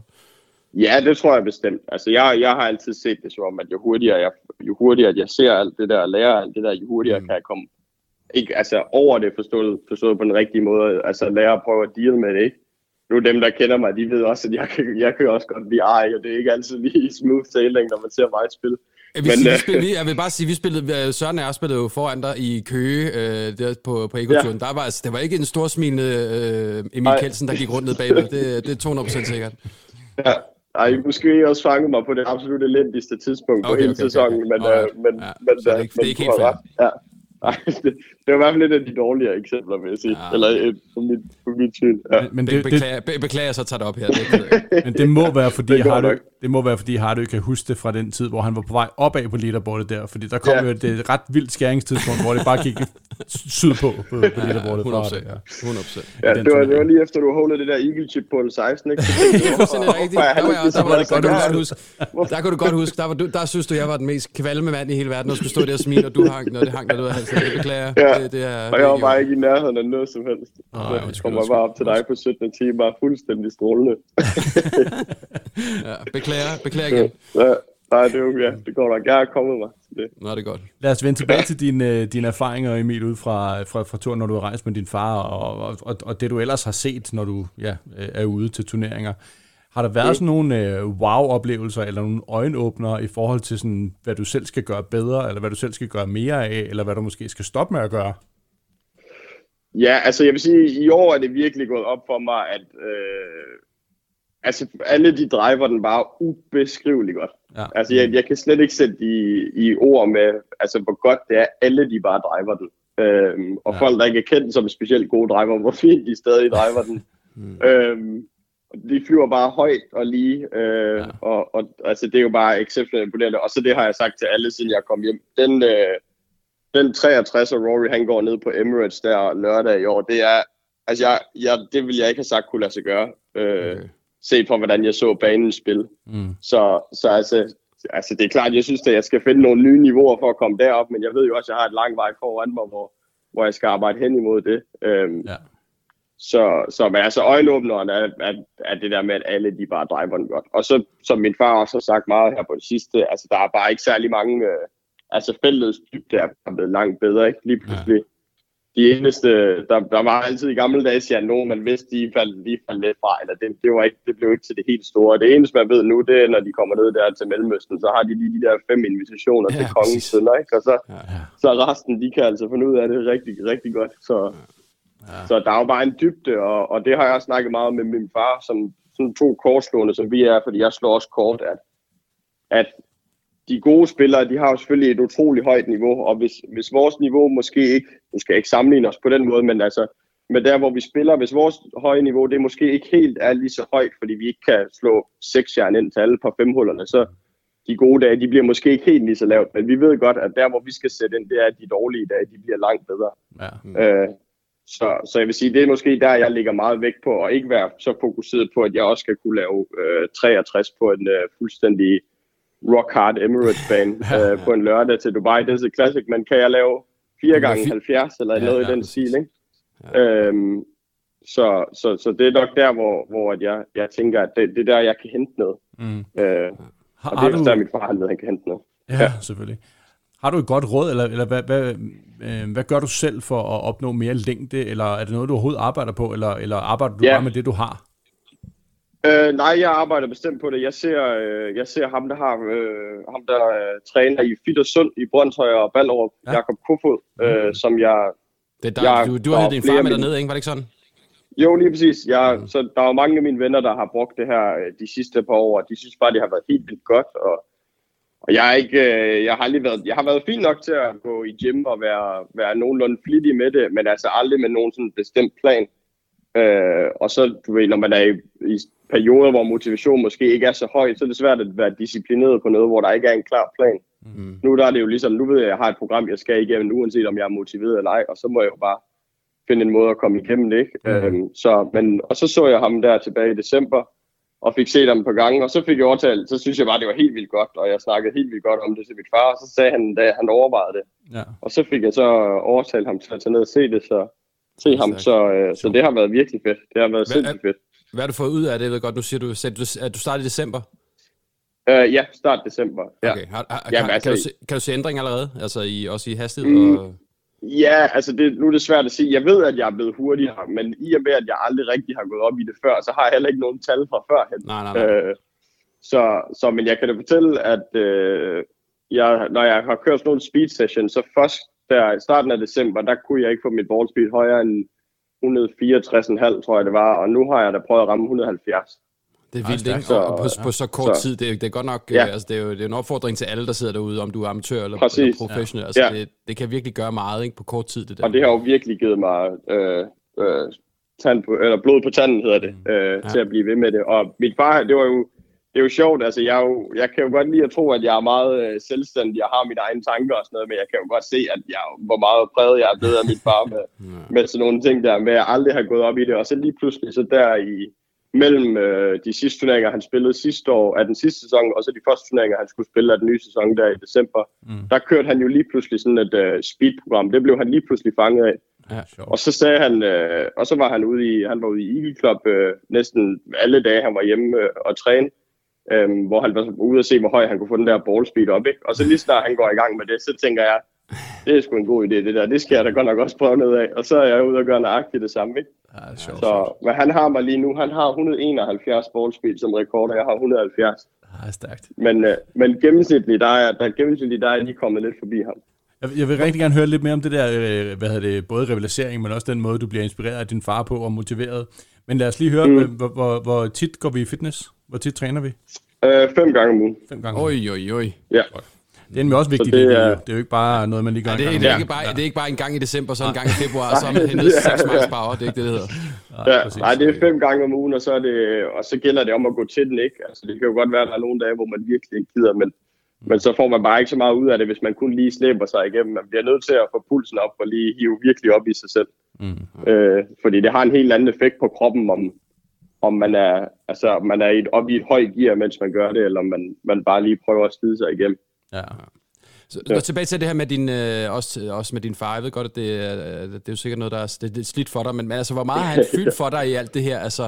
Speaker 1: Ja, det tror jeg bestemt. Altså, jeg, jeg har altid set det som om, at jo hurtigere, jeg, jo hurtigere at jeg ser alt det der, og lærer alt det der, jo hurtigere mm. kan jeg komme ikke, altså, over det forstået, forstået på den rigtige måde. Altså, lære at prøve at deal med det, ikke? Nu dem, der kender mig, de ved også, at jeg kan, jeg kan også godt blive ej, og det er ikke altid lige smooth sailing, når man ser mig spille.
Speaker 3: Jeg vil, Men, sige, vi spillede, jeg vil bare sige, vi spillede, Søren og jeg spillede jo foran dig i Køge øh, der på, på Ekoturen. Ja. Der var, altså, det var ikke en storsmilende øh, Emil Kelsen, der gik rundt ned bagved. Det, det er to hundrede procent sikkert. Ja.
Speaker 1: Ej, måske også fanget mig på det absolut elendigste tidspunkt på okay, hele okay, sæsonen, okay. men,
Speaker 3: okay.
Speaker 1: øh, men,
Speaker 3: ja,
Speaker 1: men,
Speaker 3: det er ikke, det er ikke helt fair.
Speaker 1: Ja. Ej, det, det var i hvert fald lidt af de dårligere eksempler, vil jeg sige. Ja. Eller et, på, mit, på mit syn. Ja.
Speaker 3: Men, men det, beklager, be, beklager, så tager det op her. Det,
Speaker 2: men det må være, fordi det Hardy, det må være, fordi Hardy kan huske det fra den tid, hvor han var på vej opad på leaderboardet der. Fordi der kom ja. jo et, et ret vildt skæringstidspunkt, hvor det bare gik sydpå på, på det der bordet.
Speaker 3: hundrede procent. Ja. hundrede procent.
Speaker 1: Ja, det var, det var lige efter, du holdt det der Eagle chip på en seksten, ikke?
Speaker 3: Det er fuldstændig rigtigt. Der, var jeg, der, var det godt, du godt huske. Der kunne du godt huske, der, var du, der synes du, jeg var den mest kvalme mand i hele verden, og skulle stå der og smile, og du hang, når det hang der ud af halsen. Det beklager.
Speaker 1: Ja,
Speaker 3: det, det er,
Speaker 1: og jeg var bare ikke i nærheden af noget som helst.
Speaker 3: Nej,
Speaker 1: så jeg kommer bare op til dig på syttende time, bare fuldstændig strålende.
Speaker 3: Ja, beklager, beklager igen.
Speaker 1: Ja, nej, det er jo, ja, det går nok. Jeg er kommet mig til det.
Speaker 3: Nå, det er godt.
Speaker 2: Lad os vende tilbage til dine, dine erfaringer, Emil, ud fra, fra, fra turen, når du har rejst med din far, og, og, og det du ellers har set, når du ja, er ude til turneringer. Har der været mm. sådan nogle øh, wow-oplevelser, eller nogle øjenåbnere i forhold til, sådan, hvad du selv skal gøre bedre, eller hvad du selv skal gøre mere af, eller hvad du måske skal stoppe med at gøre?
Speaker 1: Ja, altså jeg vil sige, i år er det virkelig gået op for mig, at øh, altså alle de driver den bare ubeskriveligt godt. Ja. Altså jeg, jeg kan slet ikke sætte i, i ord med, altså hvor godt det er, alle de bare driver den. Øhm, og ja. Folk, der ikke er kendt som specielt gode driver, hvor fint de stadig driver den. mm. øhm, de flyver bare højt og lige, øh, ja. og, og altså det er jo bare exceptionelt imponerende. Og så det har jeg sagt til alle, siden jeg kom hjem. Den, øh, den treogtres Rory, han går ned på Emirates der lørdag i år, det er, altså jeg, jeg, det vil jeg ikke have sagt kunne lade sig gøre. Øh, okay. Set på, hvordan jeg så banen spille. Mm. Så, så altså, altså, det er klart, jeg synes, at jeg skal finde nogle nye niveauer for at komme derop, men jeg ved jo også, at jeg har et lang vej foran mig, hvor, hvor jeg skal arbejde hen imod det. Øhm, ja. Så, så men altså, øjenåbneren er, er, er det der med, at alle de bare driver den godt. Og så, som min far også har sagt meget her på det sidste, altså, der er bare ikke særlig mange, øh, altså feltets dybde er blevet langt bedre, ikke? Lige pludselig. Ja. De eneste, der, der var altid i gamle dage, siger nogen, man vidste, de faldt, de faldt lidt fra, eller det, det, var ikke, det blev ikke til det helt store. Det eneste, man ved nu, det er, når de kommer ned der til Mellemøsten, så har de lige de der fem invitationer ja, til kongens sønner, ikke? Og så, ja, ja. så resten, de kan altså finde ud af det rigtig, rigtig godt. Så, ja. så der er jo bare en dybde, og, og det har jeg snakket meget med min far, som sådan to kortslående, som vi er, fordi jeg slår også kort, at, at de gode spillere, de har jo selvfølgelig et utroligt højt niveau, og hvis, hvis vores niveau måske ikke, nu skal jeg ikke sammenligne os på den måde, men altså, med der hvor vi spiller, hvis vores høje niveau, det måske ikke helt er lige så højt, fordi vi ikke kan slå seksjern ind til alle på femhullerne, så de gode dage, de bliver måske ikke helt lige så lavt, men vi ved godt, at der hvor vi skal sætte ind, det er, at de dårlige dage, de bliver langt bedre. Ja. Mm. Øh, så, så jeg vil sige, det er måske der, jeg ligger meget vægt på, og ikke være så fokuseret på, at jeg også skal kunne lave øh, treogtres på en øh, fuldstændig rock hard Emirates-bane øh, på en lørdag til Dubai Desert Classic, men kan jeg lave fire gange halvfjerds eller ja, noget ja, i den stil, ikke? Ja. Øhm, så, så, så det er nok der, hvor, hvor at jeg, jeg tænker, at det, det er der, jeg kan hente noget. Mm. Øh, har, og det er også du... der, mit far han ved, han kan hente noget.
Speaker 2: Ja, ja, selvfølgelig. Har du et godt råd, eller, eller hvad, hvad, øh, hvad gør du selv for at opnå mere længde, eller er det noget, du overhovedet arbejder på, eller, eller arbejder du ja. bare med det, du har?
Speaker 1: Øh, nej, jeg arbejder bestemt på det. Jeg ser, øh, jeg ser ham, der har øh, ham, der øh, træner i Fit og Sund i Brøndshøj og Ballerup, ja. Jakob Kofod, øh, mm. som jeg...
Speaker 3: Det er der, jeg, du, du har din far med dernede, ikke? Var det ikke sådan?
Speaker 1: Jo, lige præcis. Jeg, mm. Så der er mange af mine venner, der har brugt det her de sidste par år, og de synes bare, det har været helt vildt godt. Og, og jeg, er ikke, øh, jeg, har aldrig været, jeg har været fint nok til at gå i gym og være, være nogenlunde flittig med det, men altså aldrig med nogen sådan bestemt plan. Øh, og så, du ved, når man er i, i perioder, hvor motivation måske ikke er så høj, så er det svært at være disciplineret på noget, hvor der ikke er en klar plan. Mm. Nu der er det jo ligesom, nu ved jeg, at jeg har et program, jeg skal igennem, uanset om jeg er motiveret eller ej, og så må jeg jo bare finde en måde at komme igennem det, ikke? Mm. Øhm, så, men, og så så jeg ham der tilbage i december, og fik set ham på gange, og så fik jeg overtalt, så synes jeg bare, det var helt vildt godt, og jeg snakkede helt vildt godt om det til mit far, og så sagde han, da han overvejede det. Ja. Og så fik jeg så overtalt ham til at tage ned og se det, så se ham, så, øh, så det har været virkelig fedt. Det har været hvad, sindssygt fedt.
Speaker 3: Hvad har du fået ud af det? Jeg ved godt, nu siger du, at du startede i december?
Speaker 1: Uh, ja, start december. Ja.
Speaker 3: Okay. Har, har, Jamen, kan, altså, kan, du se, kan du se ændring allerede? Altså i, også i hastighed?
Speaker 1: Mm,
Speaker 3: og...
Speaker 1: Ja, altså det, nu er det svært at sige. Jeg ved, at jeg er blevet hurtigere, men i og med, at jeg aldrig rigtig har gået op i det før, så har jeg heller ikke nogen tal fra førhen.
Speaker 3: Nej, nej, nej. Uh,
Speaker 1: så, så, men jeg kan da fortælle, at uh, jeg, når jeg har kørt sådan nogle speed sessions, så først der i starten af december, der kunne jeg ikke få mit ball speed højere end et hundrede og fireogtres komma fem, tror jeg det var, og nu har jeg da prøvet at ramme et hundrede og halvfjerds.
Speaker 3: Det er vildt, ikke? Så, og på, på så kort så, tid, det er, det er godt nok, ja. altså det er jo det er en opfordring til alle, der sidder derude, om du er amatør eller, eller professionel. Ja. Altså ja. det, det kan virkelig gøre meget, ikke, på kort tid, det der.
Speaker 1: Og det har jo virkelig givet mig øh, øh, tand på, eller blod på tanden, hedder det, øh, ja. til at blive ved med det. Og mit far, det var jo, det er jo sjovt, altså jeg, jo, jeg kan jo godt lide at tro, at jeg er meget øh, selvstændig og har mine egne tanker og sådan noget, men jeg kan jo godt se, at jeg, hvor meget præget jeg er blevet af min far med, med sådan nogle ting der, med at jeg aldrig har gået op i det, og så lige pludselig så der i mellem øh, de sidste turneringer, han spillede sidste år af den sidste sæson, og så de første turneringer, han skulle spille af den nye sæson der i december, mm. der kørte han jo lige pludselig sådan et øh, speedprogram, det blev han lige pludselig fanget af. Ja, og så sagde han, øh, og så var han ude i, han var ude i Eagle Club øh, næsten alle dage, han var hjemme øh, og træne. Øhm, hvor han var ude at se, hvor høj han kunne få den der ballspeed op, ikke? Og så lige snart han går i gang med det, så tænker jeg, det er sgu en god idé, det der. Det skal jeg da godt nok også prøve ned af. Og så er jeg ude og gøre nøjagtigt det samme, ikke? Ja, sjovt, så men han har mig lige nu, han har et hundrede og enoghalvfjerds ballspeed som rekord, og jeg har et hundrede og halvfjerds.
Speaker 2: Ja, er stærkt.
Speaker 1: Men, øh, men gennemsnitligt, der er, der, gennemsnitligt, der er lige kommet lidt forbi ham.
Speaker 2: Jeg, jeg vil rigtig gerne høre lidt mere om det der, øh, hvad hedder det, både rivalisering, men også den måde, du bliver inspireret af din far på og motiveret. Men lad os lige høre, mm. hvor, hvor, hvor tit går vi i fitness? Hvor tit træner vi?
Speaker 1: Øh, fem gange om ugen.
Speaker 2: Fem gange.
Speaker 3: Oj, oj, oj.
Speaker 1: Ja.
Speaker 2: Det er også vigtigt. Det er, det er jo ikke bare noget, man lige gør.
Speaker 3: Ja, det, er, det, er ikke bare, ja. det er ikke bare en gang i december, så en gang i februar, og så har man hentet seks max power. Det er ikke det, det hedder.
Speaker 1: Ja, nej, det er fem gange om ugen, og så, er det, og så gælder det om at gå til den, ikke? Altså, det kan jo godt være, at der er nogle dage, hvor man virkelig ikke gider, men, mm. men så får man bare ikke så meget ud af det, hvis man kun lige slæber sig igennem. Man bliver nødt til at få pulsen op og lige hive virkelig op i sig selv. Mm. Øh, fordi det har en helt anden effekt på kroppen, om, om man er, altså, man er i et, op i et højt gear, mens man gør det, eller om man, man bare lige prøver at slide sig igennem.
Speaker 3: Ja. Så ja. Tilbage til det her med din, øh, også, også med din far. Jeg ved godt, at det, øh, det er jo sikkert noget, der er, det, det er slidt for dig, men, men altså, hvor meget har han fyldt for dig i alt det her? Altså,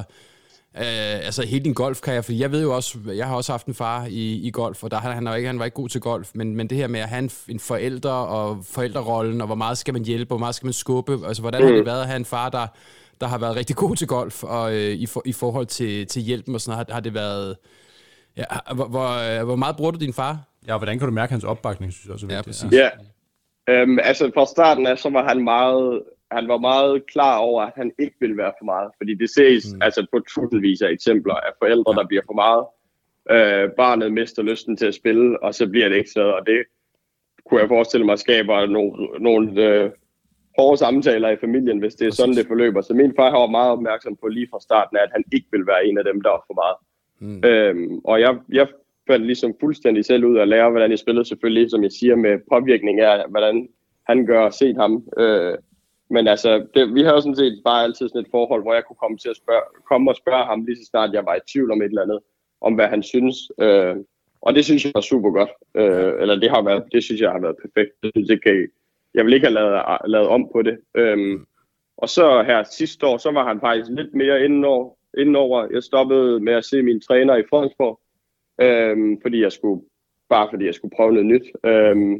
Speaker 3: øh, altså hele din golfkarriere, fordi jeg ved jo også, jeg har også haft en far i, i golf, og der han, han, ikke, han var ikke god til golf, men, men det her med at have en, en forælder og forældrerollen, og hvor meget skal man hjælpe, hvor meget skal man skubbe, altså hvordan mm. har det været at have en far, der, der har været rigtig god til golf, og øh, i, for, i forhold til, til hjælpen og sådan noget, har, har det været, ja, hvor, hvor, hvor meget bruger du din far?
Speaker 2: Ja, hvordan kan du mærke hans opbakning, synes jeg også er vigtigt.
Speaker 1: Ja, præcis. Ja. Øhm, altså fra starten af, så var han meget, han var meget klar over, at han ikke ville være for meget. Fordi det ses mm. altså på tusindvis af eksempler af forældre, ja. der bliver for meget. Øh, barnet mister lysten til at spille, og så bliver det ikke sådan. Og det kunne jeg forestille mig skaber nogle, nogle øh, hårde samtaler i familien, hvis det er præcis. Sådan, det forløber. Så min far var meget opmærksom på lige fra starten af, at han ikke ville være en af dem, der var for meget. Mm. Øhm, og jeg... jeg fandt ligesom fuldstændig selv ud at lære, hvordan jeg spillede, selvfølgelig, som jeg siger, med påvirkning af, hvordan han gør og set ham. Øh, men altså, det, vi havde sådan set bare altid sådan et forhold, hvor jeg kunne komme til at spørge, komme og spørge ham, lige så snart jeg var i tvivl om et eller andet, om hvad han synes. Øh, og det synes jeg var super godt. Øh, eller det har været, det synes jeg har været perfekt. Det synes jeg, kan, jeg vil ikke have lavet, lavet om på det. Øh, og så her sidste år, så var han faktisk lidt mere indenover. indenover. Jeg stoppede med at se mine træner i Fredensborg. Øhm, fordi jeg skulle bare fordi jeg skulle prøve noget nyt øhm,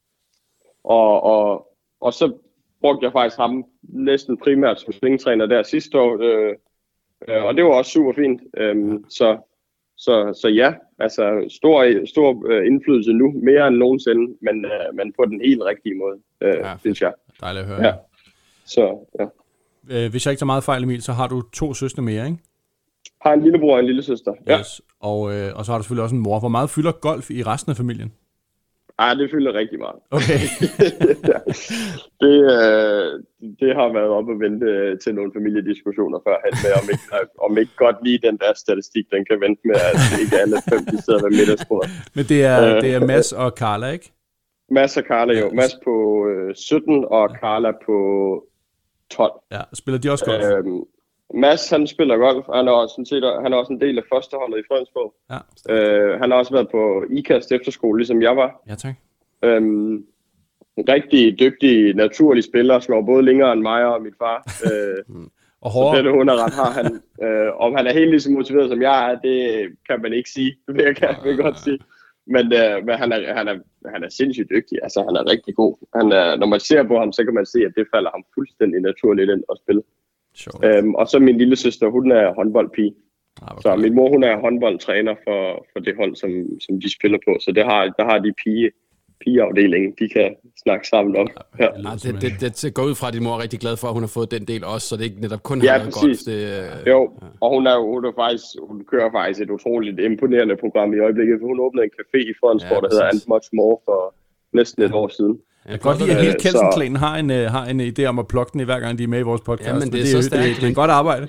Speaker 1: og, og, og så brugte jeg faktisk ham næsten primært som svingtræner der sidste år, øh, øh, og det var også super fint. øhm, så, så, så ja, altså stor, stor øh, indflydelse nu, mere end nogensinde, men, øh, men på den helt rigtige måde, øh, ja, synes jeg.
Speaker 2: Dejligt at høre.
Speaker 1: Ja. Så,
Speaker 2: ja. Hvis jeg ikke tager meget fejl, Emil, så har du to søstre mere, ikke?
Speaker 1: Har en lillebror og en lillesøster. Ja.
Speaker 2: Yes. Og, øh, og så har du selvfølgelig også en mor. Hvor meget fylder golf i resten af familien?
Speaker 1: Ej, det fylder rigtig meget.
Speaker 2: Okay.
Speaker 1: det, øh, det har været op at vente til nogle familiediskussioner førhen med, om ikke, om ikke godt lige den der statistik, den kan vente med, at ikke alle fem, de sidder ved middagsbord.
Speaker 2: Men det er, øh, det er Mads og Carla, ikke?
Speaker 1: Mads og Carla, jo. Mads på øh, sytten og Carla på tolv.
Speaker 2: Ja, spiller de også golf?
Speaker 1: Øh, Mads, han spiller golf. Han er også, sådan set, han er også en del af førsteholdet i Fredensborg. Ja, øh, han har også været på I K A S T efterskole, ligesom jeg var.
Speaker 2: Ja, tak.
Speaker 1: Øhm, rigtig dygtig, naturlig spiller, slår både længere end mig og mit far. Øh,
Speaker 2: og hårdt.
Speaker 1: Så det hundrede har han. Øh, om han er helt lige så motiveret som jeg er, det kan man ikke sige. Det vil jeg, kan, vil jeg godt sige. Men, øh, men han, er, han, er, han er sindssygt dygtig. Altså, han er rigtig god. Han er, når man ser på ham, så kan man se, at det falder ham fuldstændig naturligt ind at spille. Øhm, og så min lille søster, hun er håndboldpige. Ah, så min mor, hun er håndboldtræner for, for det hold, som, som de spiller på. Så det har, der har de pige, pigeafdelingen, de kan snakke sammen om. Ja.
Speaker 3: Ja, det, det, det går ud fra, at din mor er rigtig glad for, at hun har fået den del også, så det ikke netop kun ja, har været golf. Det,
Speaker 1: jo, ja. Og hun, er, hun, er faktisk, hun kører faktisk et utroligt imponerende program i øjeblikket, for hun åbnede en café i Fredensborg, ja, der hedder And Much More for næsten et år siden.
Speaker 2: Jeg kan godt lide, at hele Kelsen-klanen har en, uh, har en idé om at plukke den i hver gang, de er med i vores podcast.
Speaker 3: Ja, men det er,
Speaker 2: det,
Speaker 3: så stærkt.
Speaker 2: Det, det, det er en godt arbejde.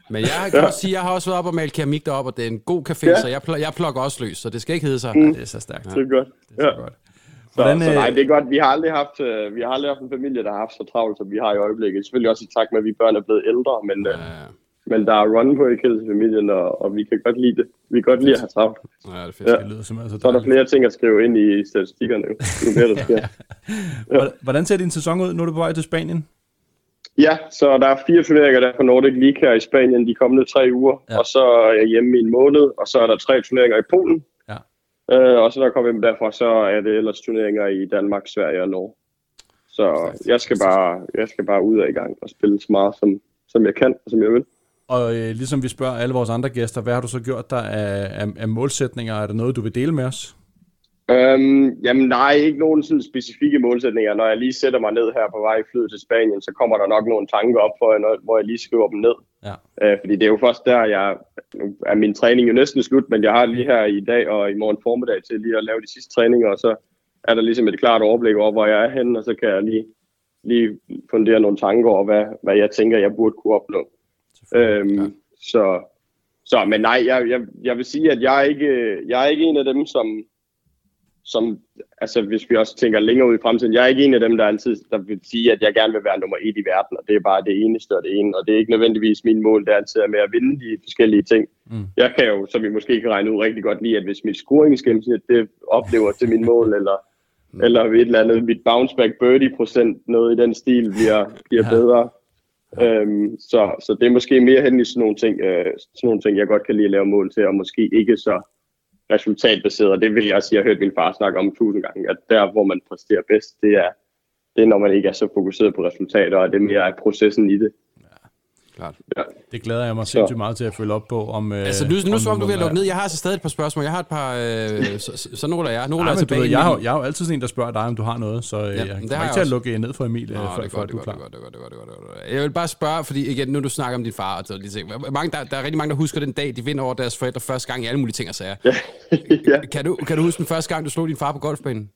Speaker 3: Men jeg kan også sige, jeg har også været op og malet keramik deroppe, og det er en god café, ja. så jeg, pl- jeg plukker også løs, så det skal ikke hedde sig.
Speaker 2: Mm. Ja, det er så stærkt.
Speaker 1: Det er godt.
Speaker 2: Det er så
Speaker 1: ja.
Speaker 2: godt.
Speaker 1: Hvordan, så, så nej, det er godt. Vi har aldrig haft, uh, vi har aldrig haft en familie, der har haft så travlt, som vi har i øjeblikket. Selvfølgelig også i takt med, at vi børn er blevet ældre, men, ja. uh, men der er run på i familien, og, og vi kan godt lide det. Vi kan godt lide at have travlt.
Speaker 3: Ja, det er fedt.
Speaker 2: Ja. Det lyder simpelthen så,
Speaker 1: så er der flere ting at skrive ind i statistikkerne. Nu bliver der sker.
Speaker 2: Ja. Hvordan ser din sæson ud? Nu er du på vej til Spanien.
Speaker 1: Ja, så der er fire turneringer der på Nordic League her i Spanien de kommende tre uger, ja. og så er jeg hjemme i en måned, og så er der tre turneringer i Polen.
Speaker 2: Ja.
Speaker 1: Øh, og så der kommer vi derfra, så er det ellers turneringer i Danmark, Sverige og Norge. Så jeg skal bare, jeg skal bare ud og i gang og spille så meget, som, som jeg kan og som jeg vil.
Speaker 2: Og øh, ligesom vi spørger alle vores andre gæster, hvad har du så gjort der af, af, af målsætninger? Er der noget, du vil dele med os?
Speaker 1: Øhm, jamen nej, ikke nogen sådan specifikke målsætninger. Når jeg lige sætter mig ned her på vej i flyet til Spanien, så kommer der nok nogle tanker op for jer, hvor jeg lige skriver dem ned.
Speaker 2: Ja.
Speaker 1: Øh, fordi det er jo først der, jeg nu er min træning jo næsten slut, men jeg har lige her i dag og i morgen formiddag til lige at lave de sidste træninger, og så er der ligesom et klart overblik over, hvor jeg er henne, og så kan jeg lige, lige fundere nogle tanker over, hvad, hvad jeg tænker, jeg burde kunne opnå. Øhm, ja. så, så, men nej, jeg, jeg, jeg vil sige, at jeg er ikke, jeg er ikke en af dem, som som, altså hvis vi også tænker længere ud i fremtiden, jeg er ikke en af dem, der altid der vil sige, at jeg gerne vil være nummer et i verden, og det er bare det eneste og det ene, og det er ikke nødvendigvis min mål, det er altid med at vinde de forskellige ting. Mm. Jeg kan jo, som vi måske kan regne ud, rigtig godt lide, at hvis mit scoringsgennemsnit, det oplever til min mål, eller, mm. eller et eller andet, mit bounce back birdie procent, noget i den stil, bliver, bliver ja. bedre. Øhm, så, så det er måske mere hen i sådan nogle ting, øh, sådan nogle ting, jeg godt kan lide at lave mål til, og måske ikke så resultatbaseret, og det vil jeg sige, jeg har hørt min far snakke om tusind gange, at der, hvor man præsterer bedst, det er, det er, når man ikke er så fokuseret på resultater, og det er mere processen i det.
Speaker 2: Ja, klart. Ja. Det glæder jeg mig sindssygt meget til at følge op på. Om,
Speaker 3: altså, nu, nu så om du vil lukke ned. Jeg har altså stadig et par spørgsmål. Jeg har et par, øh, så, så, så nogle af jer. Nogle
Speaker 2: ja,
Speaker 3: er tilbage.
Speaker 2: Ved, jeg, har, jeg har jo altid sådan en, der spørger dig, om du har noget, så ja, jeg kommer ikke til at lukke ned for Emil, Nå, før, før du er klar.
Speaker 3: Jeg vil bare spørge, fordi igen, nu du snakker om din far, og lige ting. Mange, der, der er rigtig mange, der husker den dag, de vinder over deres forældre første gang i alle mulige ting og sager. ja. kan, du, kan du huske den første gang, du slog din far på golfbanen?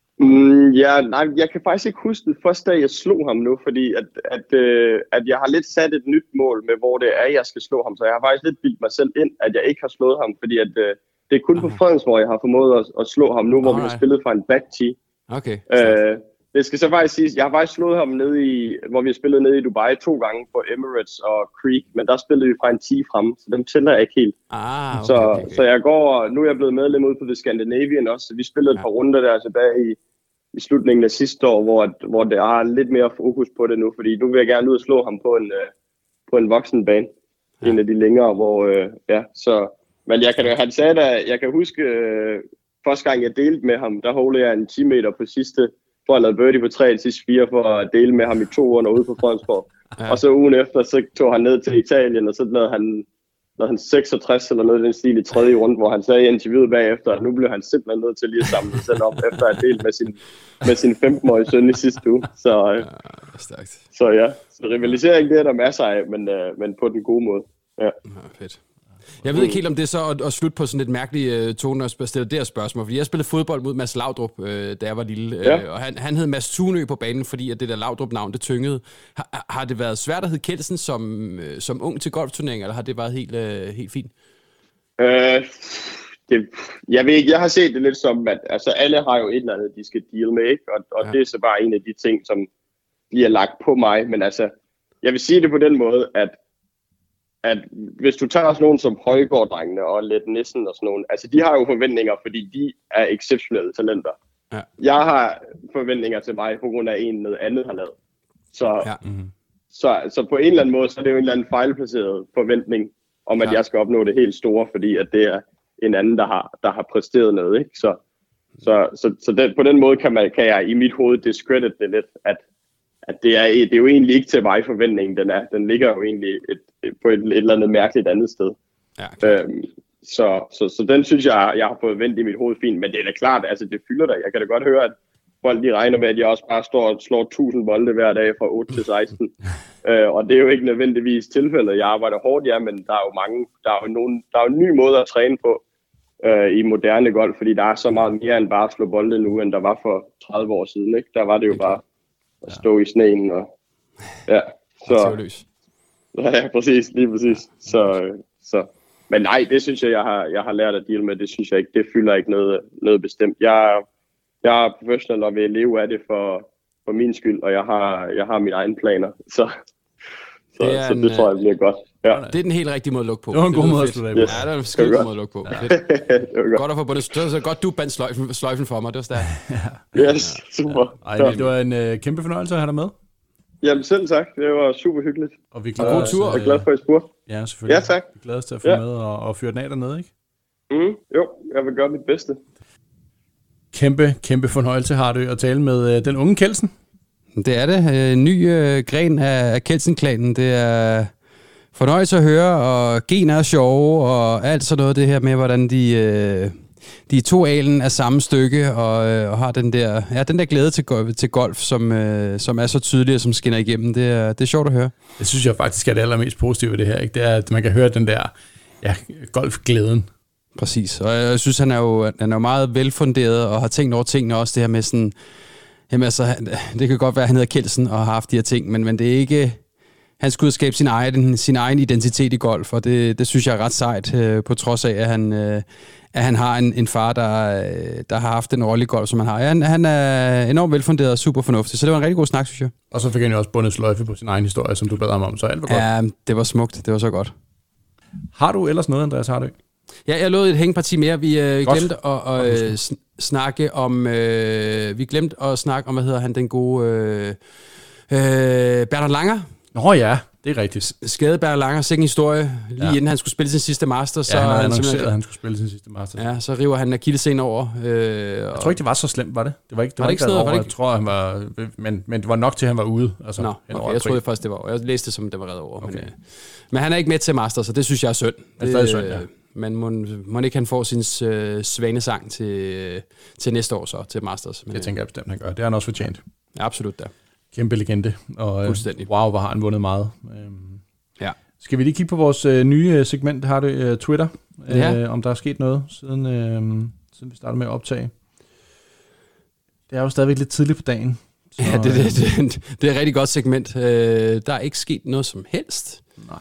Speaker 1: Mm, ja, nej, jeg kan faktisk ikke huske den første dag, jeg slog ham nu, fordi at, at, øh, at jeg har lidt sat et nyt mål med, hvor det er, jeg skal slå ham. Så jeg har faktisk lidt bildt mig selv ind, at jeg ikke har slået ham, fordi at, øh, det er kun på Fredensborg, jeg har formået at, at slå ham nu, hvor okay. vi har spillet fra en back tee.
Speaker 3: Okay.
Speaker 1: Øh, det skal så faktisk siges, jeg har faktisk slået ham nede i, hvor vi har spillet nede i Dubai to gange på Emirates og Creek, men der spillede vi fra en tee frem, så dem tæller jeg ikke helt.
Speaker 3: Ah, okay,
Speaker 1: så,
Speaker 3: okay, okay.
Speaker 1: så jeg går, nu er jeg blevet medlem ude på The Scandinavian også, så vi spillede et par ja. runder der tilbage i i slutningen af sidste år, hvor, hvor det er lidt mere fokus på det nu, fordi nu vil jeg gerne ud og slå ham på en, øh, på en voksenbane. Ja. En af de længere, hvor, øh, ja, så, men jeg kan, han sagde da, jeg kan huske, øh, første gang jeg delte med ham, der holdede jeg en ti meter på sidste, for at lave birdie på tre, sidste fire, for at dele med ham i to uger ude på Fredensborg. Ja. Og så ugen efter, så tog han ned til Italien, og så lavede han, lavede han seksogtres eller noget i den stil i tredje runde, hvor han sagde i interviewet bagefter, at nu blev han simpelthen nødt til lige at samle sig selv op, efter at have delt med sin, med sin femten-årige søn i sidste uge. Så, øh,
Speaker 3: ja,
Speaker 1: så ja, så rivalisering, det er der masser af, men, øh, men på den gode måde. Ja.
Speaker 3: Ja, fedt. Jeg ved ikke helt, om det er så at, at slutte på sådan et mærkeligt uh, tone og stille det her spørgsmål, fordi jeg spillede fodbold mod Mads Laudrup, uh, da jeg var lille, ja. uh, og han, han hed Mads Tunø på banen, fordi at det der Laudrup-navn, det tyngede. Har, har det været svært at hedde Kjeldsen som, uh, som ung til golfturneringer, eller har det været helt, uh, helt fint?
Speaker 1: Øh, det, jeg ved ikke, jeg har set det lidt som, at altså, alle har jo et eller andet, de skal deal med, ikke? Og, og ja. det er så bare en af de ting, som bliver lagt på mig, men altså, jeg vil sige det på den måde, at at hvis du tager sådan nogen som Højgaard-drengene og Let Nissen og sådan nogen, altså de har jo forventninger, fordi de er exceptionelle talenter. Ja. Jeg har forventninger til mig, på grund af en noget andet har lavet. Så, ja. mm-hmm. så, så på en eller anden måde, så er det jo en eller anden fejlplaceret forventning, om at ja. jeg skal opnå det helt store, fordi at det er en anden, der har, der har præsteret noget. Ikke? Så, så, så, så den, på den måde kan, man, kan jeg i mit hoved discredit det lidt, at at det er, det er jo egentlig ikke til mig forventningen, den er. Den ligger jo egentlig et, et, på et, et eller andet mærkeligt andet sted. Ja, øhm, så, så, så den synes jeg, jeg har fået vendt i mit hoved fint, men det er da klart, altså det fylder der. Jeg kan da godt høre, at folk de regner med, at jeg også bare står og slår tusind bolde hver dag fra otte til seksten. øh, og det er jo ikke nødvendigvis tilfældet. Jeg arbejder hårdt, ja, men der er jo mange, der er jo, nogle, der er jo en ny måde at træne på øh, i moderne golf, fordi der er så meget mere end bare at slå bolde nu, end der var for tredive år siden. Ikke? Der var det jo bare at stå i sneen og ja, så Ja, præcis, lige præcis. Så, så. Men nej, det synes jeg, jeg har, jeg har lært at deal med. Det synes jeg ikke, det fylder ikke noget, noget bestemt. Jeg, jeg er professionel og vil leve af det for, for min skyld, og jeg har, jeg har mine egne planer. Så, så, det, så en, det tror jeg bliver godt. Ja.
Speaker 3: Det er den helt rigtige måde at lukke på.
Speaker 2: Det var en god måde at slutte af på.
Speaker 3: Yes. Ja, det var en skide god måde at lukke på. Ja. Fedt.
Speaker 1: godt.
Speaker 3: Godt at få bundet. Det var så godt, du bandt sløjfen, sløjfen for mig. Det var stærkt.
Speaker 1: Yes, super.
Speaker 2: Ja. Ej, det var en øh, kæmpe fornøjelse at have dig med.
Speaker 1: Jamen selv tak. Det var super hyggeligt.
Speaker 2: Og vi er
Speaker 3: glade, god tur.
Speaker 1: Jeg er glad for, at I spurgte.
Speaker 2: Ja, selvfølgelig.
Speaker 1: Ja, tak.
Speaker 2: Vi er glade til at få ja. med og, og fyre den af dernede, ikke?
Speaker 1: Mm, jo, jeg vil gøre mit bedste.
Speaker 2: Kæmpe, kæmpe fornøjelse har du at tale med øh, den unge Kelsen.
Speaker 3: Det er det. En ny øh, gren af, af Kelsen-klanen. Det er fornøjelse at høre, og gener er sjove, og alt sådan noget det her med, hvordan de... Øh, De to alen er samme stykke, og, øh, og har den der, ja, den der glæde til, til golf, som, øh, som er så tydelig og som skinner igennem. Det er, det er sjovt at høre.
Speaker 2: Det synes jeg faktisk er det allermest positive ved det her. Ikke? Det er, at man kan høre den der ja, golfglæden.
Speaker 3: Præcis, og jeg synes, han er jo, han er jo meget velfunderet og har tænkt over tingene også. Det her med sådan, jamen altså, det kan godt være, at han hedder Kelsen og har haft de her ting, men, men det er ikke... Han skulle skabe sin egen, sin egen identitet i golf, og det, det synes jeg er ret sejt, øh, på trods af, at han, øh, at han har en, en far, der, der har haft en rolle i golf, som han har. Han, han er enormt velfunderet og super fornuftig, så det var en rigtig god snak, synes jeg.
Speaker 2: Og så fik han jo også bundet sløjfe på sin egen historie, som du bad ham om, så alt var godt.
Speaker 3: Ja, det var smukt. Det var så godt.
Speaker 2: Har du ellers noget, Andreas? Har du ikke?
Speaker 3: Ja, jeg lovede et hængeparti mere. Vi øh, glemte at, at øh, snakke om... Øh, vi glemte at snakke om, hvad hedder han, den gode... Øh, øh, Bernhard Langer.
Speaker 2: Nå ja, det er rigtigt.
Speaker 3: Skade Bernhard Langer, sikke en historie. Lige ja. inden han skulle spille sin sidste master. Så
Speaker 2: ja, han havde annonceret, at han skulle spille sin sidste master.
Speaker 3: Ja, så river han akillescenen over. Øh,
Speaker 2: jeg tror ikke, det var så slemt, var det? Det var ikke, det
Speaker 3: var
Speaker 2: var
Speaker 3: det ikke sådan noget, var det ikke?
Speaker 2: Jeg tror, han var... Men, men det var nok til, at han var ude. Altså,
Speaker 3: Nå, okay, jeg troede faktisk, det var. Jeg læste det, som det var reddet over.
Speaker 2: Okay.
Speaker 3: Men, øh, men han er ikke med til master, så det synes jeg er synd.
Speaker 2: Det er synd, ja.
Speaker 3: Men må, må ikke han får sin øh, svanesang til, til næste år så, til Masters. Men,
Speaker 2: det tænker jeg bestemt, han gør. Det har han også fortjent.
Speaker 3: Ja, absolut da.
Speaker 2: Kæmpe legende. Og,
Speaker 3: fuldstændig.
Speaker 2: Wow, hvor har han vundet meget. Øhm,
Speaker 3: ja.
Speaker 2: Skal vi lige kigge på vores øh, nye segment, har du øh, Twitter,
Speaker 3: ja.
Speaker 2: øh, om der er sket noget, siden, øh, siden vi startede med at optage. Det er jo stadigvæk lidt tidligt på dagen.
Speaker 3: Så, ja, det, det, det, det er et rigtig godt segment. Øh, der er ikke sket noget som helst.
Speaker 2: Nej.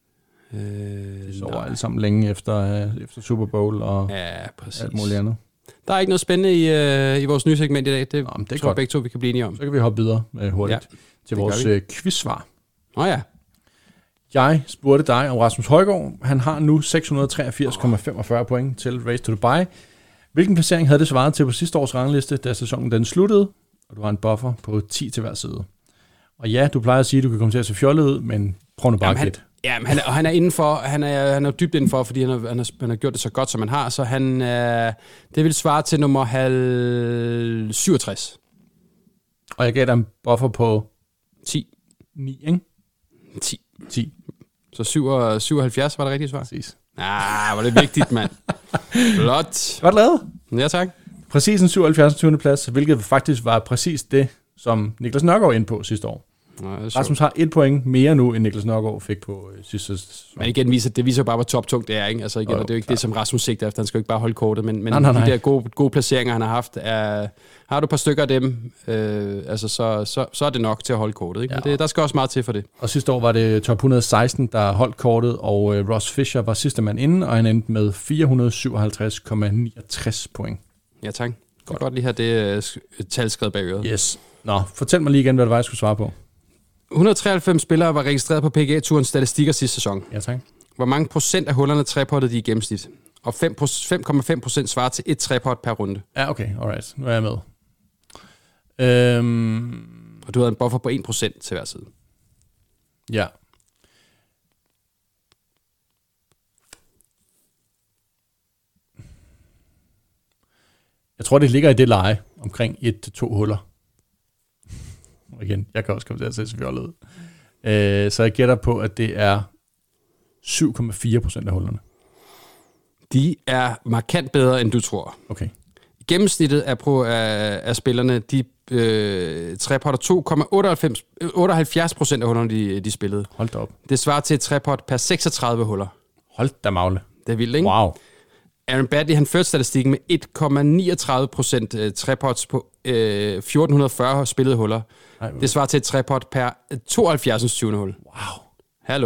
Speaker 3: Øh,
Speaker 2: Vi sover alle sammen længe efter, øh, efter Super Bowl og
Speaker 3: ja, præcis.
Speaker 2: alt muligt andet.
Speaker 3: Der er ikke noget spændende i, øh, i vores nye segment i dag. Det, Nå, det tror jeg
Speaker 2: godt.
Speaker 3: begge to, vi kan blive enige om.
Speaker 2: Så kan vi hoppe videre øh, hurtigt ja, til vores øh, quizsvar.
Speaker 3: Åh oh, ja.
Speaker 2: Jeg spurgte dig om Rasmus Højgaard. Han har nu seks hundrede treogfirs komma femogfyrre point til Race to Dubai. Hvilken placering havde det svaret til på sidste års rangliste, da sæsonen den sluttede? Og du har en buffer på ti til hver side. Og ja, du plejer at sige, at du kan komme til at se fjollet ud, men prøv nu bare
Speaker 3: Jamen,
Speaker 2: lidt.
Speaker 3: Ja, men han, er, han er indenfor, han er, han er dybt indenfor, fordi han har, han, har, han har gjort det så godt, som han har, så han, øh, det vil svare til nummer halv syvogtres.
Speaker 2: Og jeg gav dig en buffer på
Speaker 3: ti.
Speaker 2: ni, ikke?
Speaker 3: ti.
Speaker 2: ti.
Speaker 3: Så syvoghalvfjerds var det rigtige svar?
Speaker 2: Præcis.
Speaker 3: Ah, var det vigtigt, mand. Flot.
Speaker 2: Godt lavet.
Speaker 3: Ja, tak.
Speaker 2: Præcis en syvoghalvfjerds plads, hvilket faktisk var præcis det, som Niklas Nørgaard ind på sidste år. Nå, Rasmus har et point mere nu, end Niklas Nørgaard fik på øh, sidste sæson.
Speaker 3: Men igen, viser, det viser bare, hvor toptungt det er. Ikke? Altså, igen, oh, og det er jo ikke klar. Det, som Rasmus sigter efter. Han skal jo ikke bare holde kortet, men, men nej, nej, nej. de der gode, gode placeringer, han har haft, er, har du et par stykker af dem, øh, altså, så, så, så er det nok til at holde kortet. Ikke? Ja. Men det, der skal også meget til for det.
Speaker 2: Og sidste år var det top et hundrede og seksten, der holdt kortet, og øh, Ross Fisher var sidste mand inde, og han endte med fire hundrede syvoghalvtreds komma niogtres point.
Speaker 3: Ja, tak. Godt, godt lige have det uh, tal skrevet bag øret.
Speaker 2: Yes. Nå, fortæl mig lige igen, hvad det var, jeg skulle svare på.
Speaker 3: et hundrede og treoghalvfems spillere var registreret på P G A-turens statistikker sidste sæson.
Speaker 2: Ja, tak.
Speaker 3: Hvor mange procent af hullerne trepottede de i gennemsnit? Og fem komma fem procent svarer til et trepot per runde.
Speaker 2: Ja, okay. Alright. Nu er jeg med. Øhm...
Speaker 3: Og du havde en buffer på en procent til hver side.
Speaker 2: Ja. Jeg tror, det ligger i det leje omkring et til to huller. Og igen, jeg kan også komme til at se så fjollet ud. Øh, så jeg gætter på, at det er syv komma fire procent af hullerne. De er
Speaker 3: markant bedre, end du tror.
Speaker 2: Okay.
Speaker 3: Gennemsnittet af, pro, af, af spillerne, de øh, trepotter to komma otteoghalvfjerds procent af hullerne, de, de spillede.
Speaker 2: Hold da op.
Speaker 3: Det svarer til et trepot per seksogtredive huller.
Speaker 2: Hold da magle.
Speaker 3: Det er vildt, ikke?
Speaker 2: Wow.
Speaker 3: Aaron Baddeley, han førte statistikken med et komma niogtredive procent trepots på øh, fjorten fyrre spillede huller. Ej, det svarer til et trepot per tooghalvfjerds tyvende hul.
Speaker 2: Wow.
Speaker 3: Hallo.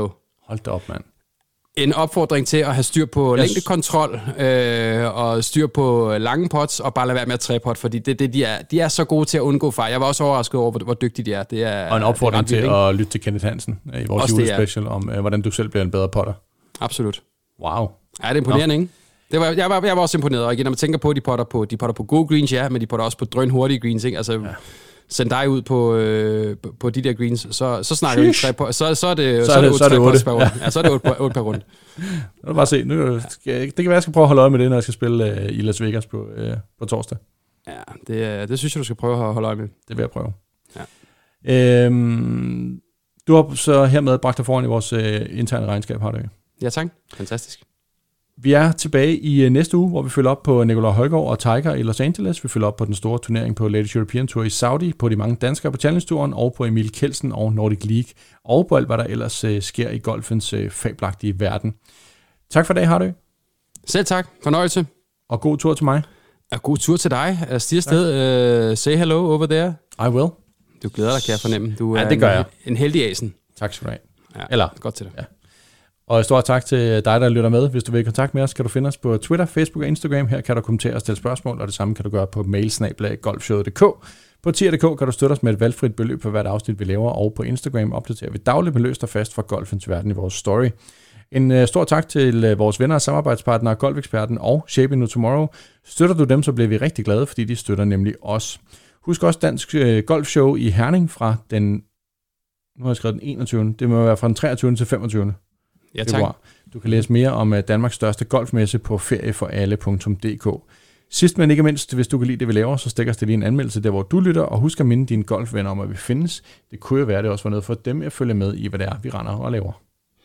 Speaker 2: Hold da op, mand.
Speaker 3: En opfordring til at have styr på
Speaker 2: Yes.
Speaker 3: længdekontrol øh, og styr på lange pots, og bare lade være med at træpot, fordi det, det, de, er, de er så gode til at undgå fejl. Jeg var også overrasket over, hvor, hvor dygtige de er. Det er
Speaker 2: Og en opfordring
Speaker 3: det er
Speaker 2: til
Speaker 3: vildt,
Speaker 2: at lytte til Kenneth Hansen i vores
Speaker 3: Også det, ja.
Speaker 2: julespecial om, øh, hvordan du selv bliver en bedre potter.
Speaker 3: Absolut.
Speaker 2: Wow.
Speaker 3: Ja, det er imponerende, ikke? Det var, jeg, var, jeg var også imponeret, og igen, når man tænker på, at de potter på, de potter på gode greens, ja, men de potter også på drøn hurtige greens, ikke? Altså, ja. Send dig ud på, øh, på de der greens, så, så snakker vi tre på, så, så er det
Speaker 2: så er det, så er det otte
Speaker 3: per runde. Ja, så er det otte, otte per runde.
Speaker 2: Nu kan bare se. Nu skal, det kan være, jeg skal prøve at holde øje med det, når jeg skal spille øh, i Las Vegas på, øh, på torsdag.
Speaker 3: Ja, det, det synes jeg, du skal prøve at holde øje med.
Speaker 2: Det vil jeg prøve.
Speaker 3: Ja.
Speaker 2: Øhm, du har så hermed bragt dig foran i vores øh, interne regnskab, har du ikke?
Speaker 3: Ja, tak. Fantastisk.
Speaker 2: Vi er tilbage i øh, næste uge, hvor vi følger op på Nikolaj Højgaard og Tiger i Los Angeles. Vi følger op på den store turnering på Ladies European Tour i Saudi, på de mange danskere på Challenge-turen, og på Emil Kelsen og Nordic League, og på alt, hvad der ellers øh, sker i golfens øh, fabelagtige verden. Tak for i dag, Hardy.
Speaker 3: Selv tak. Fornøjelse.
Speaker 2: Og god tur til mig.
Speaker 3: Og god tur til dig. Stig afsted. Uh, say hello over there.
Speaker 2: I will.
Speaker 3: Du glæder dig, kan jeg fornemme. Du
Speaker 2: Ja,
Speaker 3: er
Speaker 2: det gør
Speaker 3: en,
Speaker 2: jeg.
Speaker 3: en heldig asen.
Speaker 2: Tak skal du have.
Speaker 3: Ja,
Speaker 2: Eller-
Speaker 3: godt til dig.
Speaker 2: Ja. Og stor tak til dig, der lytter med. Hvis du vil i kontakt med os, kan du finde os på Twitter, Facebook og Instagram. Her kan du kommentere og stille spørgsmål, og det samme kan du gøre på mail snabel-a golfshowet punktum d k. På tier punktum d k kan du støtte os med et valgfrit beløb for hvert afsnit, vi laver, og på Instagram opdaterer vi dagligt med løst og fast fra golfens verden i vores story. En uh, stor tak til uh, vores venner og samarbejdspartnere, Golfeksperten og Shape Into Tomorrow. Støtter du dem, så bliver vi rigtig glade, fordi de støtter nemlig os. Husk også Dansk uh, Golfshow i Herning fra den, nu har jeg skrevet den enogtyvende Det må være fra den treogtyvende til femogtyvende
Speaker 3: Ja, tak.
Speaker 2: februar. Du kan læse mere om uh, Danmarks største golfmesse på ferieforalle punktum d k. Sidst men ikke mindst, hvis du kan lide det, vi laver, så stikker os det lige en anmeldelse der, hvor du lytter, og husk at minde dine golfvenner om, at vi findes. Det kunne jo være, det også var noget for dem at følge med i, hvad det er, vi render og laver.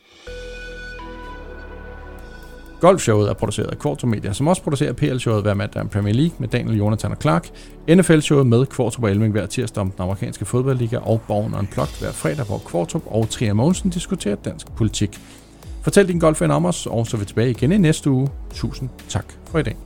Speaker 2: Golfshowet er produceret af Kvartrup Media, som også producerer P L-showet hver mandag om Premier League med Daniel, Jonathan og Clark, N F L-showet med Kvartrup og Elming hver tirsdag om den amerikanske fodboldliga, og Borgen Unplugged hver fredag, hvor Kvartrup og Trier Mogensen diskuterer dansk politik. Fortæl din golfven om os, og så er vi tilbage igen i næste uge. Tusind tak for i dag.